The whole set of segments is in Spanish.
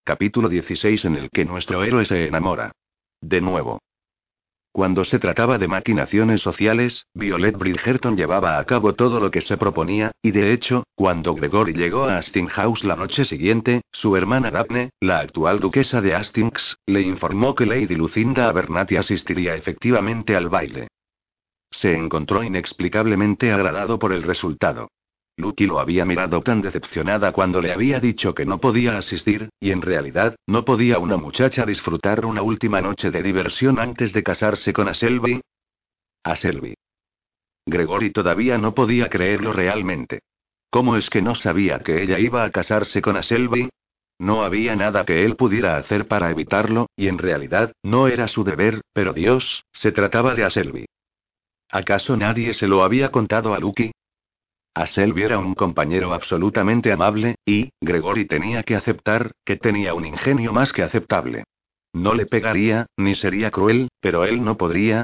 capítulo 16 en el que nuestro héroe se enamora. De nuevo. Cuando se trataba de maquinaciones sociales, Violet Bridgerton llevaba a cabo todo lo que se proponía, y de hecho, cuando Gregory llegó a Hastings House la noche siguiente, su hermana Daphne, la actual duquesa de Hastings, le informó que Lady Lucinda Abernathy asistiría efectivamente al baile. Se encontró inexplicablemente agradado por el resultado. Lucy lo había mirado tan decepcionada cuando le había dicho que no podía asistir, y en realidad, ¿no podía una muchacha disfrutar una última noche de diversión antes de casarse con Aselby? Aselby. Gregory todavía no podía creerlo realmente. ¿Cómo es que no sabía que ella iba a casarse con Aselby? No había nada que él pudiera hacer para evitarlo, y en realidad, no era su deber, pero Dios, se trataba de Aselby. ¿Acaso nadie se lo había contado a Lucy? Aselby era un compañero absolutamente amable, y Gregory tenía que aceptar que tenía un ingenio más que aceptable. No le pegaría, ni sería cruel, pero él no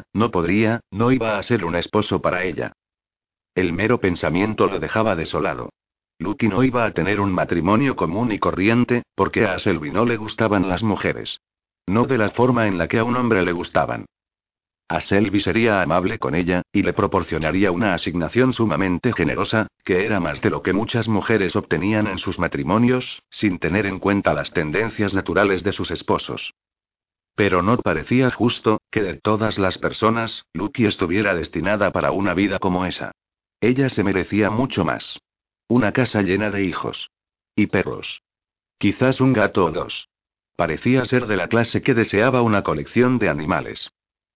iba a ser un esposo para ella. El mero pensamiento lo dejaba desolado. Lucy no iba a tener un matrimonio común y corriente, porque a Aselby no le gustaban las mujeres. No de la forma en la que a un hombre le gustaban. Aselby sería amable con ella, y le proporcionaría una asignación sumamente generosa, que era más de lo que muchas mujeres obtenían en sus matrimonios, sin tener en cuenta las tendencias naturales de sus esposos. Pero no parecía justo, que de todas las personas, Lucy estuviera destinada para una vida como esa. Ella se merecía mucho más. Una casa llena de hijos. Y perros. Quizás un gato o dos. Parecía ser de la clase que deseaba una colección de animales.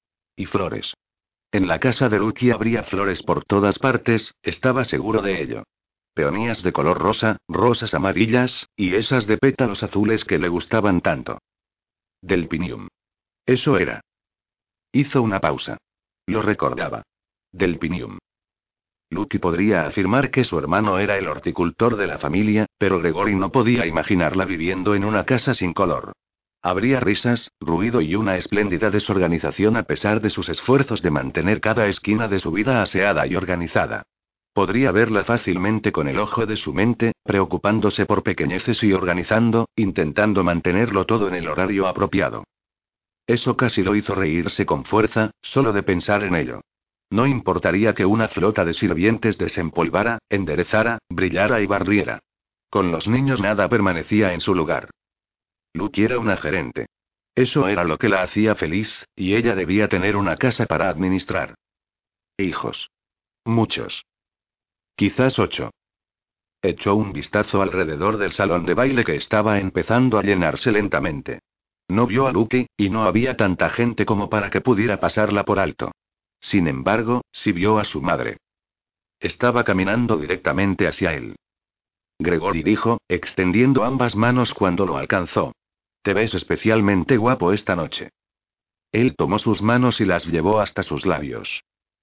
Y flores. En la casa de Lucy habría flores por todas partes, estaba seguro de ello. Peonías de color rosa, rosas amarillas, y esas de pétalos azules que le gustaban tanto. Delphinium. Eso era. Hizo una pausa. Lo recordaba. Delphinium. Lucy podría afirmar que su hermano era el horticultor de la familia, pero Gregory no podía imaginarla viviendo en una casa sin color. Habría risas, ruido y una espléndida desorganización a pesar de sus esfuerzos de mantener cada esquina de su vida aseada y organizada. Podría verla fácilmente con el ojo de su mente, preocupándose por pequeñeces y organizando, intentando mantenerlo todo en el horario apropiado. Eso casi lo hizo reírse con fuerza, solo de pensar en ello. No importaría que una flota de sirvientes desempolvara, enderezara, brillara y barriera. Con los niños nada permanecía en su lugar. Lucy era una gerente. Eso era lo que la hacía feliz, y ella debía tener una casa para administrar. Hijos. Muchos. Quizás 8. Echó un vistazo alrededor del salón de baile que estaba empezando a llenarse lentamente. No vio a Lucy, y no había tanta gente como para que pudiera pasarla por alto. Sin embargo, sí vio a su madre. Estaba caminando directamente hacia él. Gregory dijo, extendiendo ambas manos cuando lo alcanzó. Te ves especialmente guapo esta noche. Él tomó sus manos y las llevó hasta sus labios.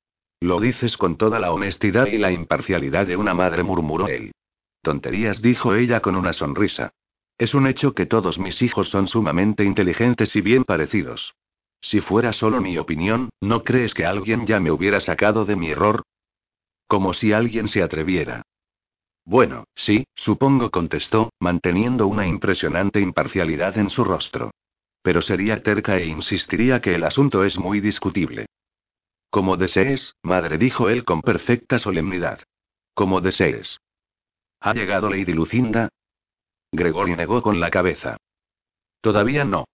Lo dices con toda la honestidad y la imparcialidad de una madre, murmuró él. Tonterías, dijo ella con una sonrisa. Es un hecho que todos mis hijos son sumamente inteligentes y bien parecidos. Si fuera solo mi opinión, ¿no crees que alguien ya me hubiera sacado de mi error? Como si alguien se atreviera. Bueno, sí, supongo, contestó, manteniendo una impresionante imparcialidad en su rostro. Pero sería terca e insistiría que el asunto es muy discutible. Como desees, madre, dijo él con perfecta solemnidad. Como desees. ¿Ha llegado Lady Lucinda? Gregory negó con la cabeza. Todavía no.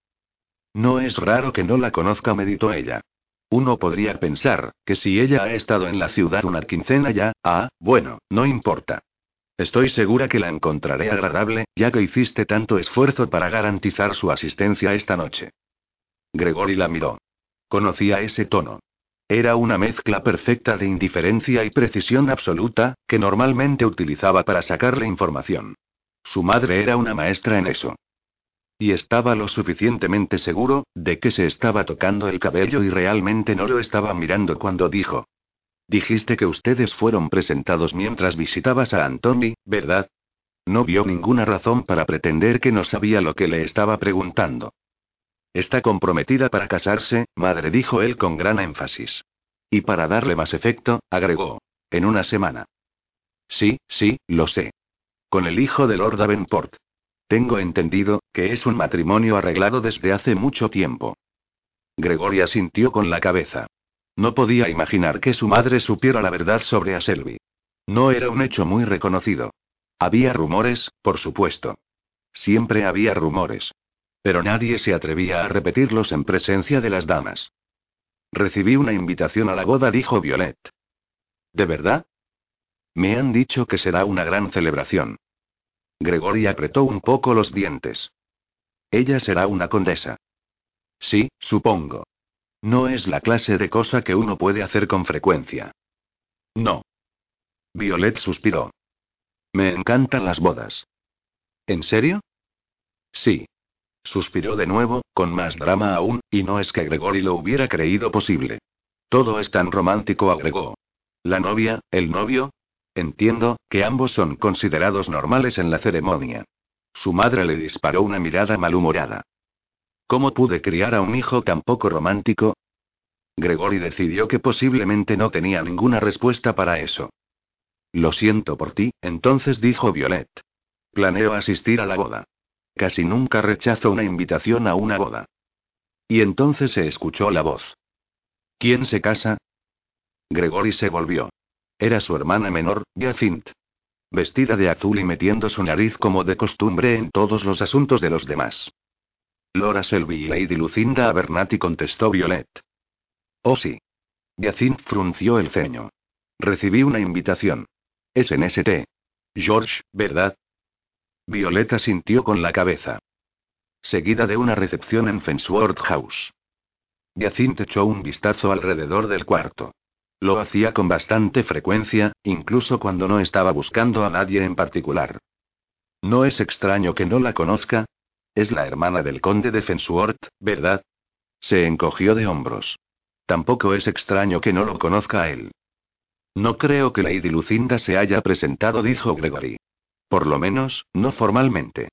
No es raro que no la conozca, meditó ella. Uno podría pensar, que si ella ha estado en la ciudad una quincena ya, bueno, no importa. Estoy segura que la encontraré agradable, ya que hiciste tanto esfuerzo para garantizar su asistencia esta noche. Gregory la miró. Conocía ese tono. Era una mezcla perfecta de indiferencia y precisión absoluta, que normalmente utilizaba para sacarle información. Su madre era una maestra en eso. Y estaba lo suficientemente seguro, de que se estaba tocando el cabello y realmente no lo estaba mirando cuando dijo. Dijiste que ustedes fueron presentados mientras visitabas a Anthony, ¿verdad? No vio ninguna razón para pretender que no sabía lo que le estaba preguntando. Está comprometida para casarse, madre, dijo él con gran énfasis. Y para darle más efecto, agregó. En una semana. Sí, lo sé. Con el hijo de Lord Davenport. Tengo entendido que es un matrimonio arreglado desde hace mucho tiempo. Gregory asintió con la cabeza. No podía imaginar que su madre supiera la verdad sobre a Selby. No era un hecho muy reconocido. Había rumores, por supuesto. Siempre había rumores. Pero nadie se atrevía a repetirlos en presencia de las damas. Recibí una invitación a la boda, dijo Violet. ¿De verdad? Me han dicho que será una gran celebración. Gregory apretó un poco los dientes. Ella será una condesa. Sí, supongo. No es la clase de cosa que uno puede hacer con frecuencia. No. Violet suspiró. Me encantan las bodas. ¿En serio? Sí. Suspiró de nuevo, con más drama aún, y no es que Gregory lo hubiera creído posible. Todo es tan romántico, agregó. La novia, el novio. Entiendo que ambos son considerados normales en la ceremonia. Su madre le disparó una mirada malhumorada. ¿Cómo pude criar a un hijo tan poco romántico? Gregory decidió que posiblemente no tenía ninguna respuesta para eso. Lo siento por ti, entonces, dijo Violet. Planeo asistir a la boda. Casi nunca rechazo una invitación a una boda. Y entonces se escuchó la voz. ¿Quién se casa? Gregory se volvió. Era su hermana menor, Jacint. Vestida de azul y metiendo su nariz como de costumbre en todos los asuntos de los demás. Laura Selby y Lady Lucinda Abernathy, contestó Violet. Oh sí. Jacint frunció el ceño. Recibí una invitación. Es en St. George, ¿verdad? Violet asintió con la cabeza. Seguida de una recepción en Fensworth House. Jacint echó un vistazo alrededor del cuarto. Lo hacía con bastante frecuencia, incluso cuando no estaba buscando a nadie en particular. No es extraño que no la conozca. Es la hermana del conde de Fensworth, ¿verdad? Se encogió de hombros. Tampoco es extraño que no lo conozca a él. No creo que Lady Lucinda se haya presentado, dijo Gregory. Por lo menos, no formalmente.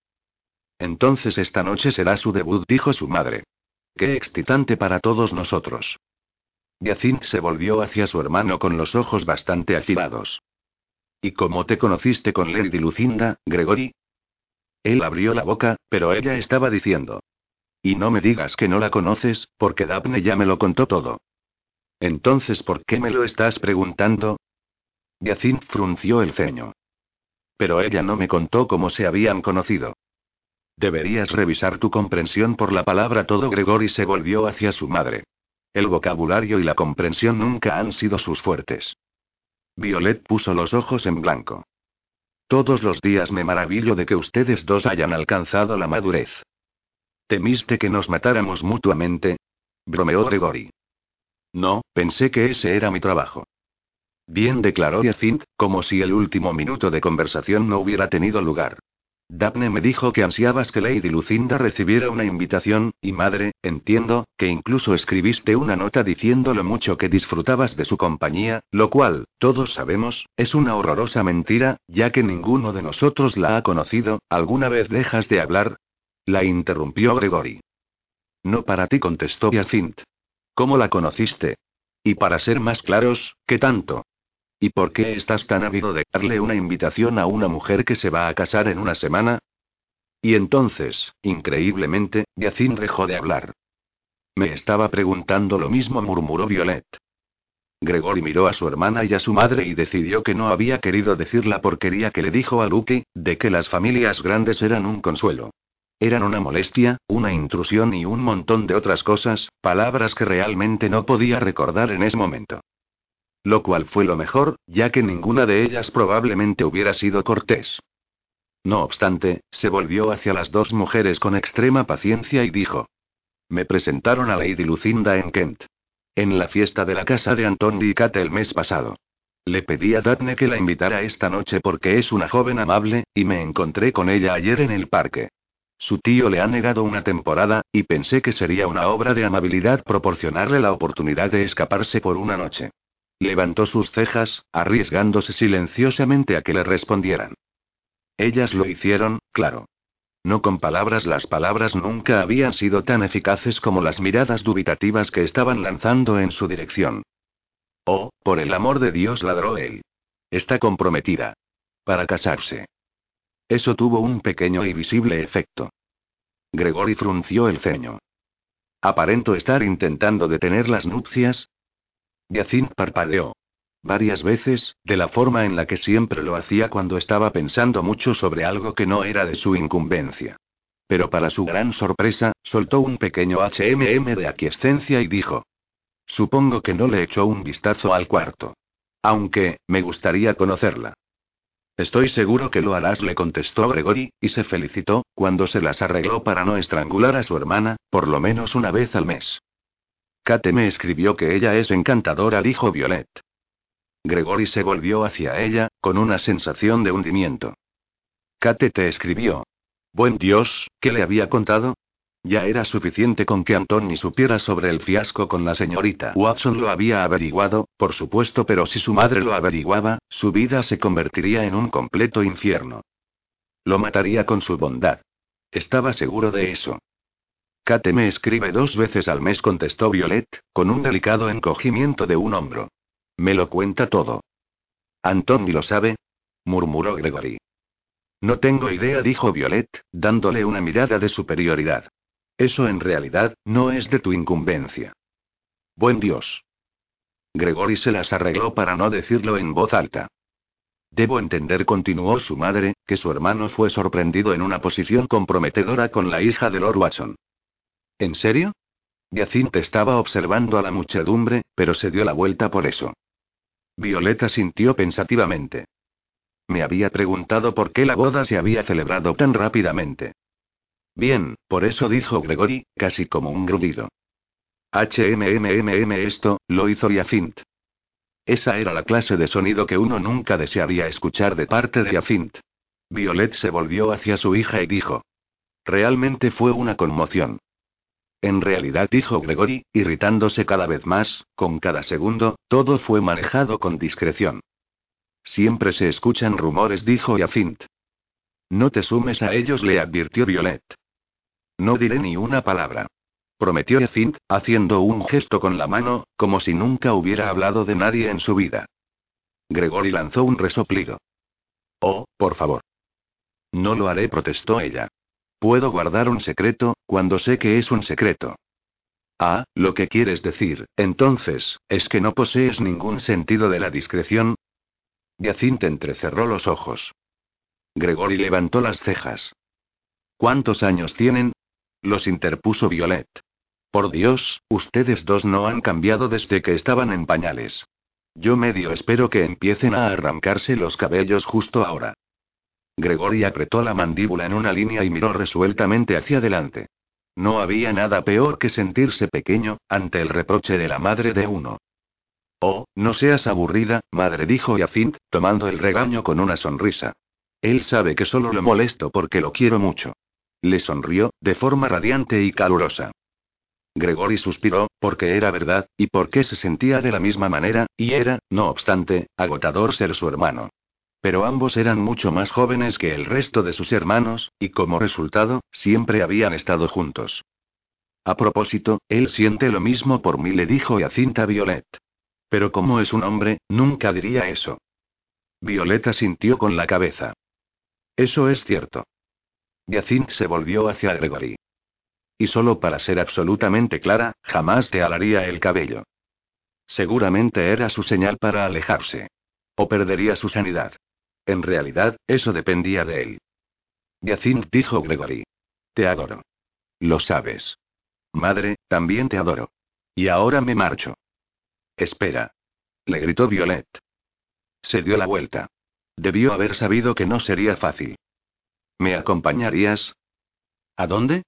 Entonces esta noche será su debut, dijo su madre. Qué excitante para todos nosotros. Jacint se volvió hacia su hermano con los ojos bastante afilados. ¿Y cómo te conociste con Lady Lucinda, Gregory? Él abrió la boca, pero ella estaba diciendo. Y no me digas que no la conoces, porque Daphne ya me lo contó todo. Entonces, ¿por qué me lo estás preguntando? Jacint frunció el ceño. Pero ella no me contó cómo se habían conocido. Deberías revisar tu comprensión por la palabra todo. Gregory se volvió hacia su madre. El vocabulario y la comprensión nunca han sido sus fuertes. Violet puso los ojos en blanco. Todos los días me maravillo de que ustedes dos hayan alcanzado la madurez. ¿Temiste que nos matáramos mutuamente? Bromeó Gregory. No, pensé que ese era mi trabajo. Bien, declaró Jacint, como si el último minuto de conversación no hubiera tenido lugar. Daphne me dijo que ansiabas que Lady Lucinda recibiera una invitación, y madre, entiendo, que incluso escribiste una nota diciendo lo mucho que disfrutabas de su compañía, lo cual, todos sabemos, es una horrorosa mentira, ya que ninguno de nosotros la ha conocido. ¿Alguna vez dejas de hablar? La interrumpió Gregory. No para ti, contestó Jacint. ¿Cómo la conociste? Y para ser más claros, ¿qué tanto? ¿Y por qué estás tan ávido de darle una invitación a una mujer que se va a casar en una semana? Y entonces, increíblemente, Jacint dejó de hablar. Me estaba preguntando lo mismo, murmuró Violet. Gregory miró a su hermana y a su madre y decidió que no había querido decir la porquería que le dijo a Luke, de que las familias grandes eran un consuelo. Eran una molestia, una intrusión y un montón de otras cosas, palabras que realmente no podía recordar en ese momento. Lo cual fue lo mejor, ya que ninguna de ellas probablemente hubiera sido cortés. No obstante, se volvió hacia las dos mujeres con extrema paciencia y dijo. Me presentaron a Lady Lucinda en Kent. En la fiesta de la casa de Anton y Kate el mes pasado. Le pedí a Daphne que la invitara esta noche porque es una joven amable, y me encontré con ella ayer en el parque. Su tío le ha negado una temporada, y pensé que sería una obra de amabilidad proporcionarle la oportunidad de escaparse por una noche. Levantó sus cejas, arriesgándose silenciosamente a que le respondieran. Ellas lo hicieron, claro. No con palabras, las palabras nunca habían sido tan eficaces como las miradas dubitativas que estaban lanzando en su dirección. Oh, por el amor de Dios, ladró él. Está comprometida. Para casarse. Eso tuvo un pequeño y visible efecto. Gregory frunció el ceño. ¿Aparento estar intentando detener las nupcias? Jacinthe parpadeó. Varias veces, de la forma en la que siempre lo hacía cuando estaba pensando mucho sobre algo que no era de su incumbencia. Pero para su gran sorpresa, soltó un pequeño de aquiescencia y dijo: Supongo que no le echó un vistazo al cuarto. Aunque, me gustaría conocerla. Estoy seguro que lo harás, le contestó Gregory, y se felicitó, cuando se las arregló para no estrangular a su hermana, por lo menos una vez al mes. Kate me escribió que ella es encantadora, dijo Violet. Gregory se volvió hacia ella, con una sensación de hundimiento. Kate te escribió. Buen Dios, ¿qué le había contado? Ya era suficiente con que Anthony supiera sobre el fiasco con la señorita Watson. Lo había averiguado, por supuesto, pero si su madre lo averiguaba, su vida se convertiría en un completo infierno. Lo mataría con su bondad. Estaba seguro de eso. Kate me escribe 2 veces al mes, contestó Violet, con un delicado encogimiento de un hombro. Me lo cuenta todo. ¿Anthony lo sabe?, murmuró Gregory. No tengo idea, dijo Violet, dándole una mirada de superioridad. Eso en realidad, no es de tu incumbencia. Buen Dios. Gregory se las arregló para no decirlo en voz alta. Debo entender, continuó su madre, que su hermano fue sorprendido en una posición comprometedora con la hija de Lord Watson. ¿En serio? Jacinthe estaba observando a la muchedumbre, pero se dio la vuelta por eso. Violeta sintió pensativamente. Me había preguntado por qué la boda se había celebrado tan rápidamente. Bien, por eso, dijo Gregory, casi como un gruñido. Esto, lo hizo Jacinthe. Esa era la clase de sonido que uno nunca desearía escuchar de parte de Jacinthe. Violet se volvió hacia su hija y dijo. Realmente fue una conmoción. En realidad, dijo Gregory, irritándose cada vez más, con cada segundo, todo fue manejado con discreción. Siempre se escuchan rumores, dijo Jacinthe. No te sumes a ellos, le advirtió Violet. No diré ni una palabra. Prometió Jacinthe, haciendo un gesto con la mano, como si nunca hubiera hablado de nadie en su vida. Gregory lanzó un resoplido. Oh, por favor. No lo haré, protestó ella. Puedo guardar un secreto, cuando sé que es un secreto. Ah, lo que quieres decir, entonces, es que no posees ningún sentido de la discreción. Jacinthe entrecerró los ojos. Gregory levantó las cejas. ¿Cuántos años tienen? Los interpuso Violet. Por Dios, ustedes dos no han cambiado desde que estaban en pañales. Yo medio espero que empiecen a arrancarse los cabellos justo ahora. Gregory apretó la mandíbula en una línea y miró resueltamente hacia adelante. No había nada peor que sentirse pequeño, ante el reproche de la madre de uno. Oh, no seas aburrida, madre, dijo Jacinthe, tomando el regaño con una sonrisa. Él sabe que solo lo molesto porque lo quiero mucho. Le sonrió, de forma radiante y calurosa. Gregory suspiró, porque era verdad, y porque se sentía de la misma manera, y era, no obstante, agotador ser su hermano. Pero ambos eran mucho más jóvenes que el resto de sus hermanos, y como resultado, siempre habían estado juntos. A propósito, él siente lo mismo por mí, le dijo Jacinthe a Violet. Pero como es un hombre, nunca diría eso. Violeta sintió con la cabeza. Eso es cierto. Jacinthe se volvió hacia Gregory. Y solo para ser absolutamente clara, jamás te alaría el cabello. Seguramente era su señal para alejarse. O perdería su sanidad. En realidad, eso dependía de él. Jacinthe, dijo Gregory. Te adoro. Lo sabes. Madre, también te adoro. Y ahora me marcho. Espera. Le gritó Violet. Se dio la vuelta. Debió haber sabido que no sería fácil. ¿Me acompañarías? ¿A dónde?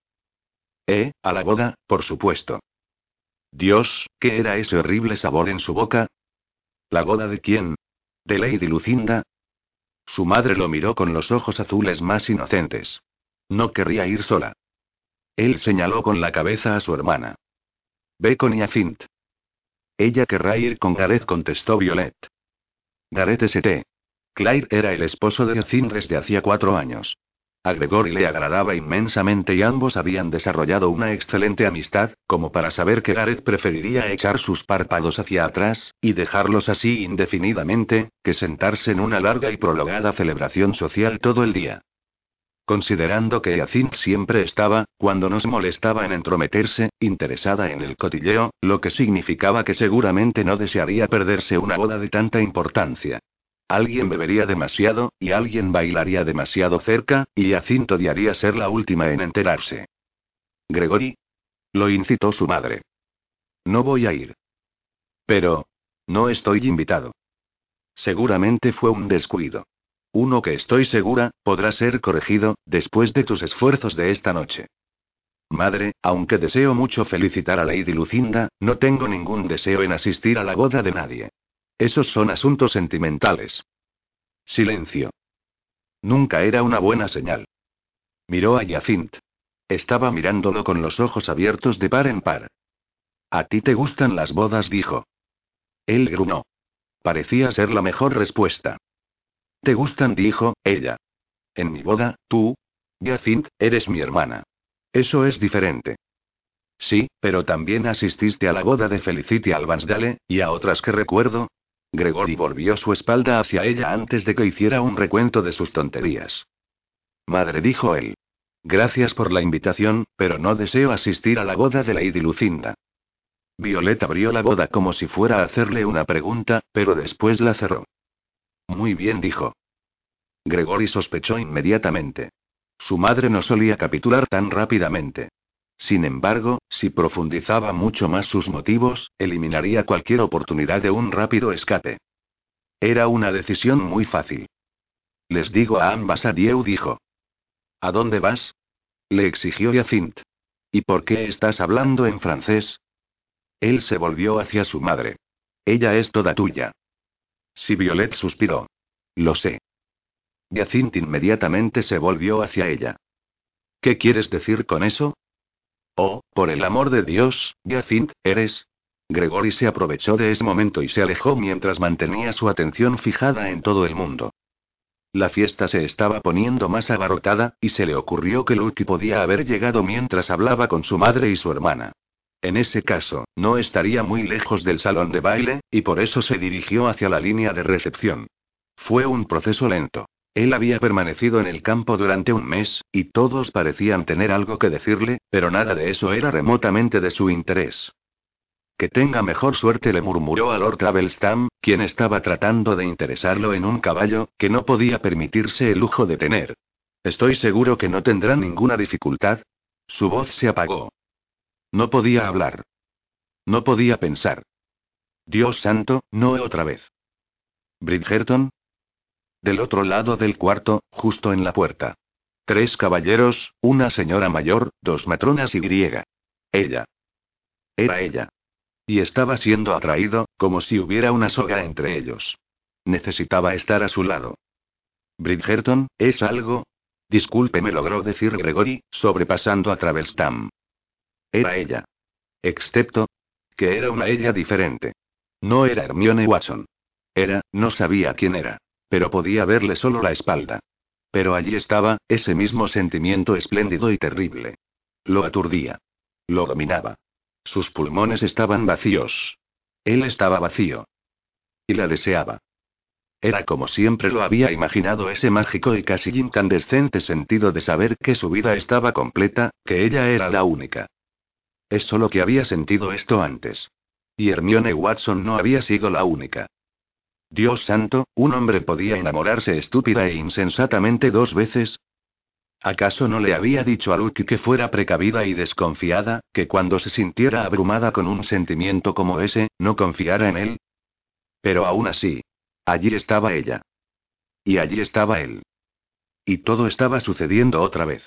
A la boda, por supuesto. Dios, ¿qué era ese horrible sabor en su boca? ¿La boda de quién? ¿De Lady Lucinda? Su madre lo miró con los ojos azules más inocentes. No querría ir sola. Él señaló con la cabeza a su hermana. Ve con Jacinthe. Ella querrá ir con Gareth, contestó Violet. Gareth St. Clair era el esposo de Jacinthe desde hacía 4 años. A Gregory le agradaba inmensamente y ambos habían desarrollado una excelente amistad, como para saber que Gareth preferiría echar sus párpados hacia atrás, y dejarlos así indefinidamente, que sentarse en una larga y prolongada celebración social todo el día. considerando que Hyacinthe siempre estaba, cuando nos molestaba en entrometerse, interesada en el cotilleo, lo que significaba que seguramente no desearía perderse una boda de tanta importancia. Alguien bebería demasiado, y alguien bailaría demasiado cerca, y Hyacinthe odiaría ser la última en enterarse. Gregory. Lo incitó su madre. No voy a ir. Pero. No estoy invitado. Seguramente fue un descuido. Uno que estoy segura, podrá ser corregido, después de tus esfuerzos de esta noche. Madre, aunque deseo mucho felicitar a Lady Lucinda, no tengo ningún deseo en asistir a la boda de nadie. Esos son asuntos sentimentales. Silencio. Nunca era una buena señal. Miró a Hyacinthe. Estaba mirándolo con los ojos abiertos de par en par. ¿A ti te gustan las bodas?, dijo. Él gruñó. Parecía ser la mejor respuesta. ¿Te gustan?, dijo ella. En mi boda, tú, Hyacinthe, eres mi hermana. Eso es diferente. Sí, pero también asististe a la boda de Felicity Albansdale, y a otras que recuerdo. Gregory volvió su espalda hacia ella antes de que hiciera un recuento de sus tonterías. Madre, dijo él. Gracias por la invitación, pero no deseo asistir a la boda de Lady Lucinda. Violet abrió la boda como si fuera a hacerle una pregunta, pero después la cerró. Muy bien, dijo. Gregory sospechó inmediatamente. Su madre no solía capitular tan rápidamente. Sin embargo, si profundizaba mucho más sus motivos, eliminaría cualquier oportunidad de un rápido escape. Era una decisión muy fácil. Les digo a ambas adieu, dijo. ¿A dónde vas?, le exigió Hyacinthe. ¿Y por qué estás hablando en francés? Él se volvió hacia su madre. Ella es toda tuya. Sí, Violet suspiró. Lo sé. Hyacinthe inmediatamente se volvió hacia ella. ¿Qué quieres decir con eso? Oh, por el amor de Dios, Hyacinthe, eres... Gregory se aprovechó de ese momento y se alejó mientras mantenía su atención fijada en todo el mundo. La fiesta se estaba poniendo más abarrotada, y se le ocurrió que Lucky podía haber llegado mientras hablaba con su madre y su hermana. En ese caso, no estaría muy lejos del salón de baile, y por eso se dirigió hacia la línea de recepción. Fue un proceso lento. Él había permanecido en el campo durante un mes, y todos parecían tener algo que decirle, pero nada de eso era remotamente de su interés. Que tenga mejor suerte, le murmuró a Lord Travelstam, quien estaba tratando de interesarlo en un caballo, que no podía permitirse el lujo de tener. Estoy seguro que no tendrá ninguna dificultad. Su voz se apagó. No podía hablar. No podía pensar. Dios santo, no otra vez. Bridgerton. Del otro lado del cuarto, justo en la puerta. 3 caballeros, una señora mayor, 2 matronas y griega. Ella. Era ella. Y estaba siendo atraído, como si hubiera una soga entre ellos. Necesitaba estar a su lado. Bridgerton, ¿es algo? Discúlpeme, logró decir Gregory, sobrepasando a Travelstam. Era ella. Excepto que era una ella diferente. No era Hermione Watson. No sabía quién era. Pero podía verle solo la espalda. Pero allí estaba, ese mismo sentimiento espléndido y terrible. Lo aturdía. Lo dominaba. Sus pulmones estaban vacíos. Él estaba vacío. Y la deseaba. Era como siempre lo había imaginado, ese mágico y casi incandescente sentido de saber que su vida estaba completa, que ella era la única. Es solo que había sentido esto antes. Y Hermione Watson no había sido la única. Dios santo, ¿un hombre podía enamorarse estúpida e insensatamente 2 veces? ¿Acaso no le había dicho a Lucky que fuera precavida y desconfiada, que cuando se sintiera abrumada con un sentimiento como ese, no confiara en él? Pero aún así, allí estaba ella. Y allí estaba él. Y todo estaba sucediendo otra vez.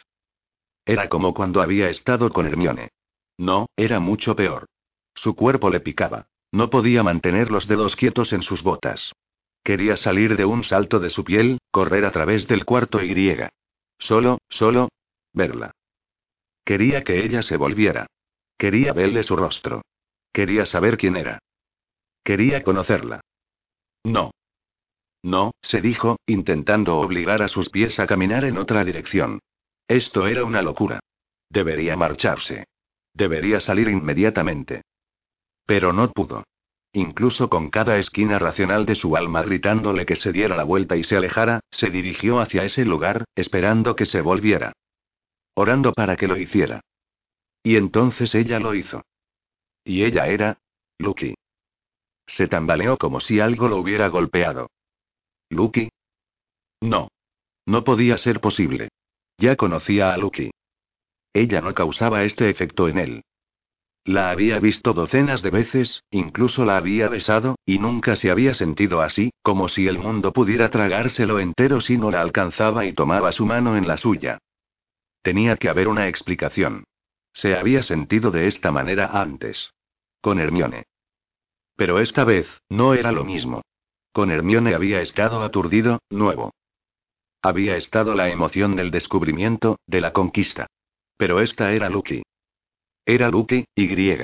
Era como cuando había estado con Hermione. No, era mucho peor. Su cuerpo le picaba. No podía mantener los dedos quietos en sus botas. Quería salir de un salto de su piel, correr a través del cuarto y griega. Solo, verla. Quería que ella se volviera. Quería verle su rostro. Quería saber quién era. Quería conocerla. No. No, se dijo, intentando obligar a sus pies a caminar en otra dirección. Esto era una locura. Debería marcharse. Debería salir inmediatamente. Pero no pudo. incluso con cada esquina racional de su alma gritándole que se diera la vuelta y se alejara, se dirigió hacia ese lugar, esperando que se volviera. Orando para que lo hiciera. Y entonces ella lo hizo. Y ella era... Lucky. Se tambaleó como si algo lo hubiera golpeado. ¿Lucky? No. No podía ser posible. Ya conocía a Lucky. Ella no causaba este efecto en él. La había visto docenas de veces, incluso la había besado, y nunca se había sentido así, como si el mundo pudiera tragárselo entero si no la alcanzaba y tomaba su mano en la suya. Tenía que haber una explicación. Se había sentido de esta manera antes. Con Hermione. Pero esta vez, no era lo mismo. Con Hermione había estado aturdido, nuevo. Había estado la emoción del descubrimiento, de la conquista. Pero esta era Lucky. Era Lucky, y.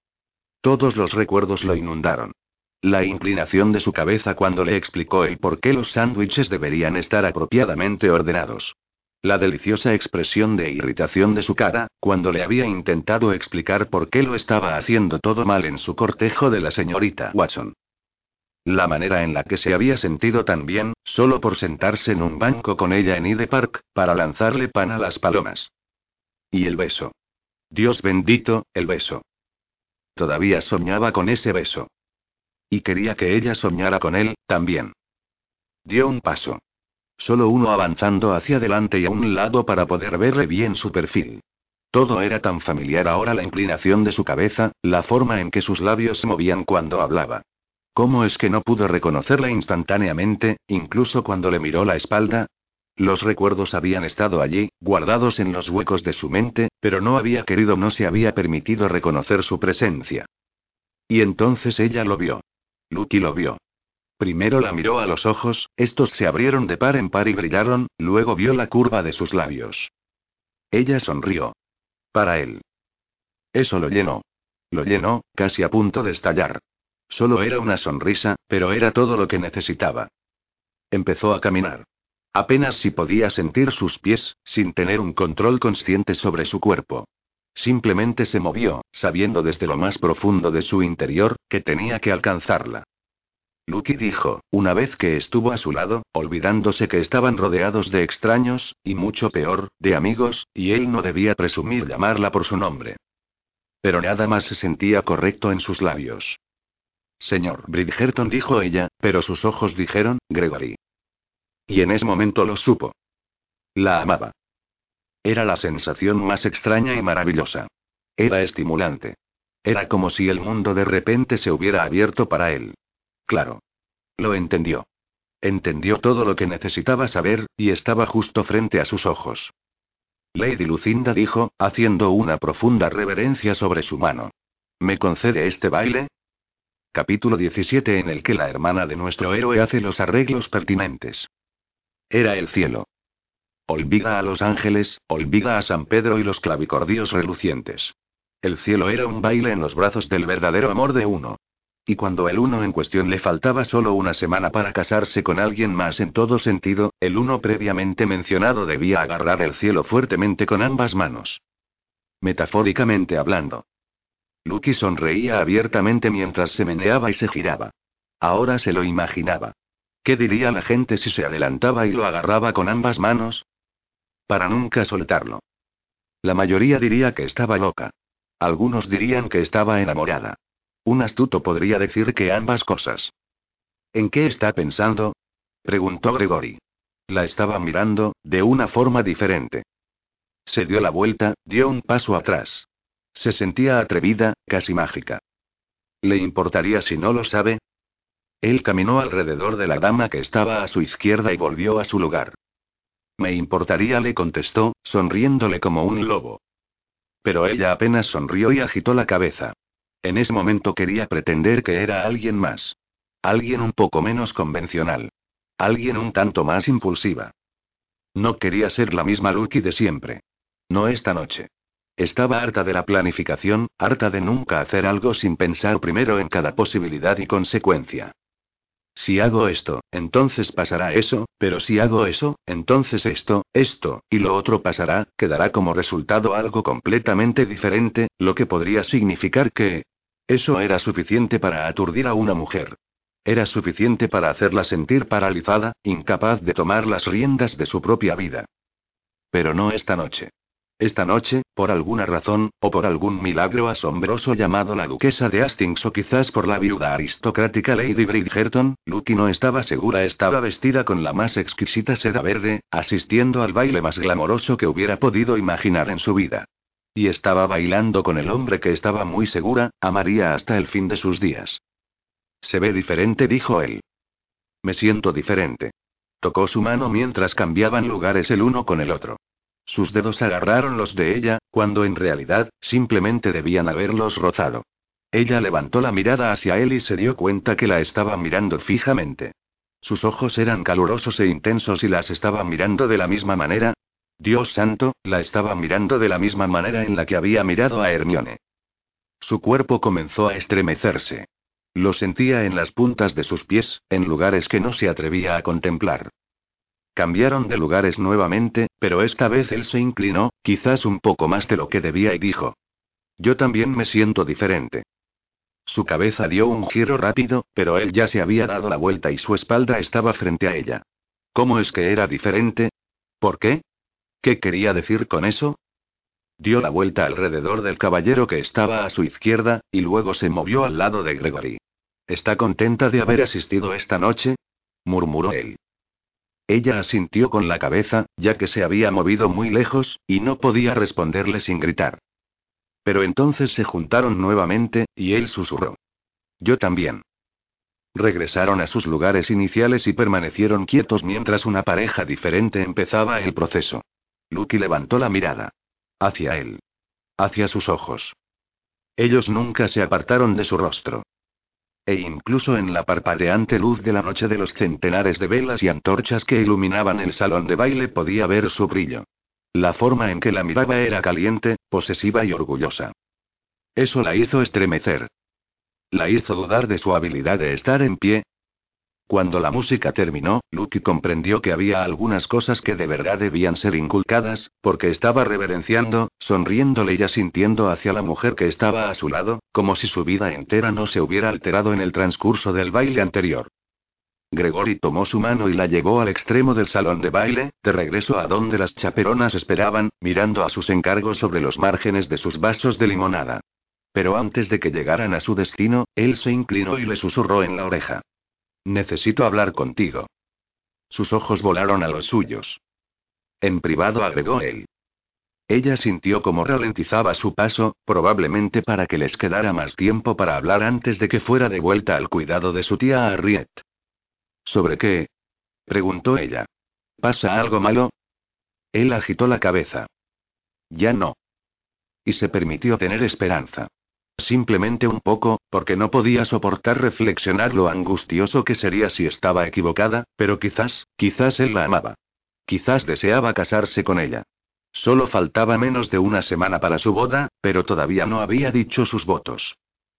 Todos los recuerdos lo inundaron. La inclinación de su cabeza cuando le explicó el por qué los sándwiches deberían estar apropiadamente ordenados. La deliciosa expresión de irritación de su cara, cuando le había intentado explicar por qué lo estaba haciendo todo mal en su cortejo de la señorita Watson. La manera en la que se había sentido tan bien, solo por sentarse en un banco con ella en Hyde Park, para lanzarle pan a las palomas. Y el beso. Dios bendito, el beso. Todavía soñaba con ese beso. Y quería que ella soñara con él, también. Dio un paso. Solo uno avanzando hacia adelante y a un lado para poder verle bien su perfil. Todo era tan familiar ahora, la inclinación de su cabeza, la forma en que sus labios se movían cuando hablaba. ¿Cómo es que no pudo reconocerla instantáneamente, incluso cuando le miró la espalda? Los recuerdos habían estado allí, guardados en los huecos de su mente, pero no había querido, no se había permitido reconocer su presencia. Y entonces ella lo vio. Lucky lo vio. Primero la miró a los ojos, estos se abrieron de par en par y brillaron, luego vio la curva de sus labios. Ella sonrió. Para él. Eso lo llenó. Lo llenó, casi a punto de estallar. Solo era una sonrisa, pero era todo lo que necesitaba. Empezó a caminar. Apenas si podía sentir sus pies, sin tener un control consciente sobre su cuerpo. Simplemente se movió, sabiendo desde lo más profundo de su interior, que tenía que alcanzarla. Lucky dijo, una vez que estuvo a su lado, olvidándose que estaban rodeados de extraños, y mucho peor, de amigos, y él no debía presumir llamarla por su nombre. Pero nada más se sentía correcto en sus labios. Señor Bridgerton, dijo ella, pero sus ojos dijeron, Gregory. Y en ese momento lo supo. La amaba. Era la sensación más extraña y maravillosa. Era estimulante. Era como si el mundo de repente se hubiera abierto para él. Claro. Lo entendió. Entendió todo lo que necesitaba saber, y estaba justo frente a sus ojos. Lady Lucinda dijo, haciendo una profunda reverencia sobre su mano. ¿Me concede este baile? Capítulo 17, en el que la hermana de nuestro héroe hace los arreglos pertinentes. Era el cielo. Olvida a los ángeles, olvida a San Pedro y los clavicordios relucientes. El cielo era un baile en los brazos del verdadero amor de uno. Y cuando el uno en cuestión le faltaba solo una semana para casarse con alguien más en todo sentido, el uno previamente mencionado debía agarrar el cielo fuertemente con ambas manos. Metafóricamente hablando. Lucky sonreía abiertamente mientras se meneaba y se giraba. Ahora se lo imaginaba. ¿Qué diría la gente si se adelantaba y lo agarraba con ambas manos? Para nunca soltarlo. La mayoría diría que estaba loca. Algunos dirían que estaba enamorada. Un astuto podría decir que ambas cosas. ¿En qué está pensando?, preguntó Gregory. La estaba mirando, de una forma diferente. Se dio la vuelta, dio un paso atrás. Se sentía atrevida, casi mágica. ¿Le importaría si no lo sabe? Él caminó alrededor de la dama que estaba a su izquierda y volvió a su lugar. Me importaría, le contestó, sonriéndole como un lobo. Pero ella apenas sonrió y agitó la cabeza. En ese momento quería pretender que era alguien más. Alguien un poco menos convencional. Alguien un tanto más impulsiva. No quería ser la misma Lucky de siempre. No esta noche. Estaba harta de la planificación, harta de nunca hacer algo sin pensar primero en cada posibilidad y consecuencia. Si hago esto, entonces pasará eso, pero si hago eso, entonces esto, y lo otro pasará, quedará como resultado algo completamente diferente, lo que podría significar que... Eso era suficiente para aturdir a una mujer. Era suficiente para hacerla sentir paralizada, incapaz de tomar las riendas de su propia vida. Pero no esta noche. Esta noche, por alguna razón, o por algún milagro asombroso llamado la duquesa de Hastings o quizás por la viuda aristocrática Lady Bridgerton, Lucy no estaba segura, estaba vestida con la más exquisita seda verde, asistiendo al baile más glamoroso que hubiera podido imaginar en su vida. Y estaba bailando con el hombre que estaba muy segura, amaría hasta el fin de sus días. Se ve diferente, dijo él. Me siento diferente. Tocó su mano mientras cambiaban lugares el uno con el otro. Sus dedos agarraron los de ella, cuando en realidad, simplemente debían haberlos rozado. Ella levantó la mirada hacia él y se dio cuenta que la estaba mirando fijamente. Sus ojos eran calurosos e intensos y las estaba mirando de la misma manera. Dios santo, la estaba mirando de la misma manera en la que había mirado a Hermione. Su cuerpo comenzó a estremecerse. Lo sentía en las puntas de sus pies, en lugares que no se atrevía a contemplar. Cambiaron de lugares nuevamente, pero esta vez él se inclinó, quizás un poco más de lo que debía, y dijo: Yo también me siento diferente. Su cabeza dio un giro rápido, pero él ya se había dado la vuelta y su espalda estaba frente a ella. ¿Cómo es que era diferente? ¿Por qué? ¿Qué quería decir con eso? Dio la vuelta alrededor del caballero que estaba a su izquierda, y luego se movió al lado de Gregory. ¿Está contenta de haber asistido esta noche?, murmuró él. Ella asintió con la cabeza, ya que se había movido muy lejos, y no podía responderle sin gritar. Pero entonces se juntaron nuevamente, y él susurró: Yo también. Regresaron a sus lugares iniciales y permanecieron quietos mientras una pareja diferente empezaba el proceso. Lucy levantó la mirada. Hacia él. Hacia sus ojos. Ellos nunca se apartaron de su rostro. E incluso en la parpadeante luz de la noche de los centenares de velas y antorchas que iluminaban el salón de baile podía ver su brillo. La forma en que la miraba era caliente, posesiva y orgullosa. Eso la hizo estremecer. La hizo dudar de su habilidad de estar en pie. Cuando la música terminó, Lucy comprendió que había algunas cosas que de verdad debían ser inculcadas, porque estaba reverenciando, sonriéndole y asintiendo hacia la mujer que estaba a su lado, como si su vida entera no se hubiera alterado en el transcurso del baile anterior. Gregory tomó su mano y la llevó al extremo del salón de baile, de regreso a donde las chaperonas esperaban, mirando a sus encargos sobre los márgenes de sus vasos de limonada. Pero antes de que llegaran a su destino, él se inclinó y le susurró en la oreja: Necesito hablar contigo. Sus ojos volaron a los suyos. En privado, agregó él. Ella sintió cómo ralentizaba su paso, probablemente para que les quedara más tiempo para hablar antes de que fuera de vuelta al cuidado de su tía Harriet. ¿Sobre qué?, preguntó ella. ¿Pasa algo malo? Él agitó la cabeza. Ya no. Y se permitió tener esperanza. Simplemente un poco, porque no podía soportar reflexionar lo angustioso que sería si estaba equivocada, pero quizás él la amaba. Quizás deseaba casarse con ella. Solo faltaba menos de una semana para su boda, pero todavía no había dicho sus votos.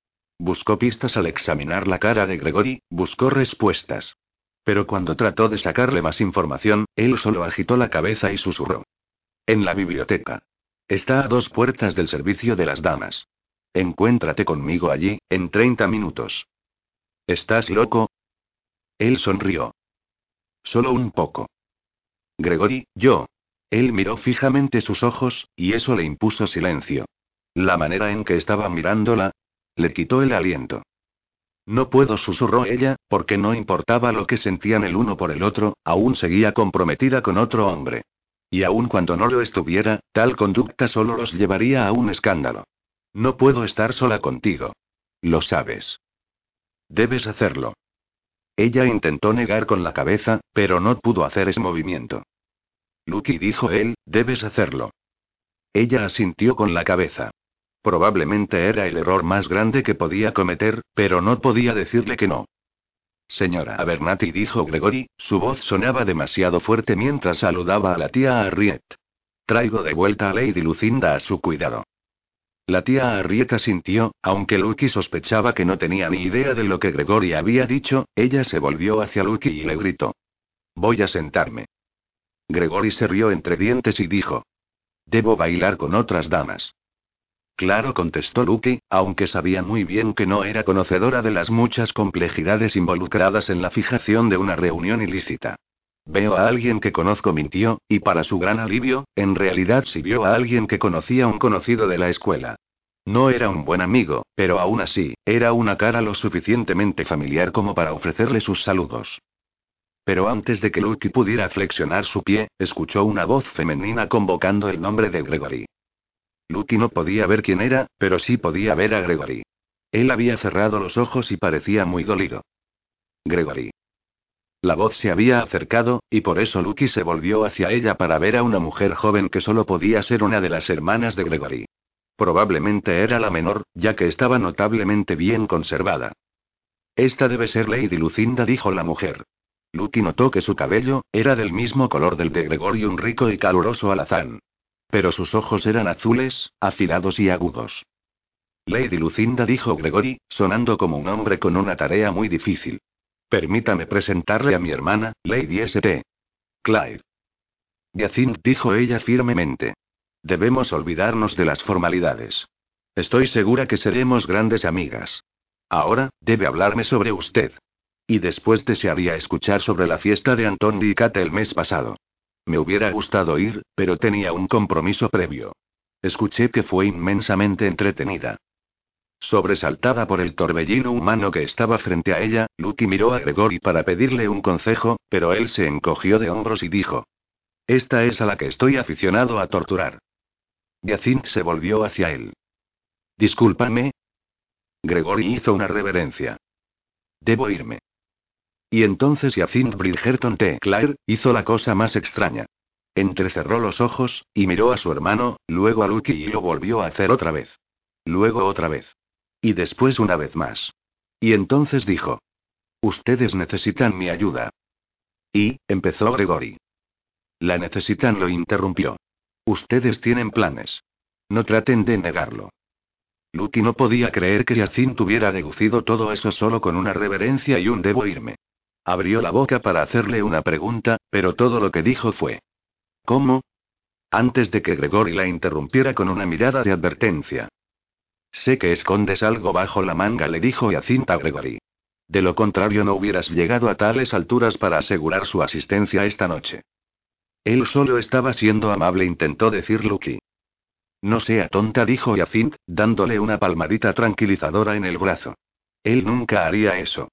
Buscó pistas al examinar la cara de Gregory, buscó respuestas. Pero cuando trató de sacarle más información, él solo agitó la cabeza y susurró: En la biblioteca. Está a 2 puertas del servicio de las damas. Encuéntrate conmigo allí, en 30 minutos. ¿Estás loco? Él sonrió. Solo un poco. Gregory, yo. Él miró fijamente sus ojos, y eso le impuso silencio. La manera en que estaba mirándola le quitó el aliento. No puedo, susurró ella, porque no importaba lo que sentían el uno por el otro, aún seguía comprometida con otro hombre. Y aun cuando no lo estuviera, tal conducta solo los llevaría a un escándalo. No puedo estar sola contigo. Lo sabes. Debes hacerlo. Ella intentó negar con la cabeza, pero no pudo hacer ese movimiento. Lucy, dijo él, debes hacerlo. Ella asintió con la cabeza. Probablemente era el error más grande que podía cometer, pero no podía decirle que no. Señora Abernathy, dijo Gregory, su voz sonaba demasiado fuerte mientras saludaba a la tía Harriet. Traigo de vuelta a Lady Lucinda a su cuidado. La tía Harriet asintió, aunque Lucy sospechaba que no tenía ni idea de lo que Gregory había dicho. Ella se volvió hacia Lucy y le gritó: Voy a sentarme. Gregory se rió entre dientes y dijo: Debo bailar con otras damas. Claro, contestó Lucky, aunque sabía muy bien que no era conocedora de las muchas complejidades involucradas en la fijación de una reunión ilícita. Veo a alguien que conozco, mintió, y para su gran alivio, en realidad sí vio a alguien que conocía a un conocido de la escuela. No era un buen amigo, pero aún así, era una cara lo suficientemente familiar como para ofrecerle sus saludos. Pero antes de que Lucky pudiera flexionar su pie, escuchó una voz femenina convocando el nombre de Gregory. Lucky no podía ver quién era, pero sí podía ver a Gregory. Él había cerrado los ojos y parecía muy dolido. Gregory. La voz se había acercado, y por eso Lucky se volvió hacia ella para ver a una mujer joven que solo podía ser una de las hermanas de Gregory. Probablemente era la menor, ya que estaba notablemente bien conservada. Esta debe ser Lady Lucinda, dijo la mujer. Lucky notó que su cabello era del mismo color del de Gregory, un rico y caluroso alazán. Pero sus ojos eran azules, afilados y agudos. Lady Lucinda, dijo Gregory, sonando como un hombre con una tarea muy difícil. Permítame presentarle a mi hermana, Lady St. Claire. Jacinthe, dijo ella firmemente. Debemos olvidarnos de las formalidades. Estoy segura que seremos grandes amigas. Ahora, debe hablarme sobre usted. Y después desearía escuchar sobre la fiesta de Anton y Kate el mes pasado. Me hubiera gustado ir, pero tenía un compromiso previo. Escuché que fue inmensamente entretenida. Sobresaltada por el torbellino humano que estaba frente a ella, Lucky miró a Gregory para pedirle un consejo, pero él se encogió de hombros y dijo: Esta es a la que estoy aficionado a torturar. Jacinthe se volvió hacia él. Discúlpame. Gregory hizo una reverencia. Debo irme. Y entonces Jacinthe Bridgerton T. Claire hizo la cosa más extraña. Entrecerró los ojos, y miró a su hermano, luego a Lucky y lo volvió a hacer otra vez. Luego otra vez. Y después una vez más. Y entonces dijo: Ustedes necesitan mi ayuda. Y, empezó Gregory. La necesitan, lo interrumpió. Ustedes tienen planes. No traten de negarlo. Lucky no podía creer que Jacinthe hubiera deducido todo eso solo con una reverencia y un debo irme. Abrió la boca para hacerle una pregunta, pero todo lo que dijo fue: ¿Cómo? Antes de que Gregory la interrumpiera con una mirada de advertencia. Sé que escondes algo bajo la manga, le dijo Jacinthe a Gregory. De lo contrario no hubieras llegado a tales alturas para asegurar su asistencia esta noche. Él solo estaba siendo amable, intentó decir Lucky. No sea tonta, dijo Jacinthe, dándole una palmadita tranquilizadora en el brazo. Él nunca haría eso.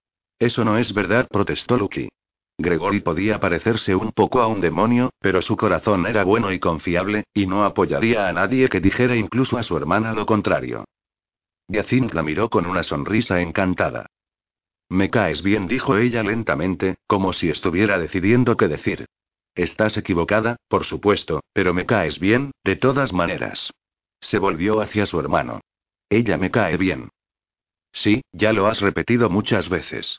Eso no es verdad, protestó Lucky. Gregory podía parecerse un poco a un demonio, pero su corazón era bueno y confiable, y no apoyaría a nadie que dijera, incluso a su hermana, lo contrario. Jacinthe la miró con una sonrisa encantada. Me caes bien, dijo ella lentamente, como si estuviera decidiendo qué decir. Estás equivocada, por supuesto, pero me caes bien, de todas maneras. Se volvió hacia su hermano. Ella me cae bien. Sí, ya lo has repetido muchas veces.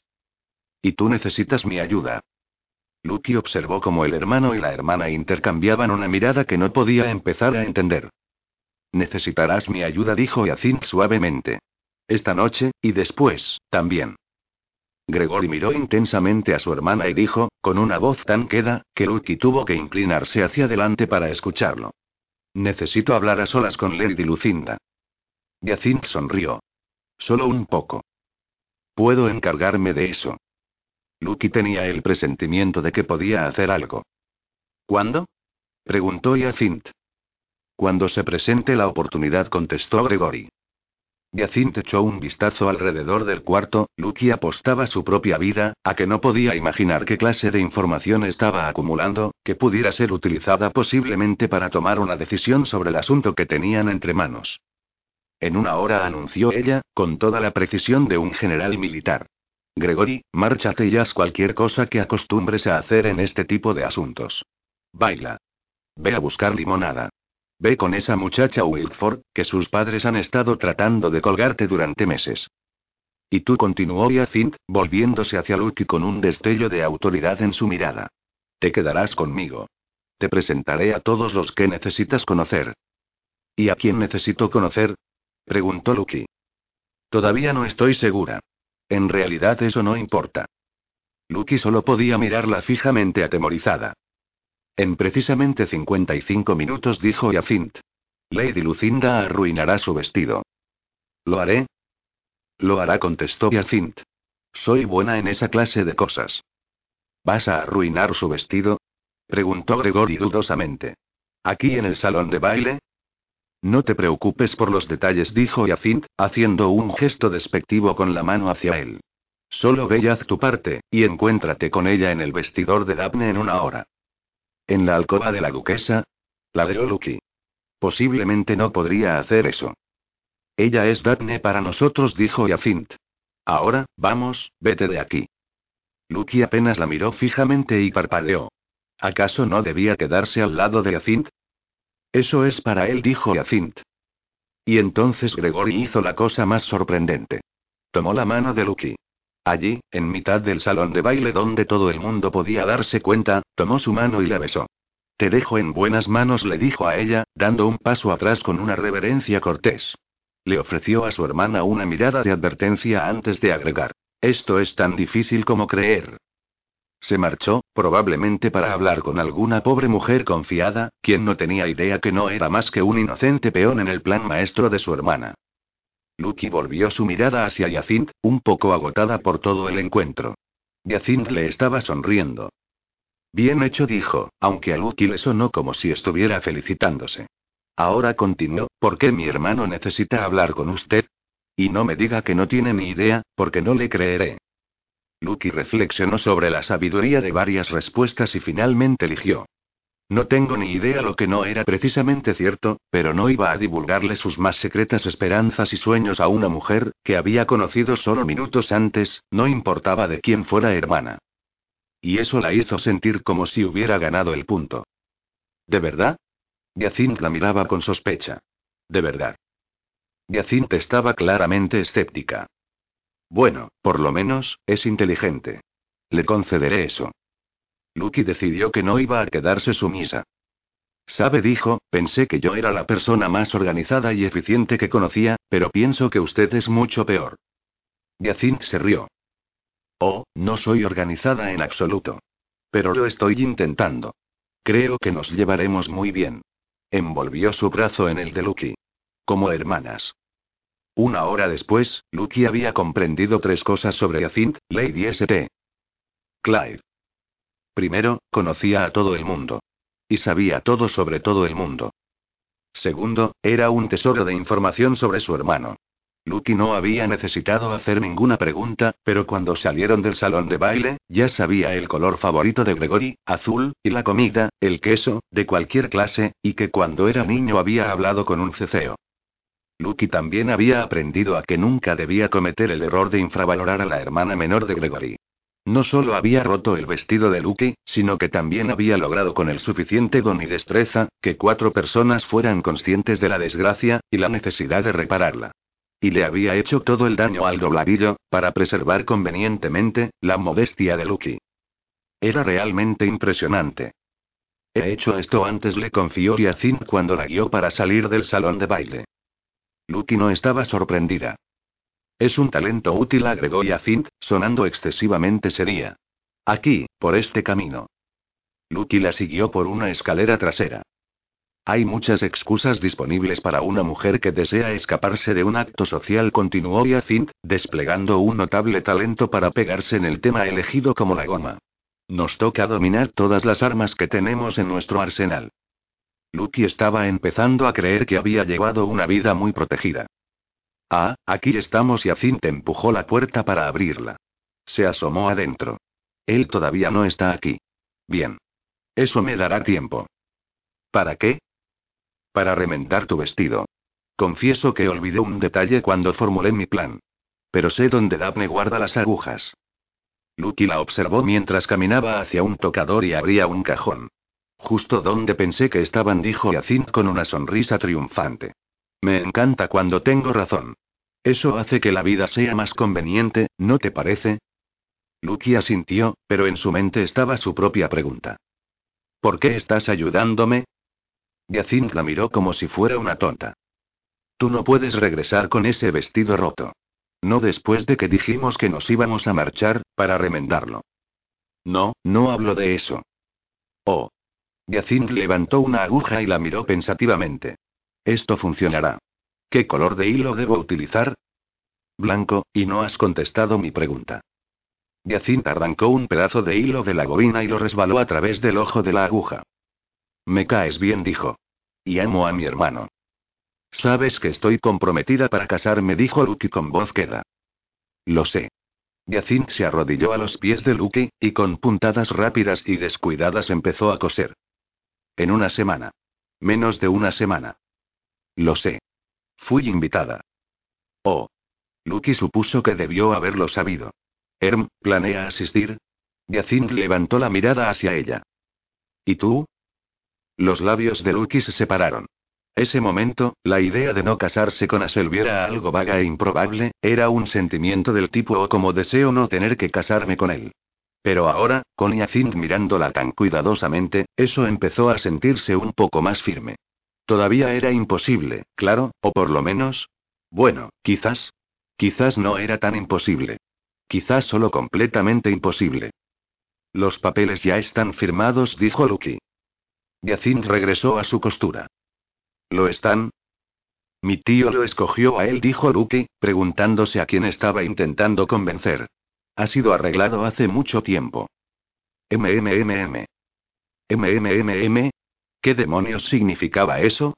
Y tú necesitas mi ayuda. Lucky observó cómo el hermano y la hermana intercambiaban una mirada que no podía empezar a entender. Necesitarás mi ayuda, dijo Jacinthe suavemente. Esta noche, y después, también. Gregory miró intensamente a su hermana y dijo, con una voz tan queda, que Lucky tuvo que inclinarse hacia adelante para escucharlo. Necesito hablar a solas con Lady Lucinda. Jacinthe sonrió. Solo un poco. Puedo encargarme de eso. Lucky tenía el presentimiento de que podía hacer algo. ¿Cuándo? Preguntó Jacinthe. Cuando se presente la oportunidad, contestó Gregory. Jacinthe echó un vistazo alrededor del cuarto. Lucky apostaba su propia vida, a que no podía imaginar qué clase de información estaba acumulando, que pudiera ser utilizada posiblemente para tomar una decisión sobre el asunto que tenían entre manos. En una hora, anunció ella, con toda la precisión de un general militar. Gregory, márchate y haz cualquier cosa que acostumbres a hacer en este tipo de asuntos. Baila. Ve a buscar limonada. Ve con esa muchacha Wilford, que sus padres han estado tratando de colgarte durante meses. Y tú, continuó Jacinthe, volviéndose hacia Lucky con un destello de autoridad en su mirada. Te quedarás conmigo. Te presentaré a todos los que necesitas conocer. ¿Y a quién necesito conocer? Preguntó Lucky. Todavía no estoy segura. En realidad eso no importa. Lucky solo podía mirarla fijamente, atemorizada. En precisamente 55 minutos, dijo Jacinthe. Lady Lucinda arruinará su vestido. ¿Lo haré? Lo hará, contestó Hyacinth. Soy buena en esa clase de cosas. ¿Vas a arruinar su vestido? Preguntó Gregory dudosamente. ¿Aquí en el salón de baile? No te preocupes por los detalles, dijo Hyacinth, haciendo un gesto despectivo con la mano hacia él. Solo ve y haz tu parte, y encuéntrate con ella en el vestidor de Daphne en una hora. ¿En la alcoba de la duquesa? Ladró Lucky. Posiblemente no podría hacer eso. Ella es Daphne para nosotros, dijo Hyacinth. Ahora, vamos, vete de aquí. Lucky apenas la miró fijamente y parpadeó. ¿Acaso no debía quedarse al lado de Hyacinth? Eso es para él, dijo Hyacinth. Y entonces Gregory hizo la cosa más sorprendente. Tomó la mano de Lucky. Allí, en mitad del salón de baile donde todo el mundo podía darse cuenta, tomó su mano y la besó. Te dejo en buenas manos, le dijo a ella, dando un paso atrás con una reverencia cortés. Le ofreció a su hermana una mirada de advertencia antes de agregar. Esto es tan difícil como creer. Se marchó, probablemente para hablar con alguna pobre mujer confiada, quien no tenía idea que no era más que un inocente peón en el plan maestro de su hermana. Lucky volvió su mirada hacia Hyacinth, un poco agotada por todo el encuentro. Hyacinth le estaba sonriendo. Bien hecho, dijo, aunque a Lucky le sonó como si estuviera felicitándose. Ahora continuó, ¿por qué mi hermano necesita hablar con usted? Y no me diga que no tiene ni idea, porque no le creeré. Lucky reflexionó sobre la sabiduría de varias respuestas y finalmente eligió. No tengo ni idea, lo que no era precisamente cierto, pero no iba a divulgarle sus más secretas esperanzas y sueños a una mujer, que había conocido solo minutos antes, no importaba de quién fuera hermana. Y eso la hizo sentir como si hubiera ganado el punto. ¿De verdad? Hyacinth la miraba con sospecha. ¿De verdad? Hyacinth estaba claramente escéptica. Bueno, por lo menos, es inteligente. Le concederé eso. Lucky decidió que no iba a quedarse sumisa. Sabe, dijo, pensé que yo era la persona más organizada y eficiente que conocía, pero pienso que usted es mucho peor. Hyacinth se rió. Oh, no soy organizada en absoluto. Pero lo estoy intentando. Creo que nos llevaremos muy bien. Envolvió su brazo en el de Lucky. Como hermanas. Una hora después, Lucky había comprendido tres cosas sobre Hyacinth, Lady St. Clive. Primero, conocía a todo el mundo. Y sabía todo sobre todo el mundo. Segundo, era un tesoro de información sobre su hermano. Lucky no había necesitado hacer ninguna pregunta, pero cuando salieron del salón de baile, ya sabía el color favorito de Gregory, azul, y la comida, el queso, de cualquier clase, y que cuando era niño había hablado con un ceceo. Lucky también había aprendido a que nunca debía cometer el error de infravalorar a la hermana menor de Gregory. No solo había roto el vestido de Lucky, sino que también había logrado con el suficiente don y destreza, que 4 personas fueran conscientes de la desgracia, y la necesidad de repararla. Y le había hecho todo el daño al dobladillo, para preservar convenientemente, la modestia de Lucky. Era realmente impresionante. He hecho esto antes, le confió Hyacinth cuando la guió para salir del salón de baile. Lucky no estaba sorprendida. Es un talento útil, agregó Hyacinth, sonando excesivamente seria. Aquí, por este camino. Lucky la siguió por una escalera trasera. Hay muchas excusas disponibles para una mujer que desea escaparse de un acto social, continuó Hyacinth, desplegando un notable talento para pegarse en el tema elegido como la goma. Nos toca dominar todas las armas que tenemos en nuestro arsenal. Lucky estaba empezando a creer que había llevado una vida muy protegida. Ah, aquí estamos. Hyacinth empujó la puerta para abrirla. Se asomó adentro. Él todavía no está aquí. Bien. Eso me dará tiempo. ¿Para qué? Para remendar tu vestido. Confieso que olvidé un detalle cuando formulé mi plan. Pero sé dónde Daphne guarda las agujas. Lucky la observó mientras caminaba hacia un tocador y abría un cajón. Justo donde pensé que estaban, dijo Hyacinth con una sonrisa triunfante. Me encanta cuando tengo razón. Eso hace que la vida sea más conveniente, ¿no te parece? Lucky asintió, pero en su mente estaba su propia pregunta. ¿Por qué estás ayudándome? Hyacinth la miró como si fuera una tonta. Tú no puedes regresar con ese vestido roto. No después de que dijimos que nos íbamos a marchar, para remendarlo. No, no hablo de eso. Oh. Hyacinth levantó una aguja y la miró pensativamente. Esto funcionará. ¿Qué color de hilo debo utilizar? Blanco, y no has contestado mi pregunta. Yacinta arrancó un pedazo de hilo de la bobina y lo resbaló a través del ojo de la aguja. Me caes bien, dijo. Y amo a mi hermano. Sabes que estoy comprometida para casarme, dijo Lucky con voz queda. Lo sé. Yacint se arrodilló a los pies de Lucky, y con puntadas rápidas y descuidadas empezó a coser. En una semana. Menos de una semana. Lo sé. Fui invitada. Oh. Lucky supuso que debió haberlo sabido. ¿Planea asistir? Yacint levantó la mirada hacia ella. ¿Y tú? Los labios de Lucky se separaron. Ese momento, la idea de no casarse con Aselby era algo vaga e improbable, era un sentimiento del tipo o como deseo no tener que casarme con él. Pero ahora, con Yacint mirándola tan cuidadosamente, eso empezó a sentirse un poco más firme. Todavía era imposible, claro, o por lo menos... Bueno, quizás. Quizás no era tan imposible. Quizás solo completamente imposible. Los papeles ya están firmados, dijo Lucky. Yacint regresó a su costura. ¿Lo están? Mi tío lo escogió a él, dijo Lucky, preguntándose a quién estaba intentando convencer. Ha sido arreglado hace mucho tiempo. MMMM. MMMM. ¿Qué demonios significaba eso?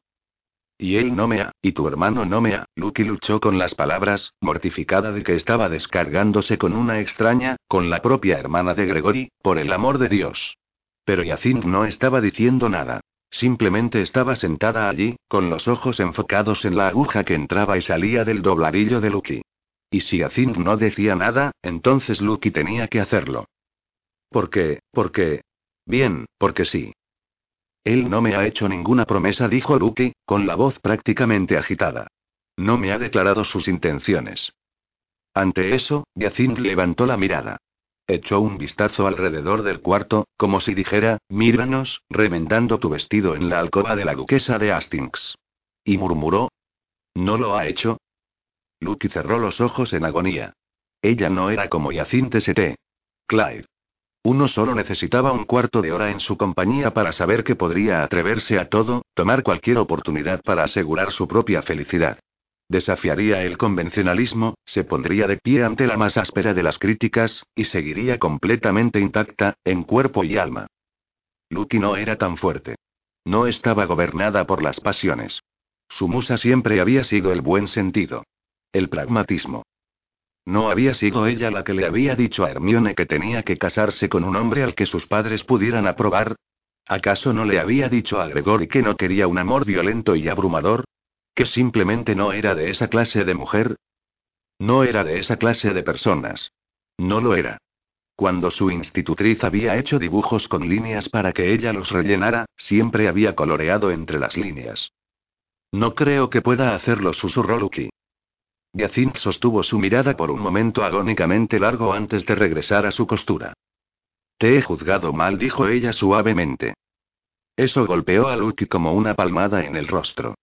Y él no y tu hermano no Lucky luchó con las palabras, mortificada de que estaba descargándose con una extraña, con la propia hermana de Gregory, por el amor de Dios. Pero Yacint no estaba diciendo nada. Simplemente estaba sentada allí, con los ojos enfocados en la aguja que entraba y salía del dobladillo de Lucky. Y si Yacint no decía nada, entonces Lucky tenía que hacerlo. ¿Por qué? ¿Por qué? Bien, porque sí. Él no me ha hecho ninguna promesa, dijo Lucky, con la voz prácticamente agitada. No me ha declarado sus intenciones. Ante eso, Yacint levantó la mirada. Echó un vistazo alrededor del cuarto, como si dijera, míranos, remendando tu vestido en la alcoba de la duquesa de Hastings. Y murmuró. ¿No lo ha hecho? Lucky cerró los ojos en agonía. Ella no era como Yacint St. Clair. Uno solo necesitaba un cuarto de hora en su compañía para saber que podría atreverse a todo, tomar cualquier oportunidad para asegurar su propia felicidad. Desafiaría el convencionalismo, se pondría de pie ante la más áspera de las críticas, y seguiría completamente intacta, en cuerpo y alma. Lucky no era tan fuerte. No estaba gobernada por las pasiones. Su musa siempre había sido el buen sentido. El pragmatismo. ¿No había sido ella la que le había dicho a Hermione que tenía que casarse con un hombre al que sus padres pudieran aprobar? ¿Acaso no le había dicho a Gregory que no quería un amor violento y abrumador? ¿Que simplemente no era de esa clase de mujer? No era de esa clase de personas. No lo era. Cuando su institutriz había hecho dibujos con líneas para que ella los rellenara, siempre había coloreado entre las líneas. No creo que pueda hacerlo, susurró Lucky. Yacint sostuvo su mirada por un momento agónicamente largo antes de regresar a su costura. Te he juzgado mal, dijo ella suavemente. Eso golpeó a Lucky como una palmada en el rostro.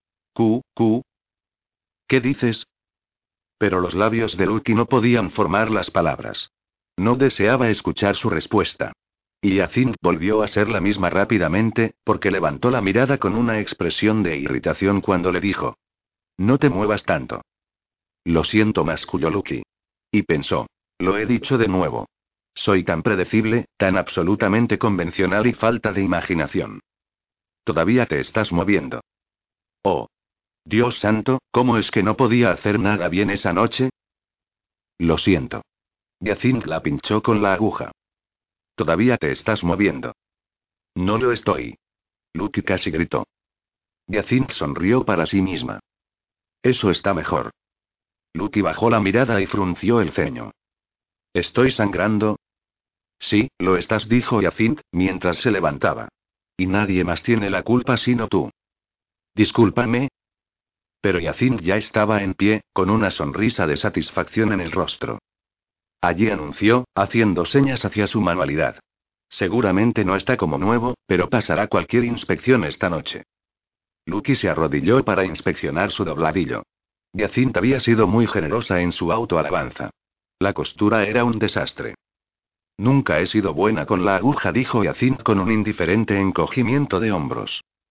¿Qué dices? Pero los labios de Lucky no podían formar las palabras. No deseaba escuchar su respuesta. Y Yacint volvió a ser la misma rápidamente, porque levantó la mirada con una expresión de irritación cuando le dijo. No te muevas tanto. Lo siento, masculló Lucky. Y pensó. Lo he dicho de nuevo. Soy tan predecible, tan absolutamente convencional y falta de imaginación. Todavía te estás moviendo. Oh. Dios santo, ¿cómo es que no podía hacer nada bien esa noche? Lo siento. Yacint la pinchó con la aguja. Todavía te estás moviendo. No lo estoy. Lucky casi gritó. Yacint sonrió para sí misma. Eso está mejor. Lucky bajó la mirada y frunció el ceño. ¿Estoy sangrando? Sí, lo estás, dijo Yacint, mientras se levantaba. Y nadie más tiene la culpa sino tú. Discúlpame. Pero Yacint ya estaba en pie, con una sonrisa de satisfacción en el rostro. Allí anunció, haciendo señas hacia su manualidad. Seguramente no está como nuevo, pero pasará cualquier inspección esta noche. Lucky se arrodilló para inspeccionar su dobladillo. Yacint había sido muy generosa en su autoalabanza. La costura era un desastre. Nunca he sido buena con la aguja, dijo Yacint con un indiferente encogimiento de hombros.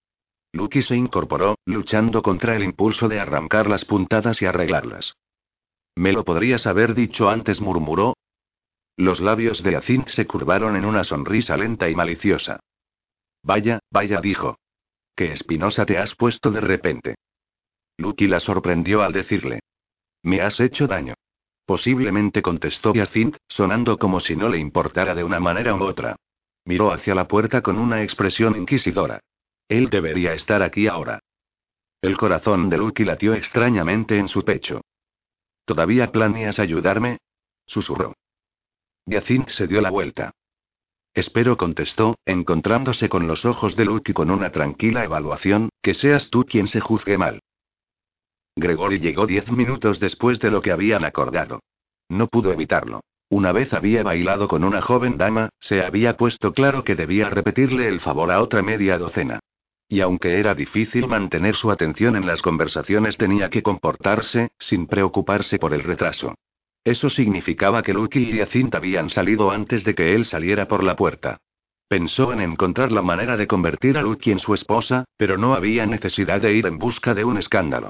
Lucky se incorporó, luchando contra el impulso de arrancar las puntadas y arreglarlas. Me lo podrías haber dicho antes, murmuró. Los labios de Jacint se curvaron en una sonrisa lenta y maliciosa. Vaya, vaya, dijo. ¿Qué espinosa te has puesto de repente? Lucky la sorprendió al decirle. Me has hecho daño. Posiblemente, contestó Jacint, sonando como si no le importara de una manera u otra. Miró hacia la puerta con una expresión inquisidora. Él debería estar aquí ahora. El corazón de Lucky latió extrañamente en su pecho. ¿Todavía planeas ayudarme? Susurró. Jacint se dio la vuelta. Espero, contestó, encontrándose con los ojos de Lucky con una tranquila evaluación, que seas tú quien se juzgue mal. Gregory llegó 10 minutos después de lo que habían acordado. No pudo evitarlo. Una vez había bailado con una joven dama, se había puesto claro que debía repetirle el favor a otra media docena. Y aunque era difícil mantener su atención en las conversaciones, tenía que comportarse, sin preocuparse por el retraso. Eso significaba que Lucky y Jacint habían salido antes de que él saliera por la puerta. Pensó en encontrar la manera de convertir a Lucky en su esposa, pero no había necesidad de ir en busca de un escándalo.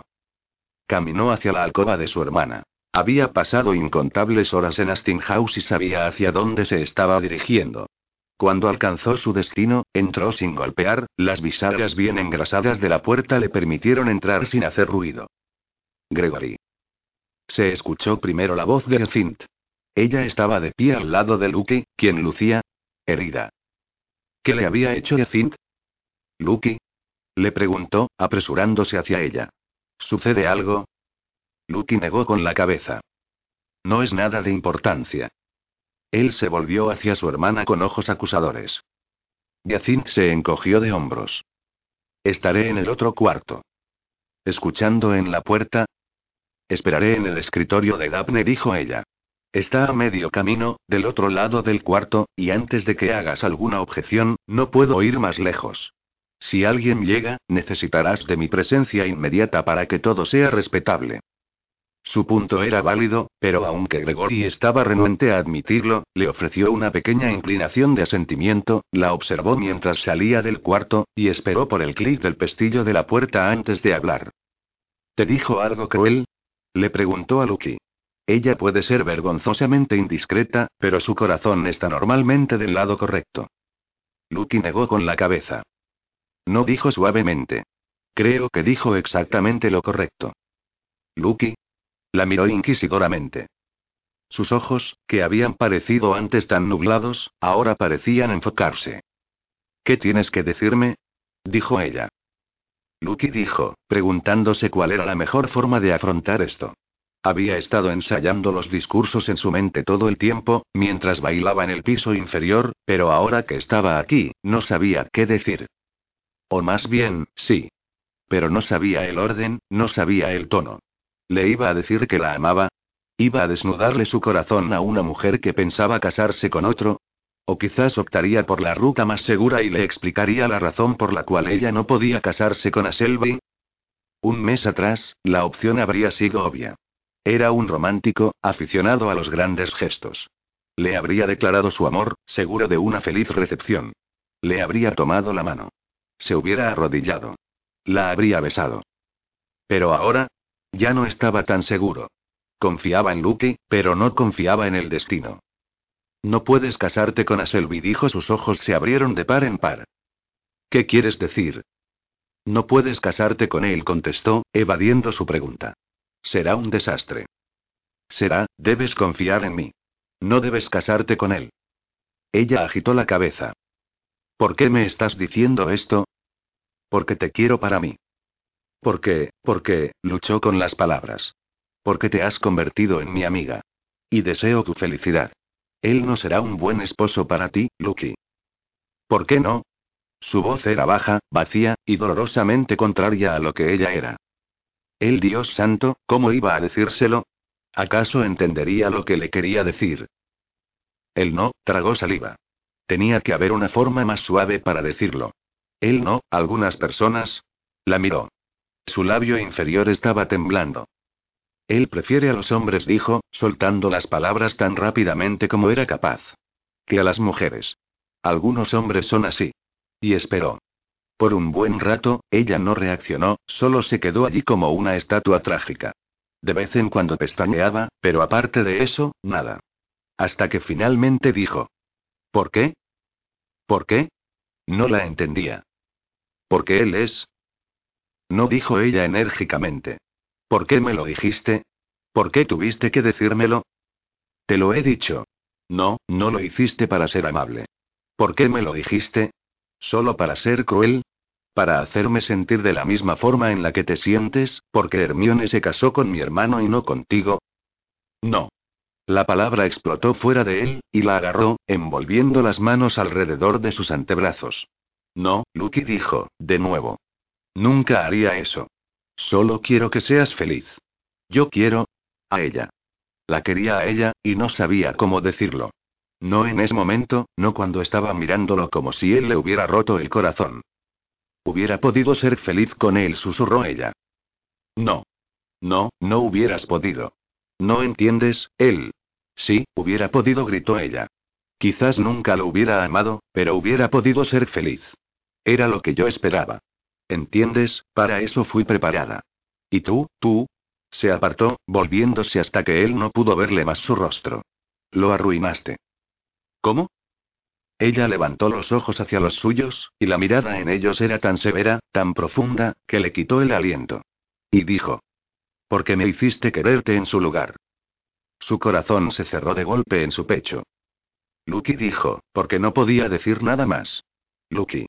Caminó hacia la alcoba de su hermana. Había pasado incontables horas en Astin House y sabía hacia dónde se estaba dirigiendo. Cuando alcanzó su destino, entró sin golpear, las bisagras bien engrasadas de la puerta le permitieron entrar sin hacer ruido. Gregory. Se escuchó primero la voz de Jacint. Ella estaba de pie al lado de Lucky, quien lucía herida. ¿Qué le había hecho Jacint? ¿Lucky? Le preguntó, apresurándose hacia ella. ¿Sucede algo? Lucky negó con la cabeza. No es nada de importancia. Él se volvió hacia su hermana con ojos acusadores. Jacint se encogió de hombros. Estaré en el otro cuarto. Escuchando en la puerta. Esperaré en el escritorio de Daphne, dijo ella. Está a medio camino, del otro lado del cuarto, y antes de que hagas alguna objeción, no puedo ir más lejos. Si alguien llega, necesitarás de mi presencia inmediata para que todo sea respetable. Su punto era válido, pero aunque Gregory estaba renuente a admitirlo, le ofreció una pequeña inclinación de asentimiento, la observó mientras salía del cuarto, y esperó por el clic del pestillo de la puerta antes de hablar. ¿Te dijo algo cruel? Le preguntó a Lucky. Ella puede ser vergonzosamente indiscreta, pero su corazón está normalmente del lado correcto. Lucky negó con la cabeza. No, dijo suavemente. Creo que dijo exactamente lo correcto. Lucky. La miró inquisidoramente. Sus ojos, que habían parecido antes tan nublados, ahora parecían enfocarse. ¿Qué tienes que decirme? Dijo ella. Lucky dijo, preguntándose cuál era la mejor forma de afrontar esto. Había estado ensayando los discursos en su mente todo el tiempo, mientras bailaba en el piso inferior, pero ahora que estaba aquí, no sabía qué decir. O más bien, sí. Pero no sabía el orden, no sabía el tono. ¿Le iba a decir que la amaba? ¿Iba a desnudarle su corazón a una mujer que pensaba casarse con otro? ¿O quizás optaría por la ruta más segura y le explicaría la razón por la cual ella no podía casarse con Selby? Un mes atrás, la opción habría sido obvia. Era un romántico, aficionado a los grandes gestos. Le habría declarado su amor, seguro de una feliz recepción. Le habría tomado la mano. Se hubiera arrodillado. La habría besado. Pero ahora, ya no estaba tan seguro. Confiaba en Lucky, pero no confiaba en el destino. No puedes casarte con Selby, dijo. Sus ojos se abrieron de par en par. ¿Qué quieres decir? No puedes casarte con él, contestó, evadiendo su pregunta. Será un desastre. Debes confiar en mí. No debes casarte con él. Ella agitó la cabeza. ¿Por qué me estás diciendo esto? Porque te quiero para mí. Porque, luchó con las palabras. Porque te has convertido en mi amiga. Y deseo tu felicidad. Él no será un buen esposo para ti, Lucky. ¿Por qué no? Su voz era baja, vacía, y dolorosamente contraria a lo que ella era. El Dios santo, ¿cómo iba a decírselo? ¿Acaso entendería lo que le quería decir? Él no, tragó saliva. Tenía que haber una forma más suave para decirlo. Él no, algunas personas. La miró. Su labio inferior estaba temblando. Él prefiere a los hombres, dijo, soltando las palabras tan rápidamente como era capaz. Que a las mujeres. Algunos hombres son así. Y esperó. Por un buen rato, ella no reaccionó, solo se quedó allí como una estatua trágica. De vez en cuando pestañeaba, pero aparte de eso, nada. Hasta que finalmente dijo: ¿Por qué? ¿Por qué? No la entendía. Porque él es... No, dijo ella enérgicamente. ¿Por qué me lo dijiste? ¿Por qué tuviste que decírmelo? Te lo he dicho. No, no lo hiciste para ser amable. ¿Por qué me lo dijiste? ¿Solo para ser cruel? ¿Para hacerme sentir de la misma forma en la que te sientes, porque Hermione se casó con mi hermano y no contigo? No. La palabra explotó fuera de él, y la agarró, envolviendo las manos alrededor de sus antebrazos. No, Lucky, dijo, de nuevo. Nunca haría eso. Solo quiero que seas feliz. Yo quiero... a ella. La quería a ella, y no sabía cómo decirlo. No en ese momento, no cuando estaba mirándolo como si él le hubiera roto el corazón. Hubiera podido ser feliz con él, susurró ella. No. No, no hubieras podido. ¿No entiendes? Él. Sí, hubiera podido, gritó ella. Quizás nunca lo hubiera amado, pero hubiera podido ser feliz. Era lo que yo esperaba. ¿Entiendes? Para eso fui preparada. ¿Y tú? Se apartó, volviéndose hasta que él no pudo verle más su rostro. Lo arruinaste. ¿Cómo? Ella levantó los ojos hacia los suyos, y la mirada en ellos era tan severa, tan profunda, que le quitó el aliento. Y dijo: porque me hiciste quererte en su lugar. Su corazón se cerró de golpe en su pecho. Lucky, dijo, porque no podía decir nada más. Lucky.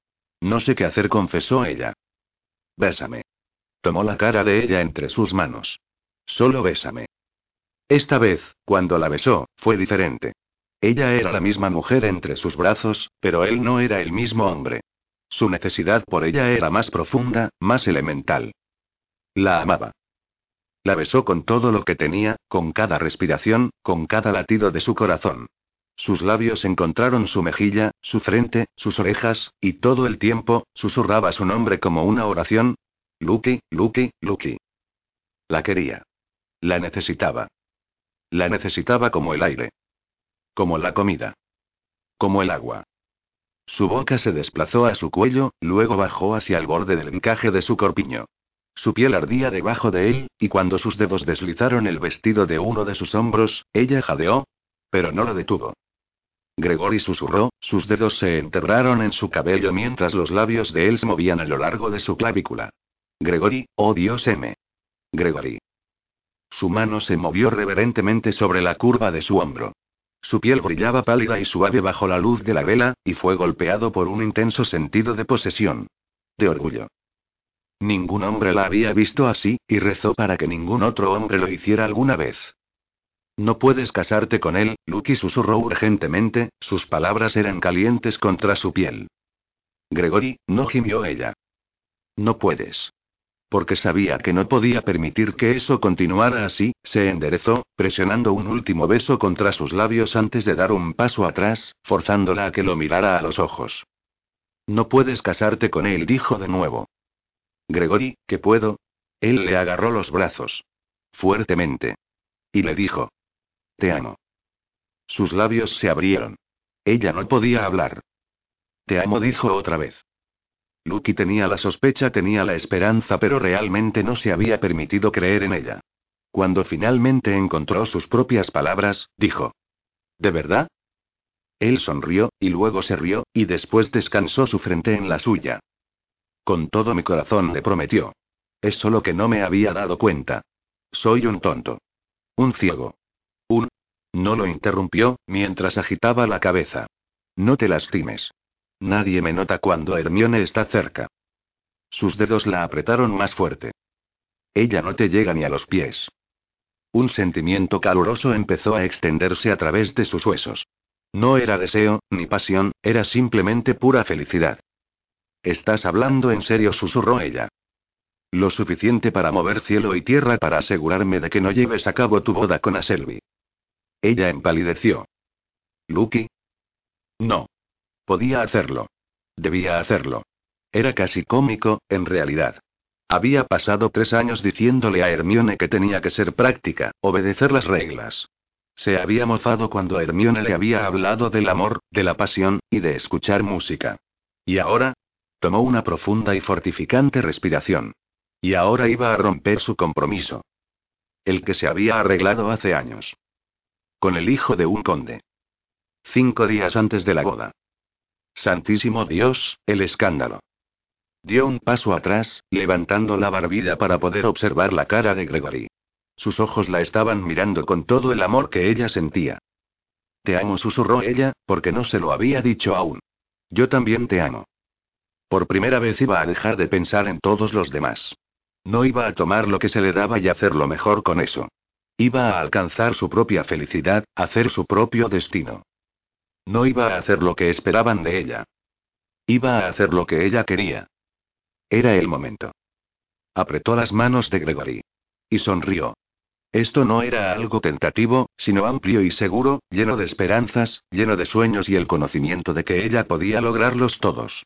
No sé qué hacer, confesó ella. Bésame. Tomó la cara de ella entre sus manos. Solo bésame. Esta vez, cuando la besó, fue diferente. Ella era la misma mujer entre sus brazos, pero él no era el mismo hombre. Su necesidad por ella era más profunda, más elemental. La amaba. La besó con todo lo que tenía, con cada respiración, con cada latido de su corazón. Sus labios encontraron su mejilla, su frente, sus orejas, y todo el tiempo, susurraba su nombre como una oración. Lucky, Lucky, Lucky. La quería. La necesitaba. La necesitaba como el aire. Como la comida. Como el agua. Su boca se desplazó a su cuello, luego bajó hacia el borde del encaje de su corpiño. Su piel ardía debajo de él, y cuando sus dedos deslizaron el vestido de uno de sus hombros, ella jadeó. Pero no lo detuvo. Gregory susurró, sus dedos se enterraron en su cabello mientras los labios de él se movían a lo largo de su clavícula. Gregory, oh Dios M. Gregory. Su mano se movió reverentemente sobre la curva de su hombro. Su piel brillaba pálida y suave bajo la luz de la vela, y fue golpeado por un intenso sentido de posesión. De orgullo. Ningún hombre la había visto así, y rezó para que ningún otro hombre lo hiciera alguna vez. No puedes casarte con él, Lucky, susurró urgentemente, sus palabras eran calientes contra su piel. Gregory, no, gimió ella. No puedes. Porque sabía que no podía permitir que eso continuara así, se enderezó, presionando un último beso contra sus labios antes de dar un paso atrás, forzándola a que lo mirara a los ojos. No puedes casarte con él, dijo de nuevo. Gregory, ¿qué puedo? Él le agarró los brazos. Fuertemente. Y le dijo: te amo. Sus labios se abrieron. Ella no podía hablar. Te amo, dijo otra vez. Lucky tenía la sospecha, tenía la esperanza, pero realmente no se había permitido creer en ella. Cuando finalmente encontró sus propias palabras, dijo: ¿de verdad? Él sonrió, y luego se rió, y después descansó su frente en la suya. Con todo mi corazón, le prometió. Es solo que no me había dado cuenta. Soy un tonto. Un ciego. No, lo interrumpió, mientras agitaba la cabeza. No te lastimes. Nadie me nota cuando Hermione está cerca. Sus dedos la apretaron más fuerte. Ella no te llega ni a los pies. Un sentimiento caluroso empezó a extenderse a través de sus huesos. No era deseo, ni pasión, era simplemente pura felicidad. ¿Estás hablando en serio?, susurró ella. Lo suficiente para mover cielo y tierra para asegurarme de que no lleves a cabo tu boda con Aselby. Ella empalideció. ¿Lucky? No. Podía hacerlo. Debía hacerlo. Era casi cómico, en realidad. Había pasado 3 años diciéndole a Hermione que tenía que ser práctica, obedecer las reglas. Se había mofado cuando Hermione le había hablado del amor, de la pasión, y de escuchar música. ¿Y ahora? Tomó una profunda y fortificante respiración. Y ahora iba a romper su compromiso. El que se había arreglado hace años. Con el hijo de un conde. 5 días antes de la boda. Santísimo Dios, el escándalo. Dio un paso atrás, levantando la barbilla para poder observar la cara de Gregory. Sus ojos la estaban mirando con todo el amor que ella sentía. Te amo, susurró ella, porque no se lo había dicho aún. Yo también te amo. Por primera vez iba a dejar de pensar en todos los demás. No iba a tomar lo que se le daba y hacerlo mejor con eso. Iba a alcanzar su propia felicidad, hacer su propio destino. No iba a hacer lo que esperaban de ella. Iba a hacer lo que ella quería. Era el momento. Apretó las manos de Gregory. Y sonrió. Esto no era algo tentativo, sino amplio y seguro, lleno de esperanzas, lleno de sueños y el conocimiento de que ella podía lograrlos todos.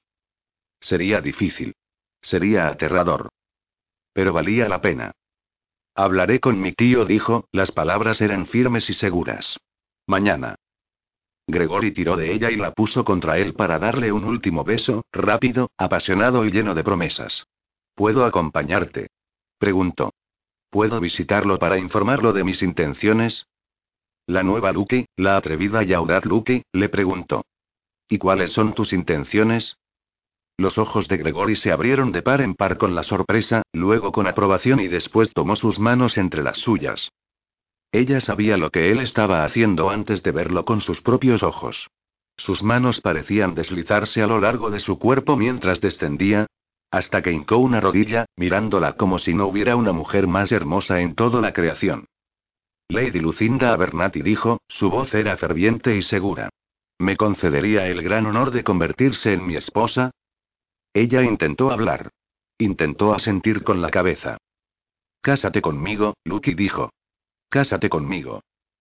Sería difícil. Sería aterrador. Pero valía la pena. Hablaré con mi tío, dijo, las palabras eran firmes y seguras. Mañana. Gregory tiró de ella y la puso contra él para darle un último beso, rápido, apasionado y lleno de promesas. ¿Puedo acompañarte? Preguntó. ¿Puedo visitarlo para informarlo de mis intenciones? La nueva Lucky, la atrevida y audaz Lucky, le preguntó. ¿Y cuáles son tus intenciones? Los ojos de Gregory se abrieron de par en par con la sorpresa, luego con aprobación y después tomó sus manos entre las suyas. Ella sabía lo que él estaba haciendo antes de verlo con sus propios ojos. Sus manos parecían deslizarse a lo largo de su cuerpo mientras descendía, hasta que hincó una rodilla, mirándola como si no hubiera una mujer más hermosa en toda la creación. Lady Lucinda Abernathy dijo, su voz era ferviente y segura. ¿Me concedería el gran honor de convertirse en mi esposa? Ella intentó hablar. Intentó asentir con la cabeza. Cásate conmigo, Lucky dijo. Cásate conmigo.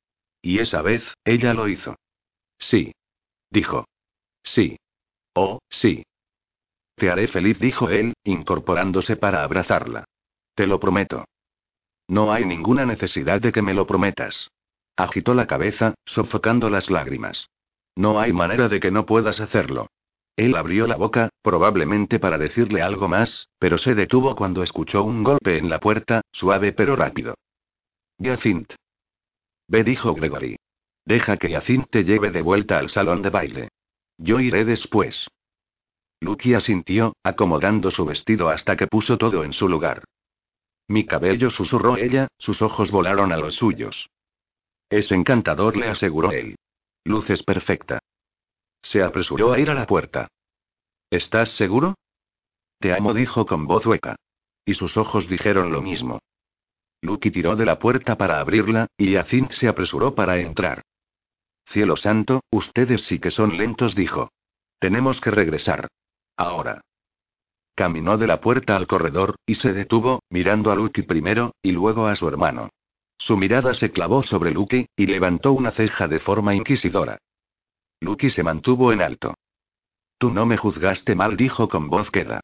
Y esa vez, ella lo hizo. Sí. Dijo. Sí. Oh, sí. Te haré feliz, dijo él, incorporándose para abrazarla. Te lo prometo. No hay ninguna necesidad de que me lo prometas. Agitó la cabeza, sofocando las lágrimas. No hay manera de que no puedas hacerlo. Él abrió la boca, probablemente para decirle algo más, pero se detuvo cuando escuchó un golpe en la puerta, suave pero rápido. Hyacinthe. Ve, dijo Gregory. Deja que Hyacinthe te lleve de vuelta al salón de baile. Yo iré después. Lucky asintió, acomodando su vestido hasta que puso todo en su lugar. Mi cabello, susurró ella, sus ojos volaron a los suyos. Es encantador, le aseguró él. Luces perfecta. Se apresuró a ir a la puerta. ¿Estás seguro? Te amo, dijo con voz hueca. Y sus ojos dijeron lo mismo. Lucky tiró de la puerta para abrirla, y Hyacinthe se apresuró para entrar. Cielo santo, ustedes sí que son lentos, dijo. Tenemos que regresar. Ahora. Caminó de la puerta al corredor, y se detuvo, mirando a Lucky primero, y luego a su hermano. Su mirada se clavó sobre Lucky, y levantó una ceja de forma inquisidora. Lucky se mantuvo en alto. Tú no me juzgaste mal, dijo con voz queda.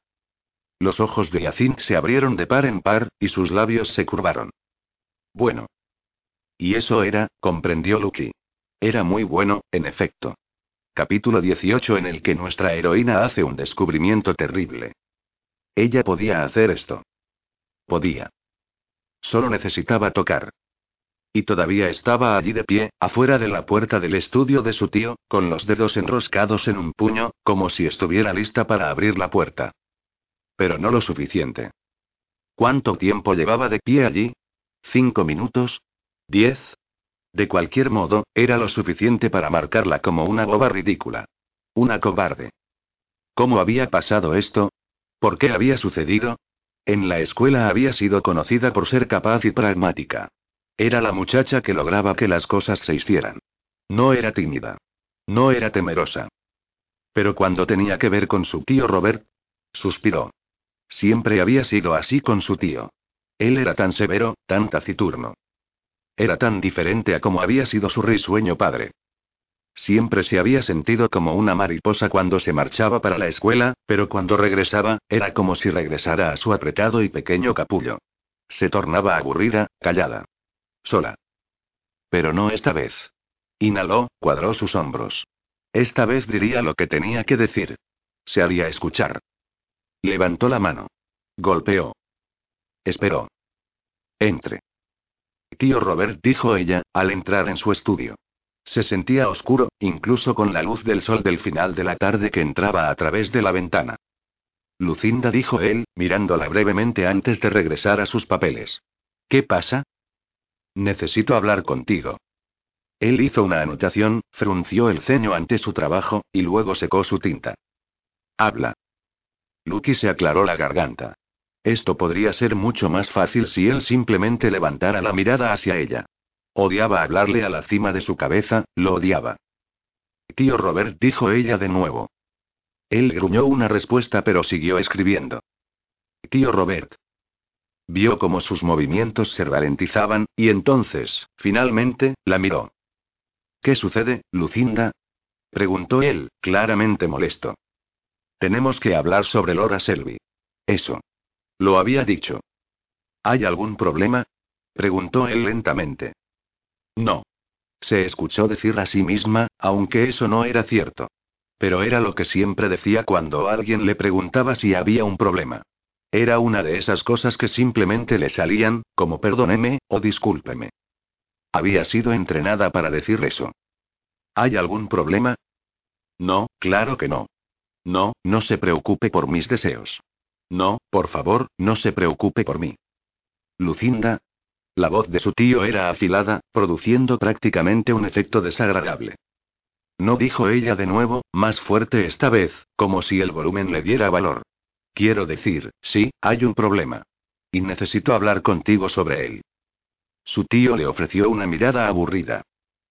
Los ojos de Hyacinthe se abrieron de par en par, y sus labios se curvaron. Bueno. Y eso era, comprendió Lucky. Era muy bueno, en efecto. Capítulo 18 en el que nuestra heroína hace un descubrimiento terrible. Ella podía hacer esto. Podía. Solo necesitaba tocar. Y todavía estaba allí de pie, afuera de la puerta del estudio de su tío, con los dedos enroscados en un puño, como si estuviera lista para abrir la puerta. Pero no lo suficiente. ¿Cuánto tiempo llevaba de pie allí? ¿5 minutos? ¿10? De cualquier modo, era lo suficiente para marcarla como una boba ridícula. Una cobarde. ¿Cómo había pasado esto? ¿Por qué había sucedido? En la escuela había sido conocida por ser capaz y pragmática. Era la muchacha que lograba que las cosas se hicieran. No era tímida. No era temerosa. Pero cuando tenía que ver con su tío Robert, suspiró. Siempre había sido así con su tío. Él era tan severo, tan taciturno. Era tan diferente a como había sido su risueño padre. Siempre se había sentido como una mariposa cuando se marchaba para la escuela, pero cuando regresaba, era como si regresara a su apretado y pequeño capullo. Se tornaba aburrida, callada. Sola. Pero no esta vez. Inhaló, cuadró sus hombros. Esta vez diría lo que tenía que decir. Se haría escuchar. Levantó la mano. Golpeó. Esperó. Entre. Tío Robert, dijo ella, al entrar en su estudio. Se sentía oscuro, incluso con la luz del sol del final de la tarde que entraba a través de la ventana. Lucinda, dijo él, mirándola brevemente antes de regresar a sus papeles. ¿Qué pasa? Necesito hablar contigo. Él hizo una anotación, frunció el ceño ante su trabajo, y luego secó su tinta. Habla. Lucky se aclaró la garganta. Esto podría ser mucho más fácil si él simplemente levantara la mirada hacia ella. Odiaba hablarle a la cima de su cabeza, lo odiaba. Tío Robert, dijo ella de nuevo. Él gruñó una respuesta pero siguió escribiendo. Tío Robert. Vio cómo sus movimientos se ralentizaban, y entonces, finalmente, la miró. ¿Qué sucede, Lucinda? Preguntó él, claramente molesto. Tenemos que hablar sobre Laura Selby. Eso. Lo había dicho. ¿Hay algún problema? Preguntó él lentamente. No. Se escuchó decir a sí misma, aunque eso no era cierto. Pero era lo que siempre decía cuando alguien le preguntaba si había un problema. Era una de esas cosas que simplemente le salían, como perdóneme, o discúlpeme. Había sido entrenada para decir eso. ¿Hay algún problema? No, claro que no. No, no se preocupe por mis deseos. No, por favor, no se preocupe por mí. Lucinda. La voz de su tío era afilada, produciendo prácticamente un efecto desagradable. No, dijo ella de nuevo, más fuerte esta vez, como si el volumen le diera valor. Quiero decir, sí, hay un problema. Y necesito hablar contigo sobre él. Su tío le ofreció una mirada aburrida.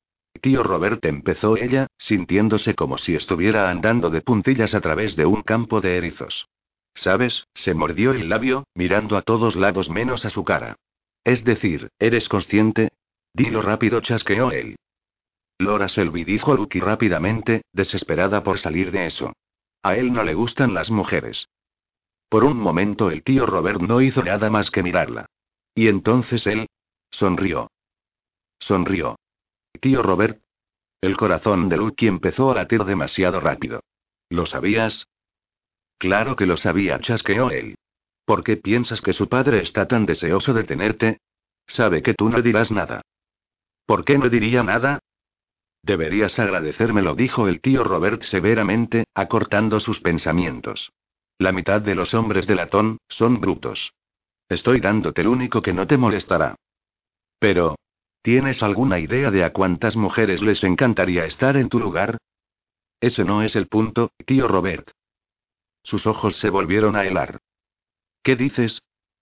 Tío Robert, empezó ella, sintiéndose como si estuviera andando de puntillas a través de un campo de erizos. ¿Sabes? Se mordió el labio, mirando a todos lados menos a su cara. Es decir, ¿eres consciente? Dilo rápido, chasqueó él. Laura Selby, dijo Lucky rápidamente, desesperada por salir de eso. A él no le gustan las mujeres. Por un momento el tío Robert no hizo nada más que mirarla. Y entonces él sonrió. Sonrió. Tío Robert. El corazón de Lucky empezó a latir demasiado rápido. ¿Lo sabías? Claro que lo sabía, chasqueó él. ¿Por qué piensas que su padre está tan deseoso de tenerte? Sabe que tú no dirás nada. ¿Por qué no diría nada? Deberías agradecérmelo, dijo el tío Robert severamente, acortando sus pensamientos. La mitad de los hombres de latón son brutos. Estoy dándote el único que no te molestará. Pero, ¿tienes alguna idea de a cuántas mujeres les encantaría estar en tu lugar? Ese no es el punto, tío Robert. Sus ojos se volvieron a helar. ¿Qué dices?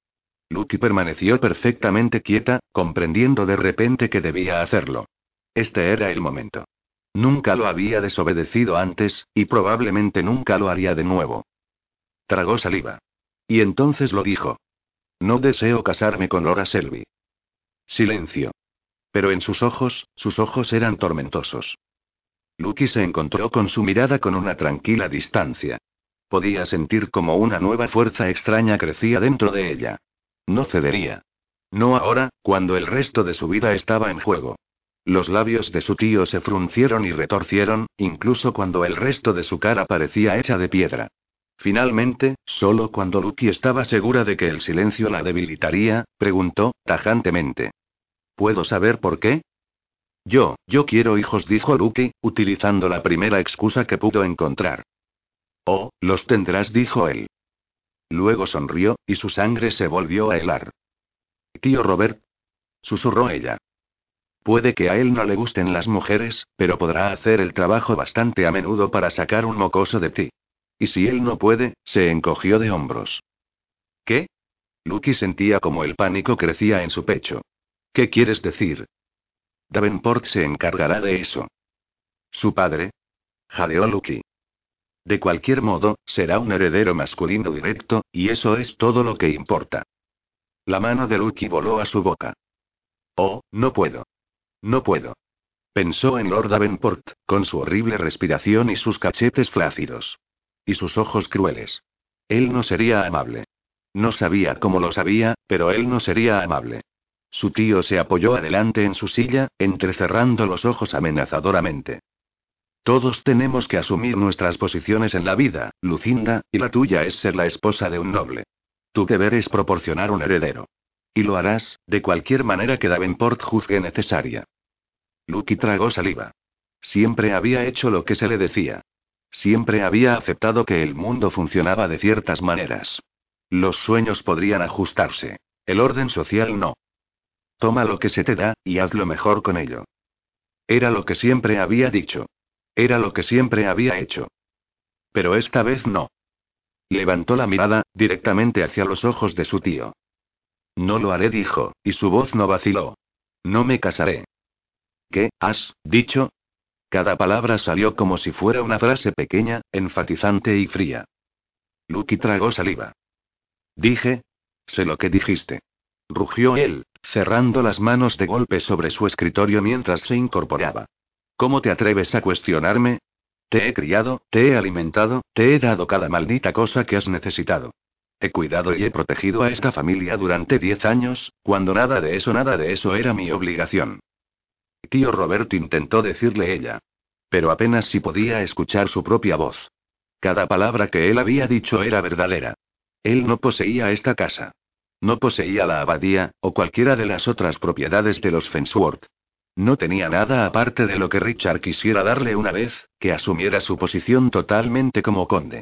Lucky permaneció perfectamente quieta, comprendiendo de repente que debía hacerlo. Este era el momento. Nunca lo había desobedecido antes, y probablemente nunca lo haría de nuevo. Tragó saliva. Y entonces lo dijo. No deseo casarme con Laura Selby. Silencio. Pero en sus ojos eran tormentosos. Lucky se encontró con su mirada con una tranquila distancia. Podía sentir como una nueva fuerza extraña crecía dentro de ella. No cedería. No ahora, cuando el resto de su vida estaba en juego. Los labios de su tío se fruncieron y retorcieron, incluso cuando el resto de su cara parecía hecha de piedra. Finalmente, solo cuando Lucky estaba segura de que el silencio la debilitaría, preguntó, tajantemente. ¿Puedo saber por qué? Yo quiero hijos, dijo Lucky, utilizando la primera excusa que pudo encontrar. Oh, los tendrás, dijo él. Luego sonrió, y su sangre se volvió a helar. Tío Robert, susurró ella. Puede que a él no le gusten las mujeres, pero podrá hacer el trabajo bastante a menudo para sacar un mocoso de ti. Y si él no puede, se encogió de hombros. ¿Qué? Lucky sentía como el pánico crecía en su pecho. ¿Qué quieres decir? Davenport se encargará de eso. ¿Su padre? Jadeó Lucky. De cualquier modo, será un heredero masculino directo, y eso es todo lo que importa. La mano de Lucky voló a su boca. Oh, no puedo. No puedo. Pensó en Lord Davenport, con su horrible respiración y sus cachetes flácidos. Y sus ojos crueles. Él no sería amable. No sabía cómo lo sabía, pero él no sería amable. Su tío se apoyó adelante en su silla, entrecerrando los ojos amenazadoramente. Todos tenemos que asumir nuestras posiciones en la vida, Lucinda, y la tuya es ser la esposa de un noble. Tu deber es proporcionar un heredero. Y lo harás, de cualquier manera que Davenport juzgue necesaria. Lucky tragó saliva. Siempre había hecho lo que se le decía. Siempre había aceptado que el mundo funcionaba de ciertas maneras. Los sueños podrían ajustarse. El orden social no. Toma lo que se te da, y haz lo mejor con ello. Era lo que siempre había dicho. Era lo que siempre había hecho. Pero esta vez no. Levantó la mirada, directamente hacia los ojos de su tío. No lo haré, dijo, y su voz no vaciló. No me casaré. ¿Qué has dicho? Cada palabra salió como si fuera una frase pequeña, enfatizante y fría. Lucky tragó saliva. Dije. Sé lo que dijiste. Rugió él, cerrando las manos de golpe sobre su escritorio mientras se incorporaba. ¿Cómo te atreves a cuestionarme? Te he criado, te he alimentado, te he dado cada maldita cosa que has necesitado. He cuidado y he protegido a esta familia durante 10 años, cuando nada de eso era mi obligación. Tío Robert, intentó decirle ella. Pero apenas si podía escuchar su propia voz. Cada palabra que él había dicho era verdadera. Él no poseía esta casa. No poseía la abadía, o cualquiera de las otras propiedades de los Fensworth. No tenía nada aparte de lo que Richard quisiera darle una vez, que asumiera su posición totalmente como conde.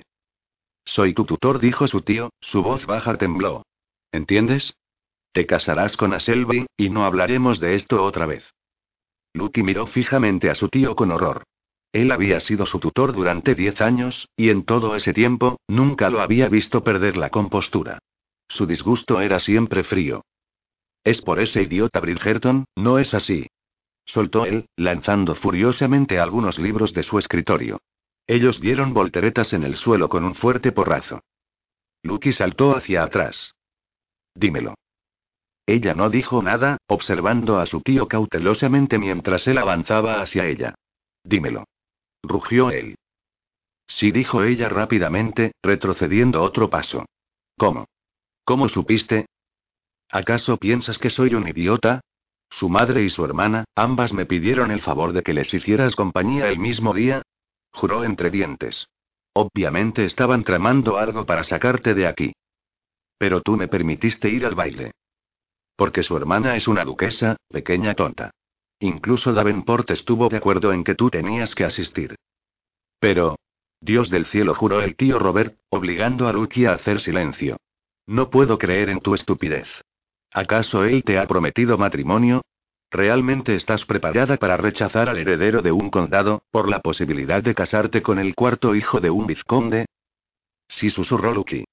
Soy tu tutor, dijo su tío, su voz baja tembló. ¿Entiendes? Te casarás con Aselby, y no hablaremos de esto otra vez. Lucky miró fijamente a su tío con horror. Él había sido su tutor durante 10 años, y en todo ese tiempo, nunca lo había visto perder la compostura. Su disgusto era siempre frío. Es por ese idiota Bridgerton, ¿no es así? Soltó él, lanzando furiosamente algunos libros de su escritorio. Ellos dieron volteretas en el suelo con un fuerte porrazo. Lucky saltó hacia atrás. Dímelo. Ella no dijo nada, observando a su tío cautelosamente mientras él avanzaba hacia ella. Dímelo. Rugió él. Sí, dijo ella rápidamente, retrocediendo otro paso. ¿Cómo? ¿Cómo supiste? ¿Acaso piensas que soy un idiota? Su madre y su hermana, ambas me pidieron el favor de que les hicieras compañía el mismo día. Juró entre dientes. Obviamente estaban tramando algo para sacarte de aquí. Pero tú me permitiste ir al baile. Porque su hermana es una duquesa, pequeña tonta. Incluso Davenport estuvo de acuerdo en que tú tenías que asistir. Pero... Dios del cielo, juró el tío Robert, obligando a Lucky a hacer silencio. No puedo creer en tu estupidez. ¿Acaso él te ha prometido matrimonio? ¿Realmente estás preparada para rechazar al heredero de un condado, por la posibilidad de casarte con el cuarto hijo de un vizconde? Sí, susurró Lucky.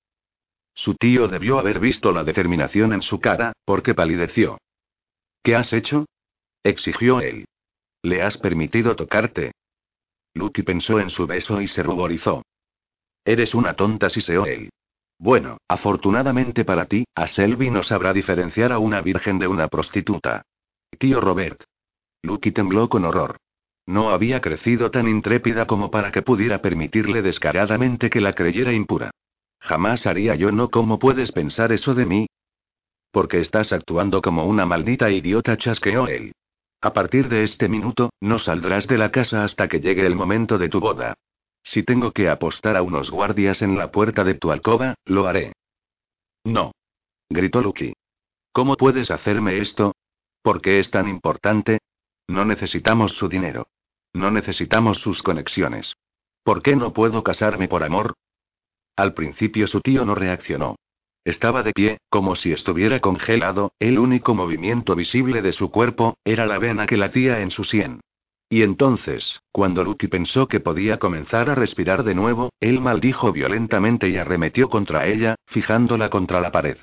Su tío debió haber visto la determinación en su cara, porque palideció. ¿Qué has hecho? Exigió él. ¿Le has permitido tocarte? Lucky pensó en su beso y se ruborizó. Eres una tonta, siseó él. Bueno, afortunadamente para ti, Aselby no sabrá diferenciar a una virgen de una prostituta. Tío Robert. Lucky tembló con horror. No había crecido tan intrépida como para que pudiera permitirle descaradamente que la creyera impura. Jamás haría yo. No, ¿cómo puedes pensar eso de mí? Porque estás actuando como una maldita idiota, chasqueó él. A partir de este minuto, no saldrás de la casa hasta que llegue el momento de tu boda. Si tengo que apostar a unos guardias en la puerta de tu alcoba, lo haré. No. Gritó Lucky. ¿Cómo puedes hacerme esto? ¿Por qué es tan importante? No necesitamos su dinero. No necesitamos sus conexiones. ¿Por qué no puedo casarme por amor? Al principio su tío no reaccionó. Estaba de pie, como si estuviera congelado, el único movimiento visible de su cuerpo, era la vena que latía en su sien. Y entonces, cuando Lucky pensó que podía comenzar a respirar de nuevo, él maldijo violentamente y arremetió contra ella, fijándola contra la pared.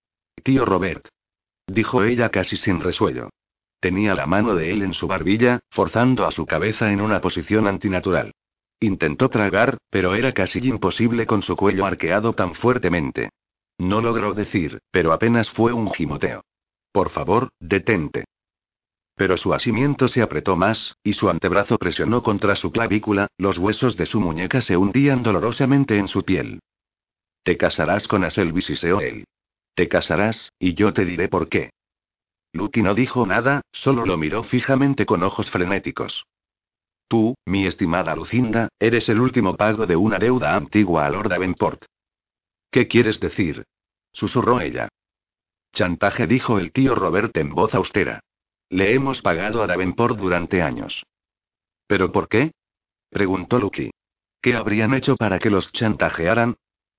Tío Robert. Dijo ella casi sin resuello. Tenía la mano de él en su barbilla, forzando a su cabeza en una posición antinatural. Intentó tragar, pero era casi imposible con su cuello arqueado tan fuertemente. No logró decir, pero apenas fue un gimoteo. Por favor, detente. Pero su asimiento se apretó más, y su antebrazo presionó contra su clavícula, los huesos de su muñeca se hundían dolorosamente en su piel. Te casarás con Aselby, siseó él. Te casarás, y yo te diré por qué. Lucky no dijo nada, solo lo miró fijamente con ojos frenéticos. Tú, mi estimada Lucinda, eres el último pago de una deuda antigua a Lord Davenport. ¿Qué quieres decir? Susurró ella. Chantaje, dijo el tío Robert en voz austera. Le hemos pagado a Davenport durante años. ¿Pero por qué? Preguntó Lucky. ¿Qué habrían hecho para que los chantajearan?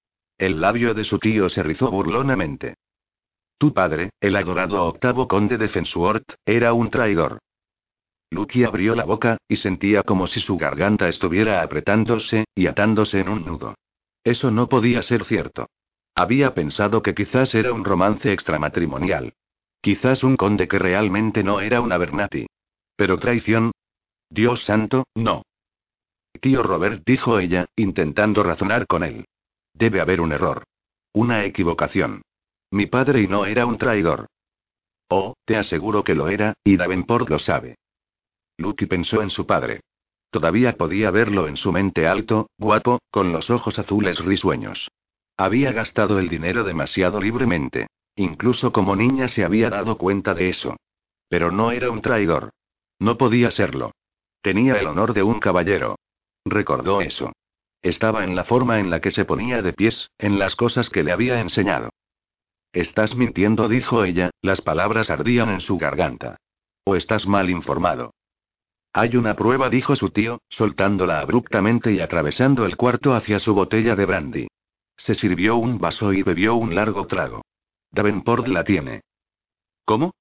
El labio de su tío se rizó burlonamente. Tu padre, el adorado octavo conde de Fensworth, era un traidor. Lucky abrió la boca, y sentía como si su garganta estuviera apretándose, y atándose en un nudo. Eso no podía ser cierto. Había pensado que quizás era un romance extramatrimonial. Quizás un conde que realmente no era un Abernathy. Pero traición. Dios santo, no. Tío Robert, dijo ella, intentando razonar con él. Debe haber un error. Una equivocación. Mi padre y no era un traidor. Oh, te aseguro que lo era, y Davenport lo sabe. Lucky pensó en su padre. Todavía podía verlo en su mente, alto, guapo, con los ojos azules risueños. Había gastado el dinero demasiado libremente. Incluso como niña se había dado cuenta de eso. Pero no era un traidor. No podía serlo. Tenía el honor de un caballero. Recordó eso. Estaba en la forma en la que se ponía de pies, en las cosas que le había enseñado. Estás mintiendo, dijo ella, las palabras ardían en su garganta. O estás mal informado. Hay una prueba, dijo su tío, soltándola abruptamente y atravesando el cuarto hacia su botella de brandy. Se sirvió un vaso y bebió un largo trago. Davenport la tiene. ¿Cómo?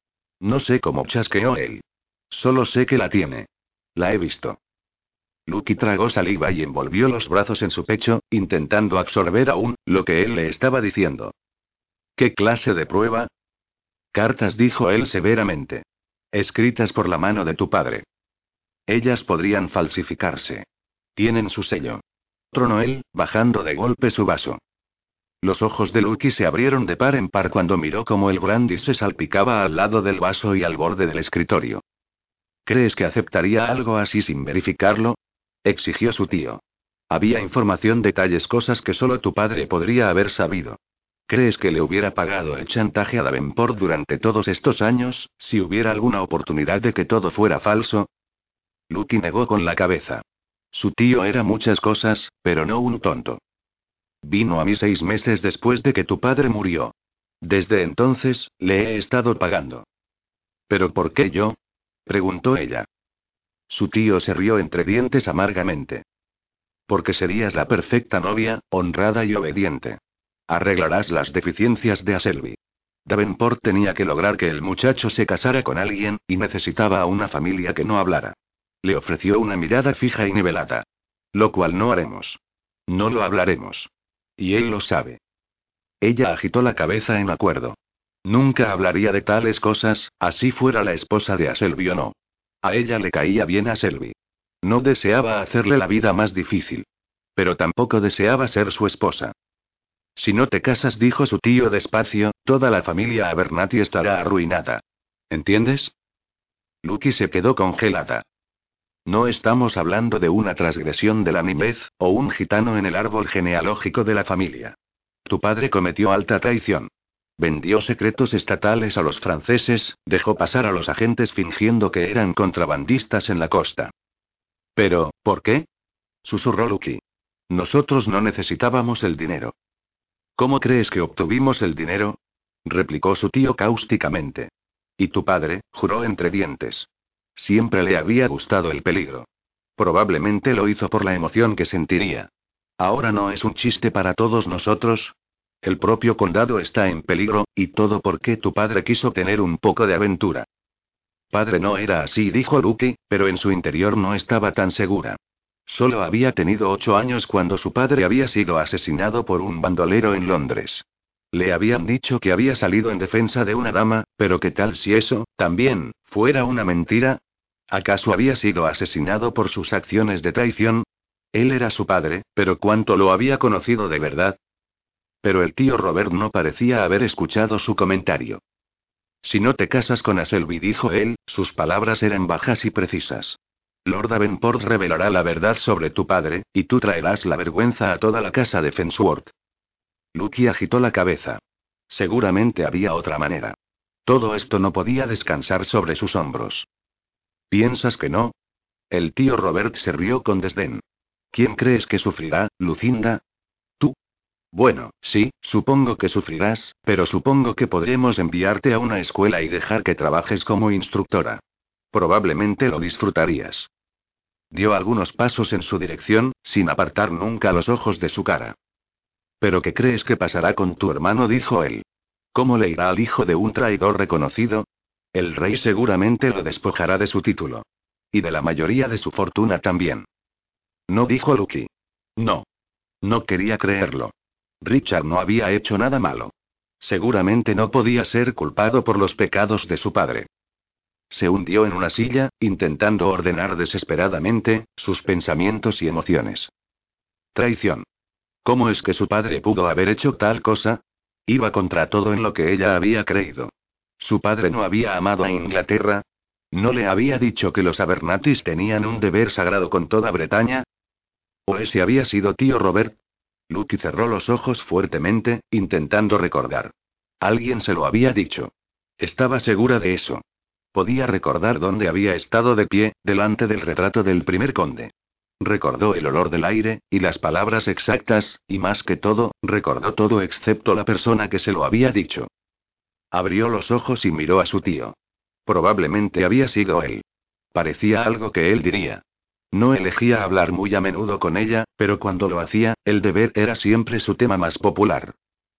No sé cómo, chasqueó él. Solo sé que la tiene. La he visto. Lucky tragó saliva y envolvió los brazos en su pecho, intentando absorber aún lo que él le estaba diciendo. ¿Qué clase de prueba? Cartas, dijo él severamente. Escritas por la mano de tu padre. Ellas podrían falsificarse. Tienen su sello. Tronó él, bajando de golpe su vaso. Los ojos de Lucky se abrieron de par en par cuando miró cómo el brandy se salpicaba al lado del vaso y al borde del escritorio. ¿Crees que aceptaría algo así sin verificarlo? Exigió su tío. Había información, detalles, cosas que solo tu padre podría haber sabido. ¿Crees que le hubiera pagado el chantaje a Davenport durante todos estos años, si hubiera alguna oportunidad de que todo fuera falso? Lucky negó con la cabeza. Su tío era muchas cosas, pero no un tonto. Vino a mí 6 meses después de que tu padre murió. Desde entonces, le he estado pagando. ¿Pero por qué yo? Preguntó ella. Su tío se rió entre dientes amargamente. Porque serías la perfecta novia, honrada y obediente. Arreglarás las deficiencias de Aselby. Davenport tenía que lograr que el muchacho se casara con alguien, y necesitaba a una familia que no hablara. Le ofreció una mirada fija y nivelada. Lo cual no haremos. No lo hablaremos. Y él lo sabe. Ella agitó la cabeza en acuerdo. Nunca hablaría de tales cosas, así fuera la esposa de Aselby o no. A ella le caía bien Aselby. No deseaba hacerle la vida más difícil. Pero tampoco deseaba ser su esposa. Si no te casas, dijo su tío despacio, toda la familia Abernathy estará arruinada. ¿Entiendes? Lucky se quedó congelada. No estamos hablando de una transgresión de la niñez, o un gitano en el árbol genealógico de la familia. Tu padre cometió alta traición. Vendió secretos estatales a los franceses, dejó pasar a los agentes fingiendo que eran contrabandistas en la costa. Pero, ¿por qué? Susurró Lucky. Nosotros no necesitábamos el dinero. ¿Cómo crees que obtuvimos el dinero? Replicó su tío cáusticamente. Y tu padre, juró entre dientes. Siempre le había gustado el peligro. Probablemente lo hizo por la emoción que sentiría. Ahora no es un chiste para todos nosotros. El propio condado está en peligro, y todo porque tu padre quiso tener un poco de aventura. Padre no era así, dijo Lucky, pero en su interior no estaba tan segura. Solo había tenido 8 años cuando su padre había sido asesinado por un bandolero en Londres. Le habían dicho que había salido en defensa de una dama, pero ¿qué tal si eso, también, fuera una mentira? ¿Acaso había sido asesinado por sus acciones de traición? Él era su padre, pero ¿cuánto lo había conocido de verdad? Pero el tío Robert no parecía haber escuchado su comentario. Si no te casas con Aselby, dijo él, sus palabras eran bajas y precisas. Lord Davenport revelará la verdad sobre tu padre, y tú traerás la vergüenza a toda la casa de Fensworth. Lucky agitó la cabeza. Seguramente había otra manera. Todo esto no podía descansar sobre sus hombros. ¿Piensas que no? El tío Robert se rió con desdén. ¿Quién crees que sufrirá, Lucinda? ¿Tú? Bueno, sí, supongo que sufrirás, pero supongo que podremos enviarte a una escuela y dejar que trabajes como instructora. Probablemente lo disfrutarías. Dio algunos pasos en su dirección, sin apartar nunca los ojos de su cara. ¿Pero qué crees que pasará con tu hermano?, dijo él. ¿Cómo le irá al hijo de un traidor reconocido? El rey seguramente lo despojará de su título. Y de la mayoría de su fortuna también. No, dijo Lucky. No. No quería creerlo. Richard no había hecho nada malo. Seguramente no podía ser culpado por los pecados de su padre. Se hundió en una silla, intentando ordenar desesperadamente sus pensamientos y emociones. Traición. ¿Cómo es que su padre pudo haber hecho tal cosa? Iba contra todo en lo que ella había creído. ¿Su padre no había amado a Inglaterra? ¿No le había dicho que los Abernatis tenían un deber sagrado con toda Bretaña? ¿O ese había sido tío Robert? Lucky cerró los ojos fuertemente, intentando recordar. Alguien se lo había dicho. Estaba segura de eso. Podía recordar dónde había estado de pie, delante del retrato del primer conde. Recordó el olor del aire, y las palabras exactas, y más que todo, recordó todo excepto la persona que se lo había dicho. Abrió los ojos y miró a su tío. Probablemente había sido él. Parecía algo que él diría. No elegía hablar muy a menudo con ella, pero cuando lo hacía, el deber era siempre su tema más popular.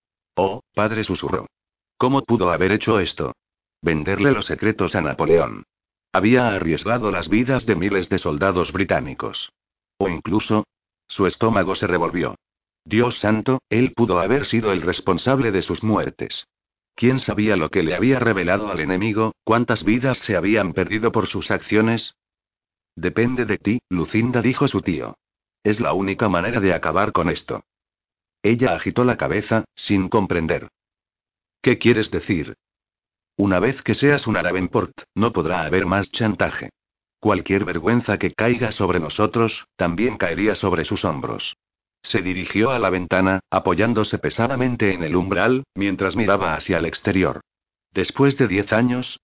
Oh, padre, susurró. ¿Cómo pudo haber hecho esto? Venderle los secretos a Napoleón. Había arriesgado las vidas de miles de soldados británicos. O incluso... Su estómago se revolvió. Dios santo, él pudo haber sido el responsable de sus muertes. ¿Quién sabía lo que le había revelado al enemigo? ¿Cuántas vidas se habían perdido por sus acciones? Depende de ti, Lucinda, dijo su tío. Es la única manera de acabar con esto. Ella agitó la cabeza, sin comprender. ¿Qué quieres decir? Una vez que seas una Davenport, no podrá haber más chantaje. Cualquier vergüenza que caiga sobre nosotros, también caería sobre sus hombros. Se dirigió a la ventana, apoyándose pesadamente en el umbral, mientras miraba hacia el exterior. Después de 10 años,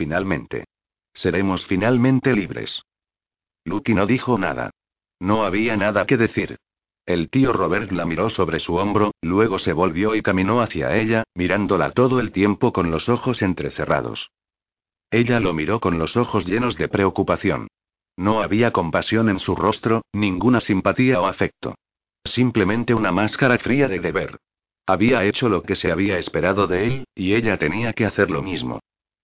seremos finalmente libres. Lucky no dijo nada. No había nada que decir. El tío Robert la miró sobre su hombro, luego se volvió y caminó hacia ella, mirándola todo el tiempo con los ojos entrecerrados. Ella lo miró con los ojos llenos de preocupación. No había compasión en su rostro, ninguna simpatía o afecto. Simplemente una máscara fría de deber. Había hecho lo que se había esperado de él, y ella tenía que hacer lo mismo.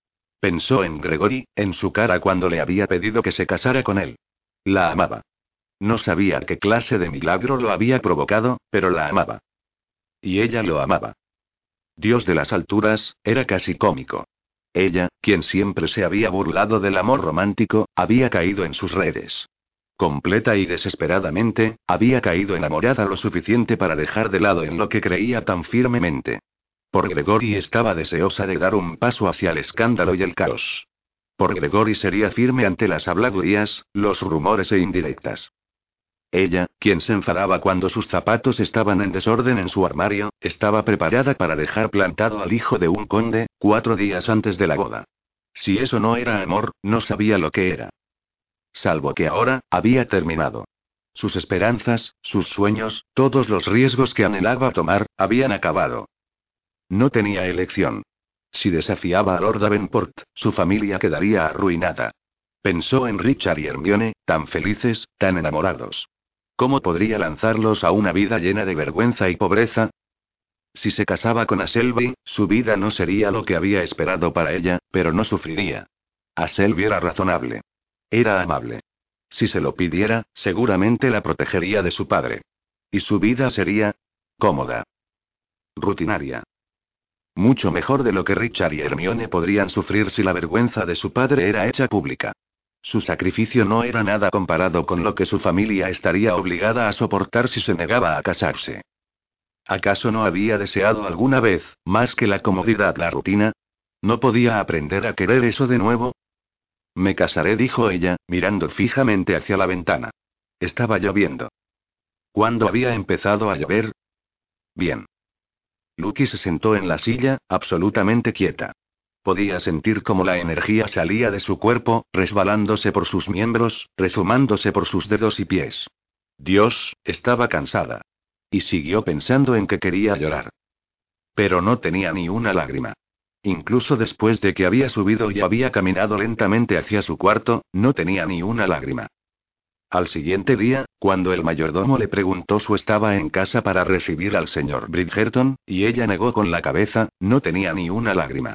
Pensó en Gregory, en su cara cuando le había pedido que se casara con él. La amaba. No sabía qué clase de milagro lo había provocado, pero la amaba. Y ella lo amaba. Dios de las alturas, era casi cómico. Ella, quien siempre se había burlado del amor romántico, había caído en sus redes. Completa y desesperadamente, había caído enamorada lo suficiente para dejar de lado en lo que creía tan firmemente. Por Gregory estaba deseosa de dar un paso hacia el escándalo y el caos. Por Gregory sería firme ante las habladurías, los rumores e indirectas. Ella, quien se enfadaba cuando sus zapatos estaban en desorden en su armario, estaba preparada para dejar plantado al hijo de un conde, 4 días antes de la boda. Si eso no era amor, no sabía lo que era. Salvo que ahora, había terminado. Sus esperanzas, sus sueños, todos los riesgos que anhelaba tomar, habían acabado. No tenía elección. Si desafiaba a Lord Davenport, su familia quedaría arruinada. Pensó en Richard y Hermione, tan felices, tan enamorados. ¿Cómo podría lanzarlos a una vida llena de vergüenza y pobreza? Si se casaba con Aselby, su vida no sería lo que había esperado para ella, pero no sufriría. Aselby era razonable. Era amable. Si se lo pidiera, seguramente la protegería de su padre. Y su vida sería cómoda. Rutinaria. Mucho mejor de lo que Richard y Hermione podrían sufrir si la vergüenza de su padre era hecha pública. Su sacrificio no era nada comparado con lo que su familia estaría obligada a soportar si se negaba a casarse. ¿Acaso no había deseado alguna vez, más que la comodidad, la rutina? ¿No podía aprender a querer eso de nuevo? Me casaré, dijo ella, mirando fijamente hacia la ventana. Estaba lloviendo. ¿Cuándo había empezado a llover? Bien. Lucky se sentó en la silla, absolutamente quieta. Podía sentir cómo la energía salía de su cuerpo, resbalándose por sus miembros, rezumándose por sus dedos y pies. Dios, estaba cansada. Y siguió pensando en que quería llorar. Pero no tenía ni una lágrima. Incluso después de que había subido y había caminado lentamente hacia su cuarto, no tenía ni una lágrima. Al siguiente día, cuando el mayordomo le preguntó si estaba en casa para recibir al señor Bridgerton, y ella negó con la cabeza, no tenía ni una lágrima.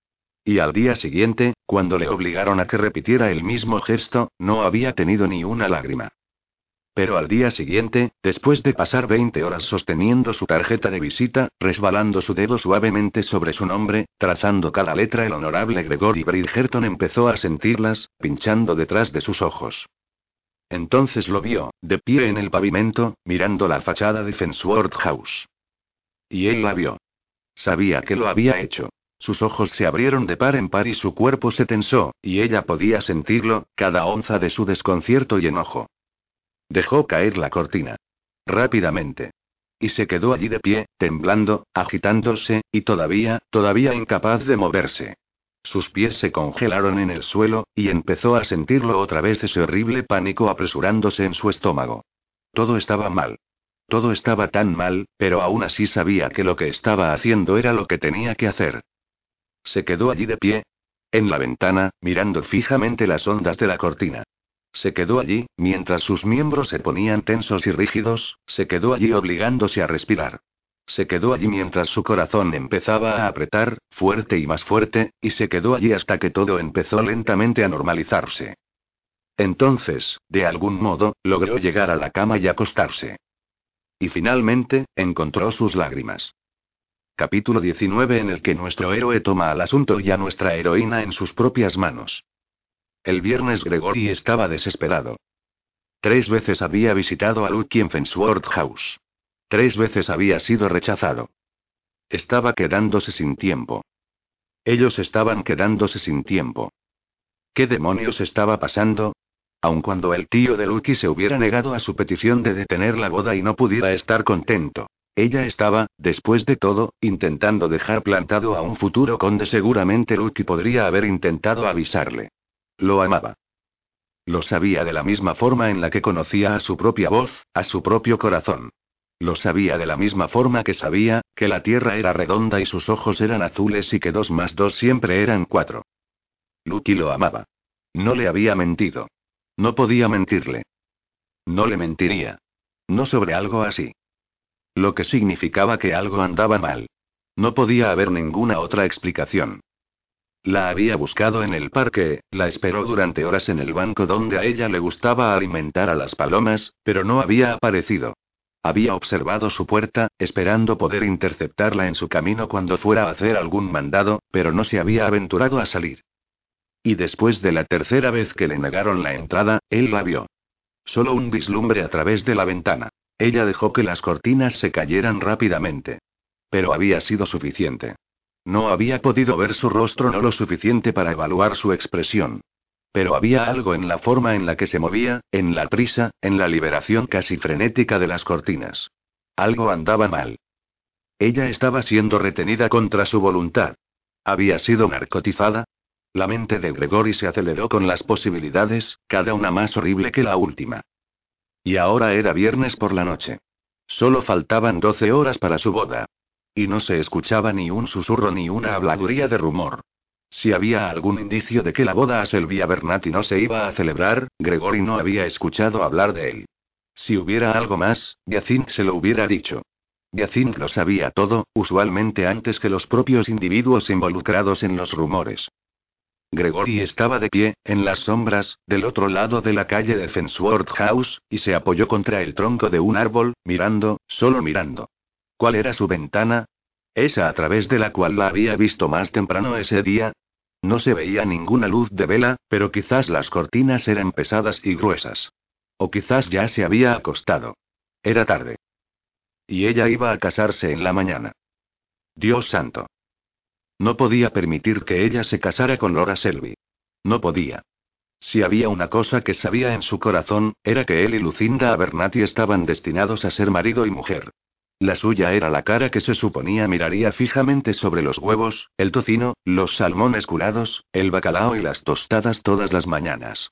Y al día siguiente, cuando le obligaron a que repitiera el mismo gesto, no había tenido ni una lágrima. Pero al día siguiente, después de pasar 20 horas sosteniendo su tarjeta de visita, resbalando su dedo suavemente sobre su nombre, trazando cada letra, el honorable Gregory Bridgerton empezó a sentirlas, pinchando detrás de sus ojos. Entonces lo vio, de pie en el pavimento, mirando la fachada de Fensworth House. Y él la vio. Sabía que lo había hecho. Sus ojos se abrieron de par en par y su cuerpo se tensó, y ella podía sentirlo, cada onza de su desconcierto y enojo. Dejó caer la cortina. Rápidamente. Y se quedó allí de pie, temblando, agitándose, y todavía incapaz de moverse. Sus pies se congelaron en el suelo, y empezó a sentirlo otra vez ese horrible pánico apresurándose en su estómago. Todo estaba mal. Todo estaba tan mal, pero aún así sabía que lo que estaba haciendo era lo que tenía que hacer. Se quedó allí de pie, en la ventana, mirando fijamente las ondas de la cortina. Se quedó allí, mientras sus miembros se ponían tensos y rígidos, se quedó allí obligándose a respirar. Se quedó allí mientras su corazón empezaba a apretar, fuerte y más fuerte, y se quedó allí hasta que todo empezó lentamente a normalizarse. Entonces, de algún modo, logró llegar a la cama y acostarse. Y finalmente, encontró sus lágrimas. Capítulo 19 en el que nuestro héroe toma al asunto y a nuestra heroína en sus propias manos. El viernes Gregory estaba desesperado. 3 veces había visitado a Lucky en Fensworth House. 3 veces había sido rechazado. Estaba quedándose sin tiempo. Ellos estaban quedándose sin tiempo. ¿Qué demonios estaba pasando? Aun cuando el tío de Lucky se hubiera negado a su petición de detener la boda y no pudiera estar contento. Ella estaba, después de todo, intentando dejar plantado a un futuro conde. Seguramente Lucky podría haber intentado avisarle. Lo amaba. Lo sabía de la misma forma en la que conocía a su propia voz, a su propio corazón. Lo sabía de la misma forma que sabía, que la tierra era redonda y sus ojos eran azules y que 2 más 2 siempre eran 4. Lucky lo amaba. No le había mentido. No podía mentirle. No le mentiría. No sobre algo así. Lo que significaba que algo andaba mal. No podía haber ninguna otra explicación. La había buscado en el parque, la esperó durante horas en el banco donde a ella le gustaba alimentar a las palomas, pero no había aparecido. Había observado su puerta, esperando poder interceptarla en su camino cuando fuera a hacer algún mandado, pero no se había aventurado a salir. Y después de la tercera vez que le negaron la entrada, él la vio. Solo un vislumbre a través de la ventana. Ella dejó que las cortinas se cayeran rápidamente. Pero había sido suficiente. No había podido ver su rostro no lo suficiente para evaluar su expresión. Pero había algo en la forma en la que se movía, en la prisa, en la liberación casi frenética de las cortinas. Algo andaba mal. Ella estaba siendo retenida contra su voluntad. ¿Había sido narcotizada? La mente de Gregory se aceleró con las posibilidades, cada una más horrible que la última. Y ahora era viernes por la noche. Solo faltaban 12 horas para su boda. Y no se escuchaba ni un susurro ni una habladuría de rumor. Si había algún indicio de que la boda a Sylvia Bernati no se iba a celebrar, Gregory no había escuchado hablar de él. Si hubiera algo más, Jacinthe se lo hubiera dicho. Jacinthe lo sabía todo, usualmente antes que los propios individuos involucrados en los rumores. Gregory estaba de pie, en las sombras, del otro lado de la calle de Fensworth House, y se apoyó contra el tronco de un árbol, mirando, solo mirando. ¿Cuál era su ventana? Esa a través de la cual la había visto más temprano ese día. No se veía ninguna luz de vela, pero quizás las cortinas eran pesadas y gruesas. O quizás ya se había acostado. Era tarde. Y ella iba a casarse en la mañana. Dios santo. No podía permitir que ella se casara con Laura Selby. No podía. Si había una cosa que sabía en su corazón, era que él y Lucinda Abernathy estaban destinados a ser marido y mujer. La suya era la cara que se suponía miraría fijamente sobre los huevos, el tocino, los salmones curados, el bacalao y las tostadas todas las mañanas.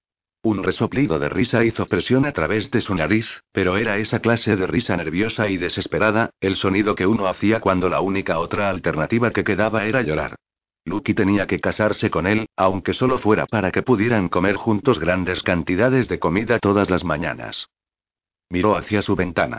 Un resoplido de risa hizo presión a través de su nariz, pero era esa clase de risa nerviosa y desesperada, el sonido que uno hacía cuando la única otra alternativa que quedaba era llorar. Lucky tenía que casarse con él, aunque solo fuera para que pudieran comer juntos grandes cantidades de comida todas las mañanas. Miró hacia su ventana.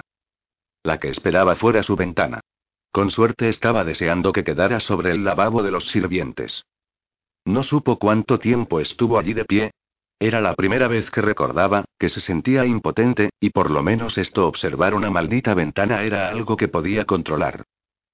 La que esperaba fuera su ventana. Con suerte estaba deseando que quedara sobre el lavabo de los sirvientes. No supo cuánto tiempo estuvo allí de pie. Era la primera vez que recordaba, que se sentía impotente, y por lo menos observar una maldita ventana era algo que podía controlar.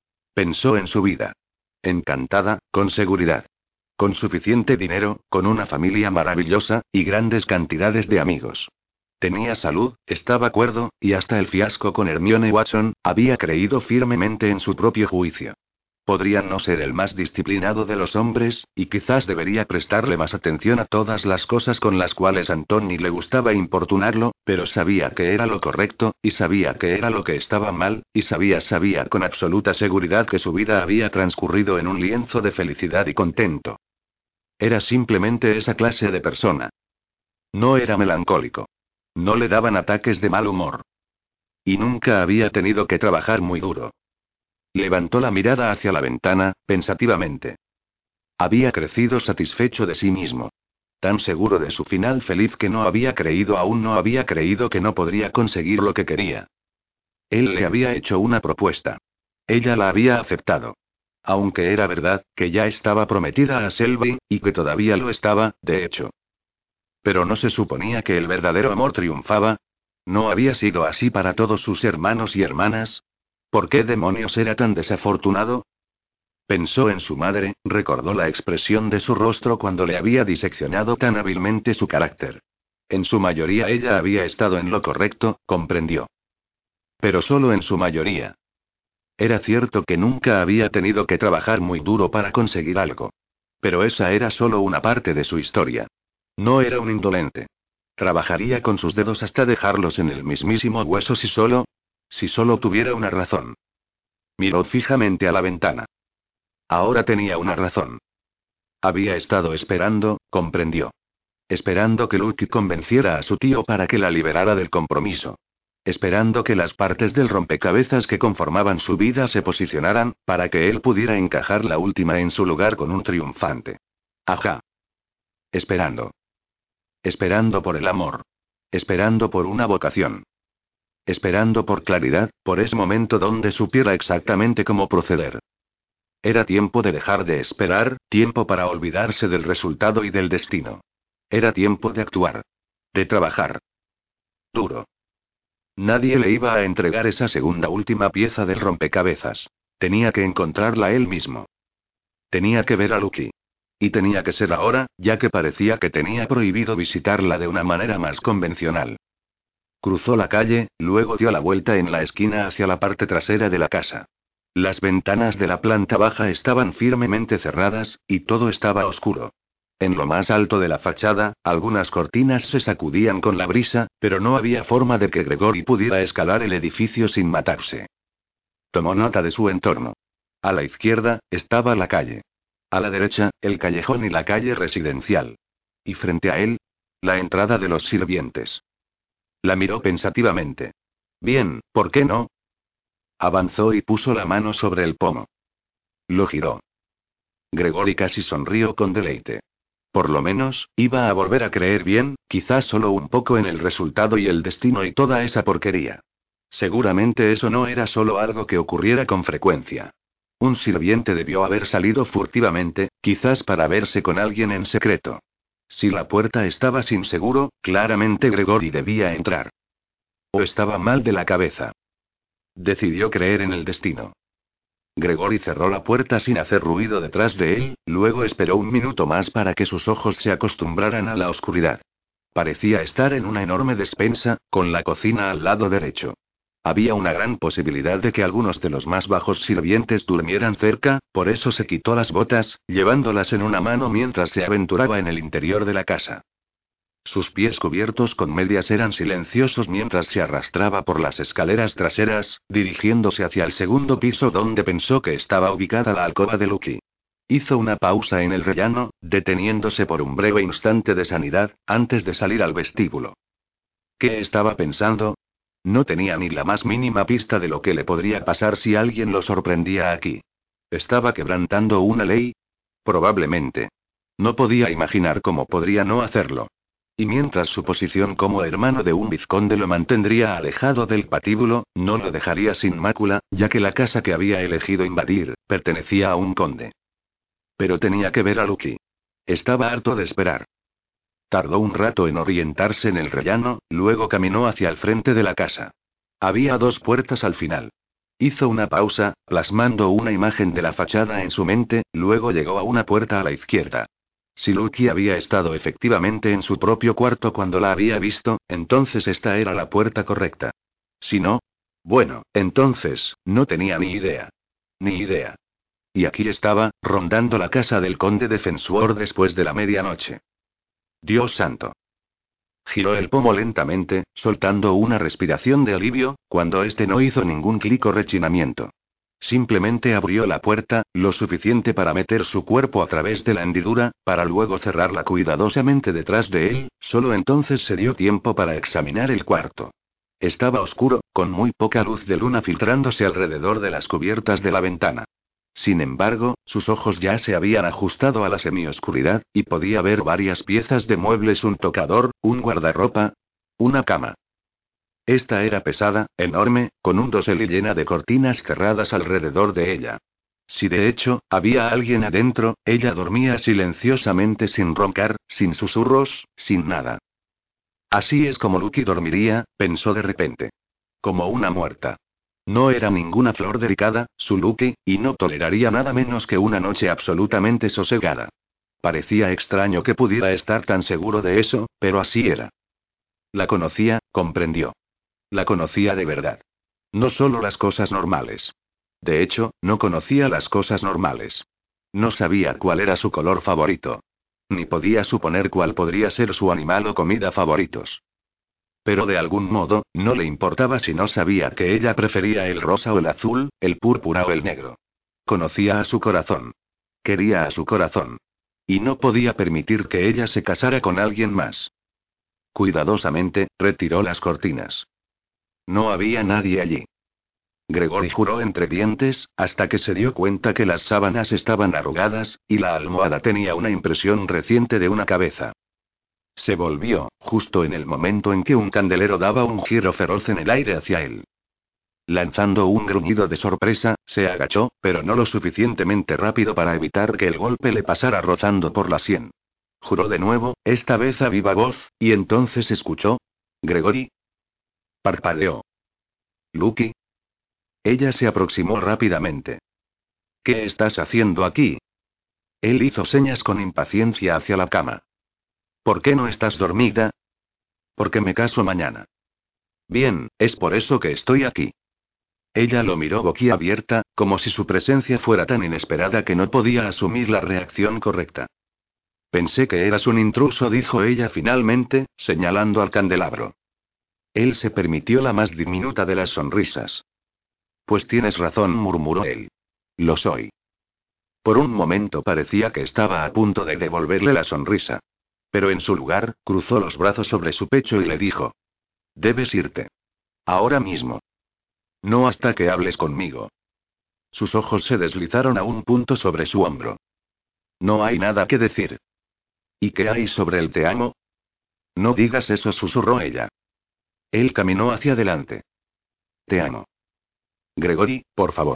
Pensó en su vida. Encantada, con seguridad. Con suficiente dinero, con una familia maravillosa, y grandes cantidades de amigos. Tenía salud, estaba cuerdo, y hasta el fiasco con Hermione Watson, había creído firmemente en su propio juicio. Podría no ser el más disciplinado de los hombres, y quizás debería prestarle más atención a todas las cosas con las cuales a Anthony le gustaba importunarlo, pero sabía que era lo correcto, y sabía que era lo que estaba mal, y sabía con absoluta seguridad que su vida había transcurrido en un lienzo de felicidad y contento. Era simplemente esa clase de persona. No era melancólico. No le daban ataques de mal humor. Y nunca había tenido que trabajar muy duro. Levantó la mirada hacia la ventana, pensativamente. Había crecido satisfecho de sí mismo. Tan seguro de su final feliz que aún no había creído que no podría conseguir lo que quería. Él le había hecho una propuesta. Ella la había aceptado. Aunque era verdad, que ya estaba prometida a Selby, y que todavía lo estaba, de hecho. Pero ¿no se suponía que el verdadero amor triunfaba? ¿No había sido así para todos sus hermanos y hermanas? ¿Por qué demonios era tan desafortunado? Pensó en su madre, recordó la expresión de su rostro cuando le había diseccionado tan hábilmente su carácter. En su mayoría ella había estado en lo correcto, comprendió. Pero solo en su mayoría. Era cierto que nunca había tenido que trabajar muy duro para conseguir algo. Pero esa era solo una parte de su historia. No era un indolente. Trabajaría con sus dedos hasta dejarlos en el mismísimo hueso si solo tuviera una razón. Miró fijamente a la ventana. Ahora tenía una razón. Había estado esperando, comprendió. Esperando que Lucky convenciera a su tío para que la liberara del compromiso. Esperando que las partes del rompecabezas que conformaban su vida se posicionaran, para que él pudiera encajar la última en su lugar con un triunfante. Ajá. Esperando. Esperando por el amor. Esperando por una vocación. Esperando por claridad, por ese momento donde supiera exactamente cómo proceder. Era tiempo de dejar de esperar, tiempo para olvidarse del resultado y del destino. Era tiempo de actuar. De trabajar. Duro. Nadie le iba a entregar esa segunda última pieza del rompecabezas. Tenía que encontrarla él mismo. Tenía que ver a Lucky. Y tenía que ser ahora, ya que parecía que tenía prohibido visitarla de una manera más convencional. Cruzó la calle, luego dio la vuelta en la esquina hacia la parte trasera de la casa. Las ventanas de la planta baja estaban firmemente cerradas, y todo estaba oscuro. En lo más alto de la fachada, algunas cortinas se sacudían con la brisa, pero no había forma de que Gregory pudiera escalar el edificio sin matarse. Tomó nota de su entorno. A la izquierda, estaba la calle. A la derecha, el callejón y la calle residencial. Y frente a él, la entrada de los sirvientes. La miró pensativamente. Bien, ¿por qué no? Avanzó y puso la mano sobre el pomo. Lo giró. Gregory casi sonrió con deleite. Por lo menos, iba a volver a creer bien, quizás solo un poco en el resultado y el destino y toda esa porquería. Seguramente eso no era solo algo que ocurriera con frecuencia. Un sirviente debió haber salido furtivamente, quizás para verse con alguien en secreto. Si la puerta estaba sin seguro, claramente Gregory debía entrar. O estaba mal de la cabeza. Decidió creer en el destino. Gregory cerró la puerta sin hacer ruido detrás de él, luego esperó un minuto más para que sus ojos se acostumbraran a la oscuridad. Parecía estar en una enorme despensa, con la cocina al lado derecho. Había una gran posibilidad de que algunos de los más bajos sirvientes durmieran cerca, por eso se quitó las botas, llevándolas en una mano mientras se aventuraba en el interior de la casa. Sus pies cubiertos con medias eran silenciosos mientras se arrastraba por las escaleras traseras, dirigiéndose hacia el segundo piso donde pensó que estaba ubicada la alcoba de Lucky. Hizo una pausa en el rellano, deteniéndose por un breve instante de sanidad, antes de salir al vestíbulo. ¿Qué estaba pensando? No tenía ni la más mínima pista de lo que le podría pasar si alguien lo sorprendía aquí. ¿Estaba quebrantando una ley? Probablemente. No podía imaginar cómo podría no hacerlo. Y mientras su posición como hermano de un vizconde lo mantendría alejado del patíbulo, no lo dejaría sin mácula, ya que la casa que había elegido invadir, pertenecía a un conde. Pero tenía que ver a Lucky. Estaba harto de esperar. Tardó un rato en orientarse en el rellano, luego caminó hacia el frente de la casa. Había 2 puertas al final. Hizo una pausa, plasmando una imagen de la fachada en su mente, luego llegó a una puerta a la izquierda. Si Lucky había estado efectivamente en su propio cuarto cuando la había visto, entonces esta era la puerta correcta. Si no, bueno, entonces, no tenía ni idea. Ni idea. Y aquí estaba, rondando la casa del conde de Fensworth después de la medianoche. Dios santo. Giró el pomo lentamente, soltando una respiración de alivio, cuando este no hizo ningún clic o rechinamiento. Simplemente abrió la puerta, lo suficiente para meter su cuerpo a través de la hendidura, para luego cerrarla cuidadosamente detrás de él, solo entonces se dio tiempo para examinar el cuarto. Estaba oscuro, con muy poca luz de luna filtrándose alrededor de las cubiertas de la ventana. Sin embargo, sus ojos ya se habían ajustado a la semioscuridad, y podía ver varias piezas de muebles: un tocador, un guardarropa, una cama. Esta era pesada, enorme, con un dosel y llena de cortinas cerradas alrededor de ella. Si de hecho, había alguien adentro, ella dormía silenciosamente sin roncar, sin susurros, sin nada. Así es como Lucky dormiría, pensó de repente. Como una muerta. No era ninguna flor delicada, su Lucky, y no toleraría nada menos que una noche absolutamente sosegada. Parecía extraño que pudiera estar tan seguro de eso, pero así era. La conocía, comprendió. La conocía de verdad. No solo las cosas normales. De hecho, no conocía las cosas normales. No sabía cuál era su color favorito. Ni podía suponer cuál podría ser su animal o comida favoritos. Pero de algún modo, no le importaba si no sabía que ella prefería el rosa o el azul, el púrpura o el negro. Conocía a su corazón. Quería a su corazón. Y no podía permitir que ella se casara con alguien más. Cuidadosamente, retiró las cortinas. No había nadie allí. Gregory juró entre dientes, hasta que se dio cuenta que las sábanas estaban arrugadas, y la almohada tenía una impresión reciente de una cabeza. Se volvió, justo en el momento en que un candelero daba un giro feroz en el aire hacia él. Lanzando un gruñido de sorpresa, se agachó, pero no lo suficientemente rápido para evitar que el golpe le pasara rozando por la sien. Juró de nuevo, esta vez a viva voz, y entonces escuchó. ¿Gregory? Parpadeó. ¿Lucky? Ella se aproximó rápidamente. ¿Qué estás haciendo aquí? Él hizo señas con impaciencia hacia la cama. ¿Por qué no estás dormida? Porque me caso mañana. Bien, es por eso que estoy aquí. Ella lo miró boquiabierta, como si su presencia fuera tan inesperada que no podía asumir la reacción correcta. Pensé que eras un intruso, dijo ella finalmente, señalando al candelabro. Él se permitió la más diminuta de las sonrisas. Pues tienes razón, murmuró él. Lo soy. Por un momento parecía que estaba a punto de devolverle la sonrisa. Pero en su lugar, cruzó los brazos sobre su pecho y le dijo. Debes irte. Ahora mismo. No hasta que hables conmigo. Sus ojos se deslizaron a un punto sobre su hombro. No hay nada que decir. ¿Y qué hay sobre el te amo? No digas eso, susurró ella. Él caminó hacia adelante. Te amo. Gregory, por favor.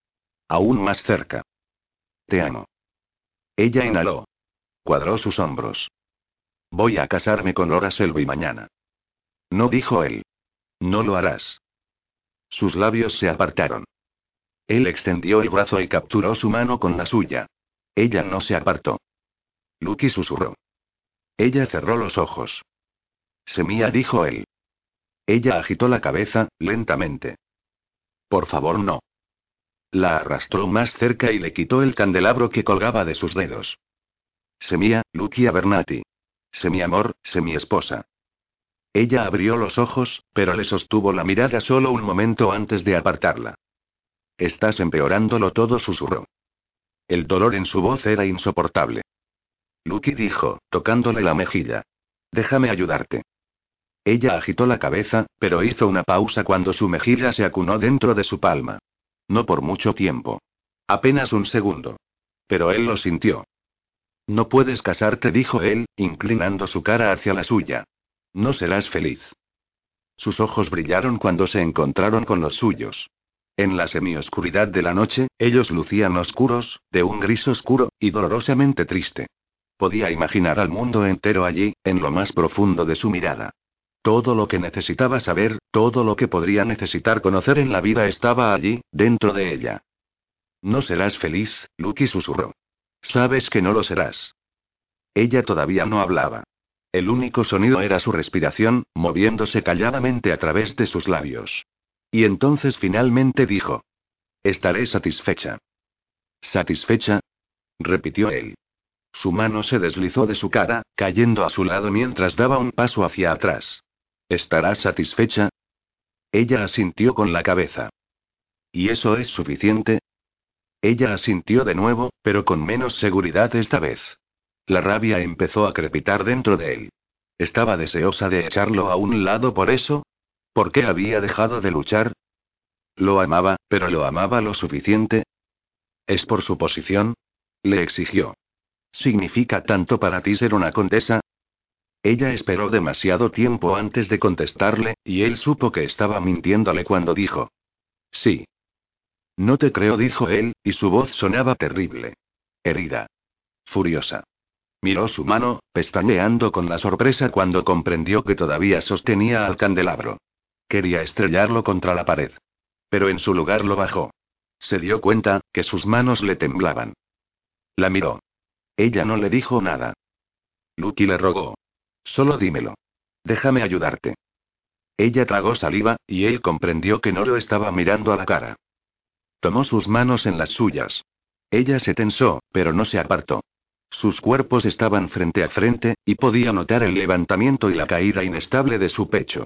Aún más cerca. Te amo. Ella inhaló. Cuadró sus hombros. Voy a casarme con Laura Selby mañana. No, dijo él. No lo harás. Sus labios se apartaron. Él extendió el brazo y capturó su mano con la suya. Ella no se apartó. Lucky susurró. Ella cerró los ojos. Semía, dijo él. Ella agitó la cabeza, lentamente. Por favor, no. La arrastró más cerca y le quitó el candelabro que colgaba de sus dedos. Semía, Lucky Abernathy. Semi-amor, semi-esposa. Ella abrió los ojos, pero le sostuvo la mirada solo un momento antes de apartarla. Estás empeorándolo todo, susurró. El dolor en su voz era insoportable. Lucky dijo, tocándole la mejilla. Déjame ayudarte. Ella agitó la cabeza, pero hizo una pausa cuando su mejilla se acunó dentro de su palma. No por mucho tiempo. Apenas un segundo. Pero él lo sintió. No puedes casarte, dijo él, inclinando su cara hacia la suya. No serás feliz. Sus ojos brillaron cuando se encontraron con los suyos. En la semioscuridad de la noche, ellos lucían oscuros, de un gris oscuro, y dolorosamente triste. Podía imaginar al mundo entero allí, en lo más profundo de su mirada. Todo lo que necesitaba saber, todo lo que podría necesitar conocer en la vida estaba allí, dentro de ella. No serás feliz, Lucky susurró. Sabes que no lo serás. Ella todavía no hablaba. El único sonido era su respiración, moviéndose calladamente a través de sus labios. Y entonces finalmente dijo. Estaré satisfecha. ¿Satisfecha? Repitió él. Su mano se deslizó de su cara, cayendo a su lado mientras daba un paso hacia atrás. ¿Estarás satisfecha? Ella asintió con la cabeza. ¿Y eso es suficiente? Ella asintió de nuevo, pero con menos seguridad esta vez. La rabia empezó a crepitar dentro de él. Estaba deseosa de echarlo a un lado por eso. ¿Por qué había dejado de luchar? Lo amaba, pero lo amaba lo suficiente. ¿Es por su posición? Le exigió. ¿Significa tanto para ti ser una condesa? Ella esperó demasiado tiempo antes de contestarle, y él supo que estaba mintiéndole cuando dijo. Sí. No te creo, dijo él, y su voz sonaba terrible. Herida. Furiosa. Miró su mano, pestañeando con la sorpresa cuando comprendió que todavía sostenía al candelabro. Quería estrellarlo contra la pared. Pero en su lugar lo bajó. Se dio cuenta, que sus manos le temblaban. La miró. Ella no le dijo nada. Lucky le rogó. Solo dímelo. Déjame ayudarte. Ella tragó saliva, y él comprendió que no lo estaba mirando a la cara. Tomó sus manos en las suyas. Ella se tensó, pero no se apartó. Sus cuerpos estaban frente a frente, y podía notar el levantamiento y la caída inestable de su pecho.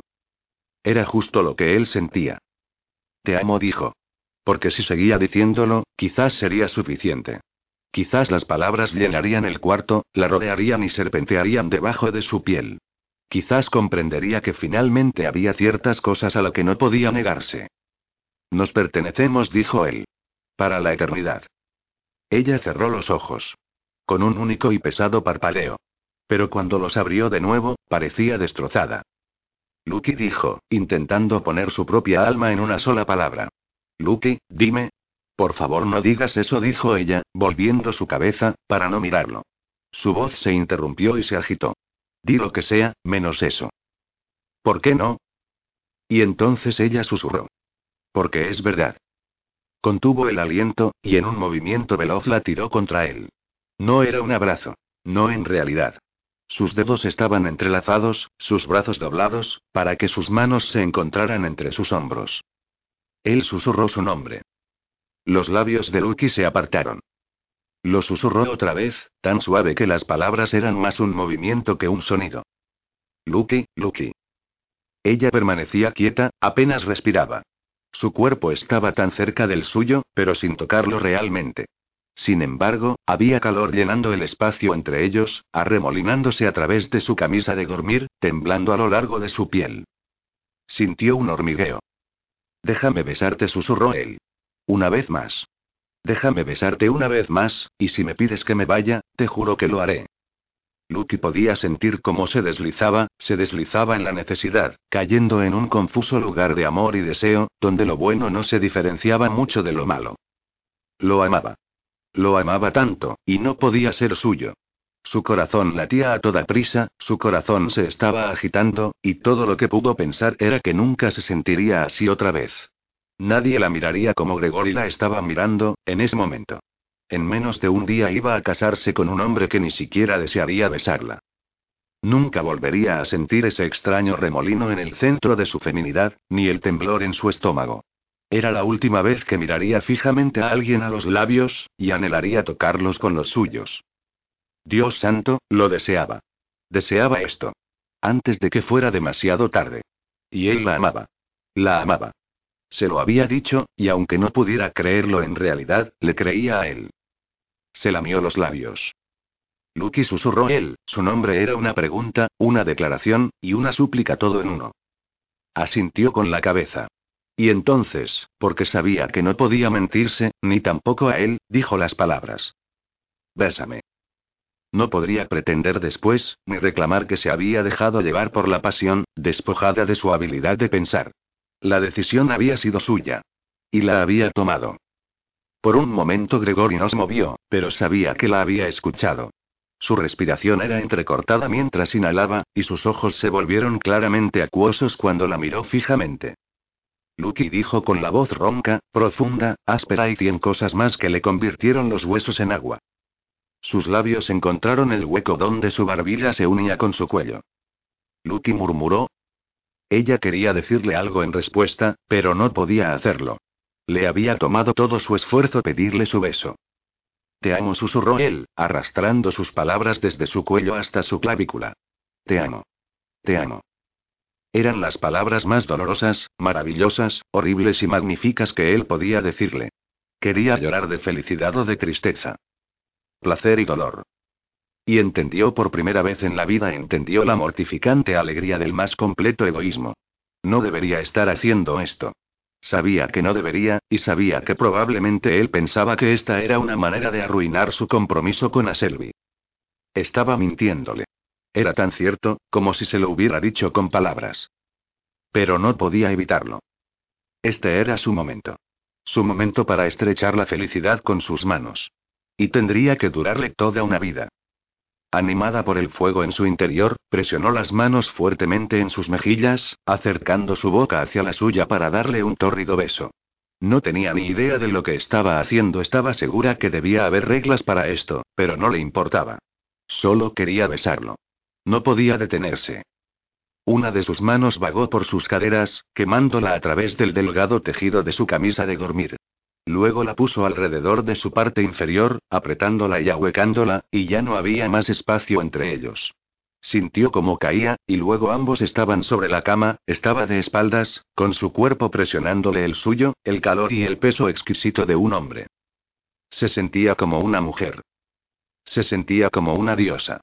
Era justo lo que él sentía. Te amo, dijo. Porque si seguía diciéndolo, quizás sería suficiente. Quizás las palabras llenarían el cuarto, la rodearían y serpentearían debajo de su piel. Quizás comprendería que finalmente había ciertas cosas a las que no podía negarse. Nos pertenecemos, dijo él. Para la eternidad. Ella cerró los ojos. Con un único y pesado parpadeo. Pero cuando los abrió de nuevo, parecía destrozada. Lucky dijo, intentando poner su propia alma en una sola palabra. Lucky, dime. Por favor, no digas eso, dijo ella, volviendo su cabeza, para no mirarlo. Su voz se interrumpió y se agitó. Di lo que sea, menos eso. ¿Por qué no? Y entonces ella susurró. Porque es verdad. Contuvo el aliento, y en un movimiento veloz la tiró contra él. No era un abrazo. No en realidad. Sus dedos estaban entrelazados, sus brazos doblados, para que sus manos se encontraran entre sus hombros. Él susurró su nombre. Los labios de Lucky se apartaron. Lo susurró otra vez, tan suave que las palabras eran más un movimiento que un sonido. Lucky, Lucky. Ella permanecía quieta, apenas respiraba. Su cuerpo estaba tan cerca del suyo, pero sin tocarlo realmente. Sin embargo, había calor llenando el espacio entre ellos, arremolinándose a través de su camisa de dormir, temblando a lo largo de su piel. Sintió un hormigueo. Déjame besarte, susurró él. Una vez más. Déjame besarte una vez más, y si me pides que me vaya, te juro que lo haré. Lucky podía sentir cómo se deslizaba en la necesidad, cayendo en un confuso lugar de amor y deseo, donde lo bueno no se diferenciaba mucho de lo malo. Lo amaba. Lo amaba tanto, y no podía ser suyo. Su corazón latía a toda prisa, su corazón se estaba agitando, y todo lo que pudo pensar era que nunca se sentiría así otra vez. Nadie la miraría como Gregory la estaba mirando, en ese momento. En menos de un día iba a casarse con un hombre que ni siquiera desearía besarla. Nunca volvería a sentir ese extraño remolino en el centro de su feminidad, ni el temblor en su estómago. Era la última vez que miraría fijamente a alguien a los labios, y anhelaría tocarlos con los suyos. Dios santo, lo deseaba. Deseaba esto. Antes de que fuera demasiado tarde. Y él la amaba. La amaba. Se lo había dicho, y aunque no pudiera creerlo en realidad, le creía a él. Se lamió los labios. Lucky, susurró él, su nombre era una pregunta, una declaración, y una súplica todo en uno. Asintió con la cabeza. Y entonces, porque sabía que no podía mentirse, ni tampoco a él, dijo las palabras. Bésame. No podría pretender después, ni reclamar que se había dejado llevar por la pasión, despojada de su habilidad de pensar. La decisión había sido suya. Y la había tomado. Por un momento Gregory no se movió, pero sabía que la había escuchado. Su respiración era entrecortada mientras inhalaba, y sus ojos se volvieron claramente acuosos cuando la miró fijamente. Lucky, dijo con la voz ronca, profunda, áspera y 100 cosas más que le convirtieron los huesos en agua. Sus labios encontraron el hueco donde su barbilla se unía con su cuello. Lucky murmuró. Ella quería decirle algo en respuesta, pero no podía hacerlo. Le había tomado todo su esfuerzo pedirle su beso. Te amo, susurró él, arrastrando sus palabras desde su cuello hasta su clavícula. Te amo. Te amo. Eran las palabras más dolorosas, maravillosas, horribles y magníficas que él podía decirle. Quería llorar de felicidad o de tristeza. Placer y dolor. Y entendió por primera vez en la vida, entendió la mortificante alegría del más completo egoísmo. No debería estar haciendo esto. Sabía que no debería, y sabía que probablemente él pensaba que esta era una manera de arruinar su compromiso con Aselby. Estaba mintiéndole. Era tan cierto, como si se lo hubiera dicho con palabras. Pero no podía evitarlo. Este era su momento. Su momento para estrechar la felicidad con sus manos. Y tendría que durarle toda una vida. Animada por el fuego en su interior, presionó las manos fuertemente en sus mejillas, acercando su boca hacia la suya para darle un tórrido beso. No tenía ni idea de lo que estaba haciendo, estaba segura que debía haber reglas para esto, pero no le importaba. Solo quería besarlo. No podía detenerse. Una de sus manos vagó por sus caderas, quemándola a través del delgado tejido de su camisa de dormir. Luego la puso alrededor de su parte inferior, apretándola y ahuecándola, y ya no había más espacio entre ellos. Sintió cómo caía, y luego ambos estaban sobre la cama, estaba de espaldas, con su cuerpo presionándole el suyo, el calor y el peso exquisito de un hombre. Se sentía como una mujer. Se sentía como una diosa.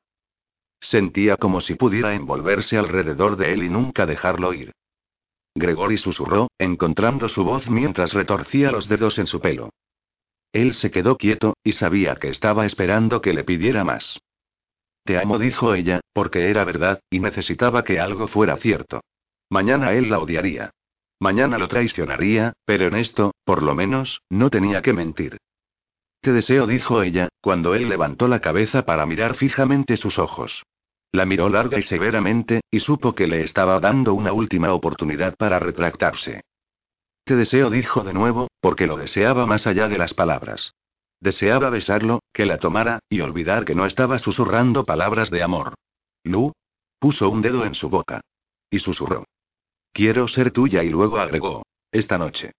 Sentía como si pudiera envolverse alrededor de él y nunca dejarlo ir. Gregory susurró, encontrando su voz mientras retorcía los dedos en su pelo. Él se quedó quieto, y sabía que estaba esperando que le pidiera más. Te amo, dijo ella, porque era verdad, y necesitaba que algo fuera cierto. Mañana él la odiaría. Mañana lo traicionaría, pero en esto, por lo menos, no tenía que mentir. Te deseo, dijo ella, cuando él levantó la cabeza para mirar fijamente sus ojos. La miró larga y severamente, y supo que le estaba dando una última oportunidad para retractarse. Te deseo, dijo de nuevo, porque lo deseaba más allá de las palabras. Deseaba besarlo, que la tomara, y olvidar que no estaba susurrando palabras de amor. Lu puso un dedo en su boca. Y susurró. Quiero ser tuya, y luego agregó. Esta noche.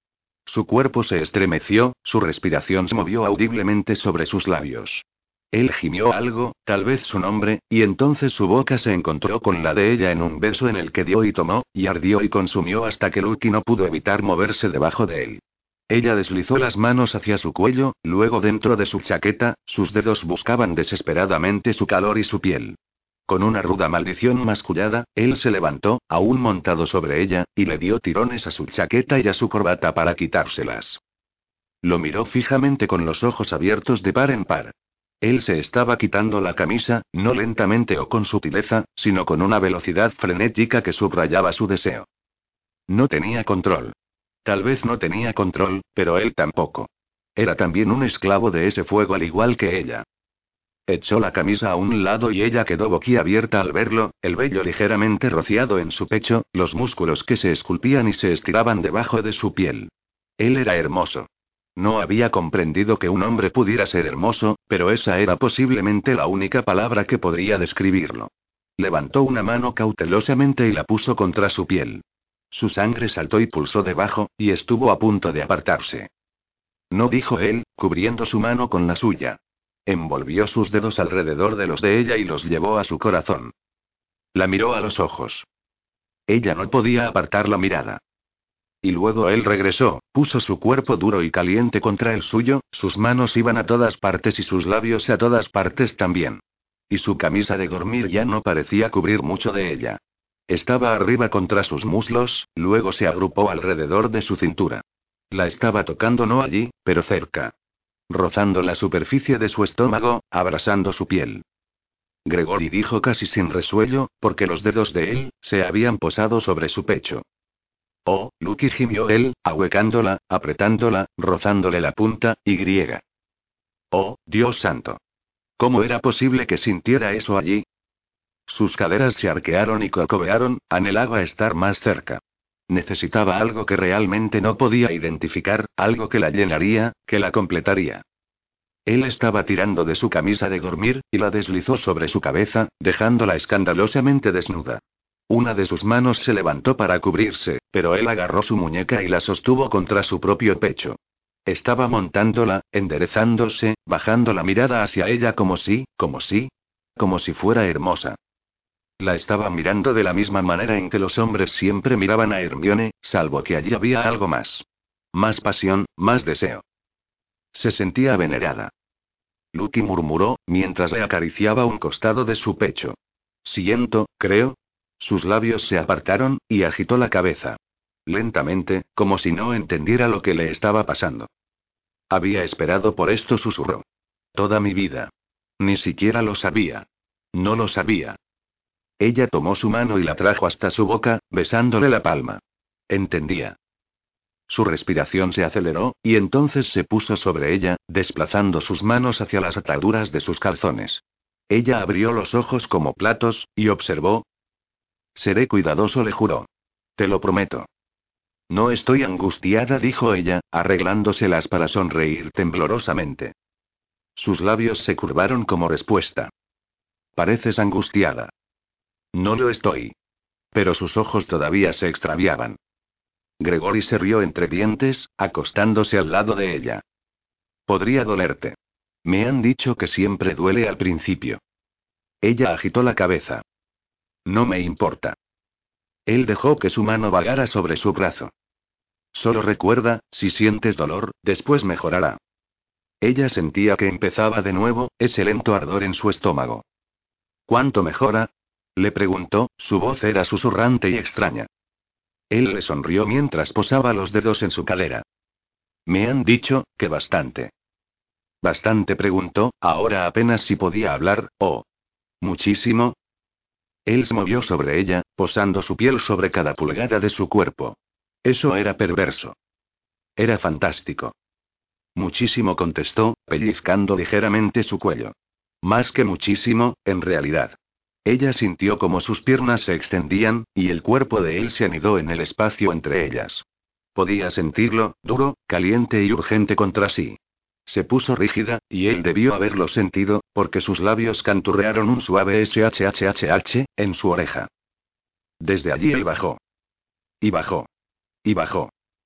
Su cuerpo se estremeció, su respiración se movió audiblemente sobre sus labios. Él gimió algo, tal vez su nombre, y entonces su boca se encontró con la de ella en un beso en el que dio y tomó, y ardió y consumió hasta que Lucky no pudo evitar moverse debajo de él. Ella deslizó las manos hacia su cuello, luego dentro de su chaqueta, sus dedos buscaban desesperadamente su calor y su piel. Con una ruda maldición mascullada, él se levantó, aún montado sobre ella, y le dio tirones a su chaqueta y a su corbata para quitárselas. Lo miró fijamente con los ojos abiertos de par en par. Él se estaba quitando la camisa, no lentamente o con sutileza, sino con una velocidad frenética que subrayaba su deseo. No tenía control. Tal vez no tenía control, pero él tampoco. Era también un esclavo de ese fuego al igual que ella. Echó la camisa a un lado y ella quedó boquiabierta al verlo, el vello ligeramente rociado en su pecho, los músculos que se esculpían y se estiraban debajo de su piel. Él era hermoso. No había comprendido que un hombre pudiera ser hermoso, pero esa era posiblemente la única palabra que podría describirlo. Levantó una mano cautelosamente y la puso contra su piel. Su sangre saltó y pulsó debajo, y estuvo a punto de apartarse. No, dijo él, cubriendo su mano con la suya. Envolvió sus dedos alrededor de los de ella y los llevó a su corazón. La miró a los ojos. Ella no podía apartar la mirada. Y luego él regresó, puso su cuerpo duro y caliente contra el suyo, sus manos iban a todas partes y sus labios a todas partes también. Y su camisa de dormir ya no parecía cubrir mucho de ella. Estaba arriba contra sus muslos, luego se agrupó alrededor de su cintura. La estaba tocando no allí, pero cerca. Rozando la superficie de su estómago, abrasando su piel. Gregory dijo casi sin resuello, porque los dedos de él se habían posado sobre su pecho. Oh, Lucky, gimió él, ahuecándola, apretándola, rozándole la punta, y griega. Oh, Dios santo. ¿Cómo era posible que sintiera eso allí? Sus caderas se arquearon y corcovearon, anhelaba estar más cerca. Necesitaba algo que realmente no podía identificar, algo que la llenaría, que la completaría. Él estaba tirando de su camisa de dormir, y la deslizó sobre su cabeza, dejándola escandalosamente desnuda. Una de sus manos se levantó para cubrirse, pero él agarró su muñeca y la sostuvo contra su propio pecho. Estaba montándola, enderezándose, bajando la mirada hacia ella como si fuera hermosa. La estaba mirando de la misma manera en que los hombres siempre miraban a Hermione, salvo que allí había algo más. Más pasión, más deseo. Se sentía venerada. Lucky murmuró, mientras le acariciaba un costado de su pecho. Siento, creo. Sus labios se apartaron, y agitó la cabeza. Lentamente, como si no entendiera lo que le estaba pasando. Había esperado por esto, susurró. Toda mi vida. Ni siquiera lo sabía. No lo sabía. Ella tomó su mano y la trajo hasta su boca, besándole la palma. Entendía. Su respiración se aceleró, y entonces se puso sobre ella, desplazando sus manos hacia las ataduras de sus calzones. Ella abrió los ojos como platos, y observó. Seré cuidadoso, le juró. Te lo prometo. No estoy angustiada, dijo ella, arreglándoselas para sonreír temblorosamente. Sus labios se curvaron como respuesta. Pareces angustiada. No lo estoy. Pero sus ojos todavía se extraviaban. Gregory se rió entre dientes, acostándose al lado de ella. Podría dolerte. Me han dicho que siempre duele al principio. Ella agitó la cabeza. No me importa. Él dejó que su mano vagara sobre su brazo. Solo recuerda, si sientes dolor, después mejorará. Ella sentía que empezaba de nuevo, ese lento ardor en su estómago. ¿Cuánto mejora? Le preguntó, su voz era susurrante y extraña. Él le sonrió mientras posaba los dedos en su cadera. Me han dicho, que bastante. ¿Bastante? Preguntó, ahora apenas si podía hablar, ¿o muchísimo? Él se movió sobre ella, posando su piel sobre cada pulgada de su cuerpo. Eso era perverso. Era fantástico. Muchísimo, contestó, pellizcando ligeramente su cuello. Más que muchísimo, en realidad. Ella sintió como sus piernas se extendían, y el cuerpo de él se anidó en el espacio entre ellas. Podía sentirlo, duro, caliente y urgente contra sí. Se puso rígida, y él debió haberlo sentido, porque sus labios canturrearon un suave shhhh en su oreja. Desde allí él bajó. Y bajó. Y bajó.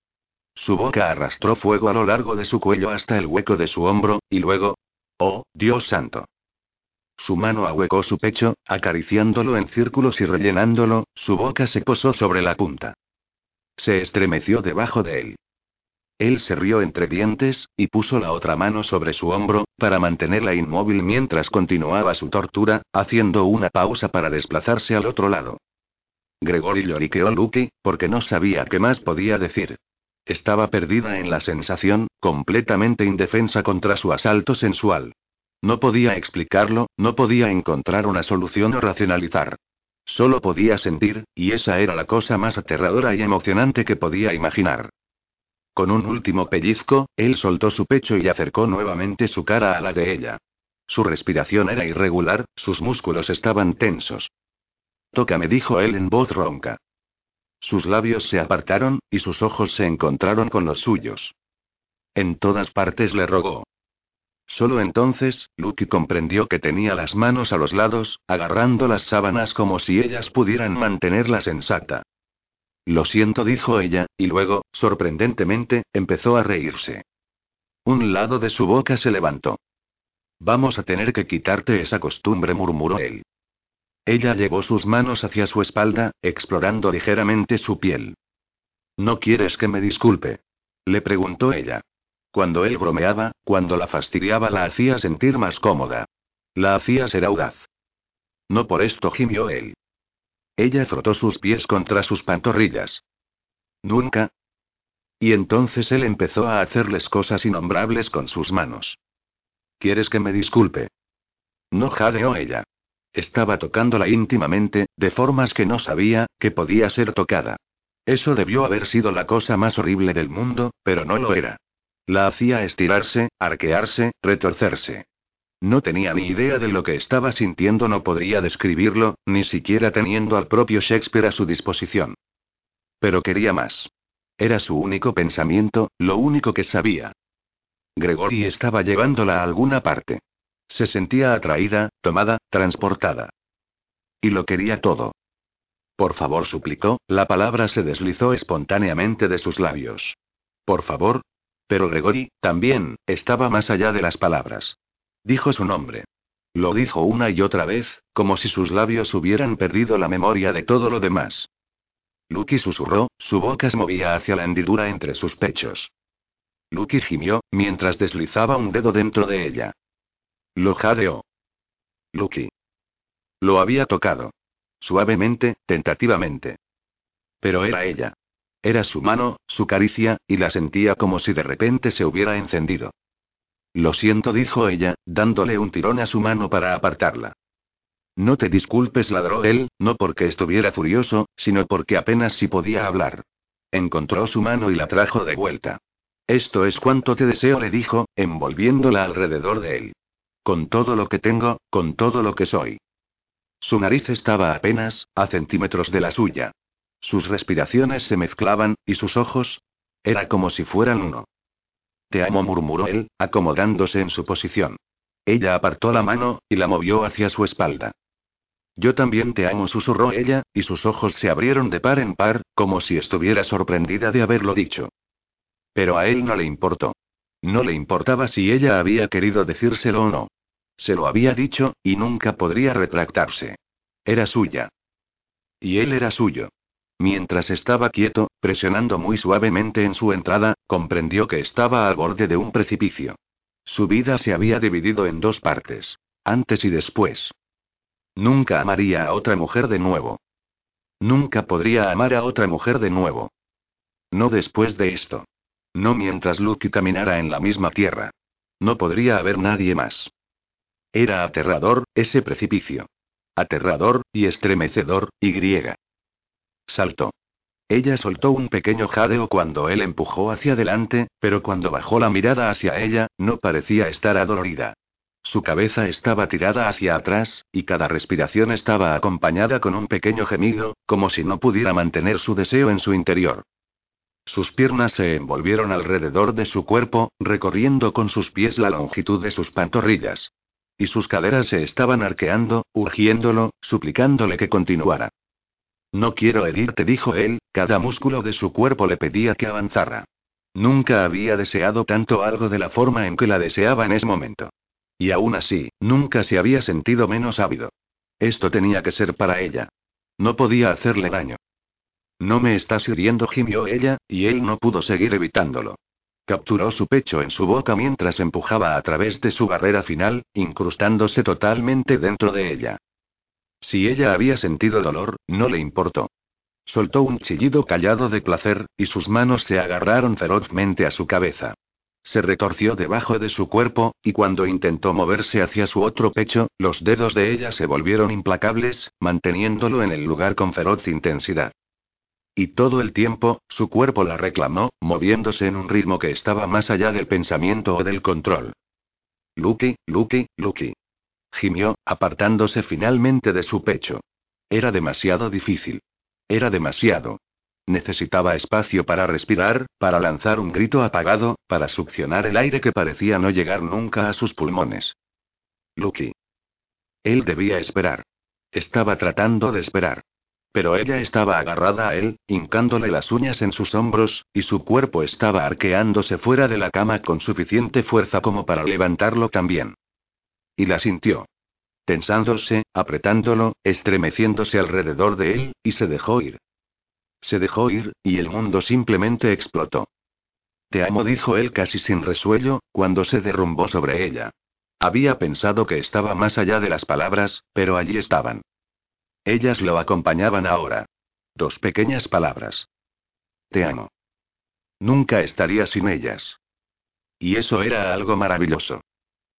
Su boca arrastró fuego a lo largo de su cuello hasta el hueco de su hombro, y luego... ¡Oh, Dios santo! Su mano ahuecó su pecho, acariciándolo en círculos y rellenándolo, su boca se posó sobre la punta. Se estremeció debajo de él. Él se rió entre dientes, y puso la otra mano sobre su hombro, para mantenerla inmóvil mientras continuaba su tortura, haciendo una pausa para desplazarse al otro lado. Gregory lloriqueó Lucky, porque no sabía qué más podía decir. Estaba perdida en la sensación, completamente indefensa contra su asalto sensual. No podía explicarlo, no podía encontrar una solución o racionalizar. Solo podía sentir, y esa era la cosa más aterradora y emocionante que podía imaginar. Con un último pellizco, él soltó su pecho y acercó nuevamente su cara a la de ella. Su respiración era irregular, sus músculos estaban tensos. Tócame, dijo él en voz ronca. Sus labios se apartaron, y sus ojos se encontraron con los suyos. En todas partes, le rogó. Solo entonces, Lucky comprendió que tenía las manos a los lados, agarrando las sábanas como si ellas pudieran mantenerlas en exacta. Lo siento, dijo ella, y luego, sorprendentemente, empezó a reírse. Un lado de su boca se levantó. Vamos a tener que quitarte esa costumbre, murmuró él. Ella llevó sus manos hacia su espalda, explorando ligeramente su piel. ¿No quieres que me disculpe?, le preguntó ella. Cuando él bromeaba, cuando la fastidiaba, la hacía sentir más cómoda. La hacía ser audaz. No por esto, gimió él. Ella frotó sus pies contra sus pantorrillas. ¿Nunca? Y entonces él empezó a hacerles cosas innombrables con sus manos. ¿Quieres que me disculpe? No, jadeó ella. Estaba tocándola íntimamente, de formas que no sabía que podía ser tocada. Eso debió haber sido la cosa más horrible del mundo, pero no lo era. La hacía estirarse, arquearse, retorcerse. No tenía ni idea de lo que estaba sintiendo, no podría describirlo, ni siquiera teniendo al propio Shakespeare a su disposición. Pero quería más. Era su único pensamiento, lo único que sabía. Gregory estaba llevándola a alguna parte. Se sentía atraída, tomada, transportada. Y lo quería todo. Por favor, suplicó, la palabra se deslizó espontáneamente de sus labios. Por favor. Pero Gregory, también, estaba más allá de las palabras. Dijo su nombre. Lo dijo una y otra vez, como si sus labios hubieran perdido la memoria de todo lo demás. Lucky susurró, su boca se movía hacia la hendidura entre sus pechos. Lucky gimió, mientras deslizaba un dedo dentro de ella. Lo jadeó. Lucky. Lo había tocado. Suavemente, tentativamente. Pero era ella. Era su mano, su caricia, y la sentía como si de repente se hubiera encendido. Lo siento, dijo ella, dándole un tirón a su mano para apartarla. No te disculpes, ladró él, no porque estuviera furioso, sino porque apenas si podía hablar. Encontró su mano y la trajo de vuelta. Esto es cuanto te deseo, le dijo, envolviéndola alrededor de él. Con todo lo que tengo, con todo lo que soy. Su nariz estaba apenas a centímetros de la suya. Sus respiraciones se mezclaban, y sus ojos. Era como si fueran uno. Te amo, murmuró él, acomodándose en su posición. Ella apartó la mano, y la movió hacia su espalda. Yo también te amo, susurró ella, y sus ojos se abrieron de par en par, como si estuviera sorprendida de haberlo dicho. Pero a él no le importó. No le importaba si ella había querido decírselo o no. Se lo había dicho, y nunca podría retractarse. Era suya. Y él era suyo. Mientras estaba quieto, presionando muy suavemente en su entrada, comprendió que estaba al borde de un precipicio. Su vida se había dividido en dos partes. Antes y después. Nunca amaría a otra mujer de nuevo. Nunca podría amar a otra mujer de nuevo. No después de esto. No mientras Lucky caminara en la misma tierra. No podría haber nadie más. Era aterrador, ese precipicio. Aterrador, y estremecedor, y griega. Saltó. Ella soltó un pequeño jadeo cuando él empujó hacia adelante, pero cuando bajó la mirada hacia ella, no parecía estar adolorida. Su cabeza estaba tirada hacia atrás, y cada respiración estaba acompañada con un pequeño gemido, como si no pudiera mantener su deseo en su interior. Sus piernas se envolvieron alrededor de su cuerpo, recorriendo con sus pies la longitud de sus pantorrillas. Y sus caderas se estaban arqueando, urgiéndolo, suplicándole que continuara. No quiero herirte, dijo él, cada músculo de su cuerpo le pedía que avanzara. Nunca había deseado tanto algo de la forma en que la deseaba en ese momento. Y aún así, nunca se había sentido menos ávido. Esto tenía que ser para ella. No podía hacerle daño. No me estás hiriendo, gimió ella, y él no pudo seguir evitándolo. Capturó su pecho en su boca mientras empujaba a través de su barrera final, incrustándose totalmente dentro de ella. Si ella había sentido dolor, no le importó. Soltó un chillido callado de placer, y sus manos se agarraron ferozmente a su cabeza. Se retorció debajo de su cuerpo, y cuando intentó moverse hacia su otro pecho, los dedos de ella se volvieron implacables, manteniéndolo en el lugar con feroz intensidad. Y todo el tiempo, su cuerpo la reclamó, moviéndose en un ritmo que estaba más allá del pensamiento o del control. Lucky, Lucky, Lucky. Gimió, apartándose finalmente de su pecho. Era demasiado difícil. Era demasiado. Necesitaba espacio para respirar, para lanzar un grito apagado, para succionar el aire que parecía no llegar nunca a sus pulmones. Lucky. Él debía esperar. Estaba tratando de esperar. Pero ella estaba agarrada a él, hincándole las uñas en sus hombros, y su cuerpo estaba arqueándose fuera de la cama con suficiente fuerza como para levantarlo también. Y la sintió. Tensándose, apretándolo, estremeciéndose alrededor de él, y se dejó ir. Se dejó ir, y el mundo simplemente explotó. Te amo, dijo él casi sin resuello, cuando se derrumbó sobre ella. Había pensado que estaba más allá de las palabras, pero allí estaban. Ellas lo acompañaban ahora. 2 pequeñas palabras. Te amo. Nunca estaría sin ellas. Y eso era algo maravilloso.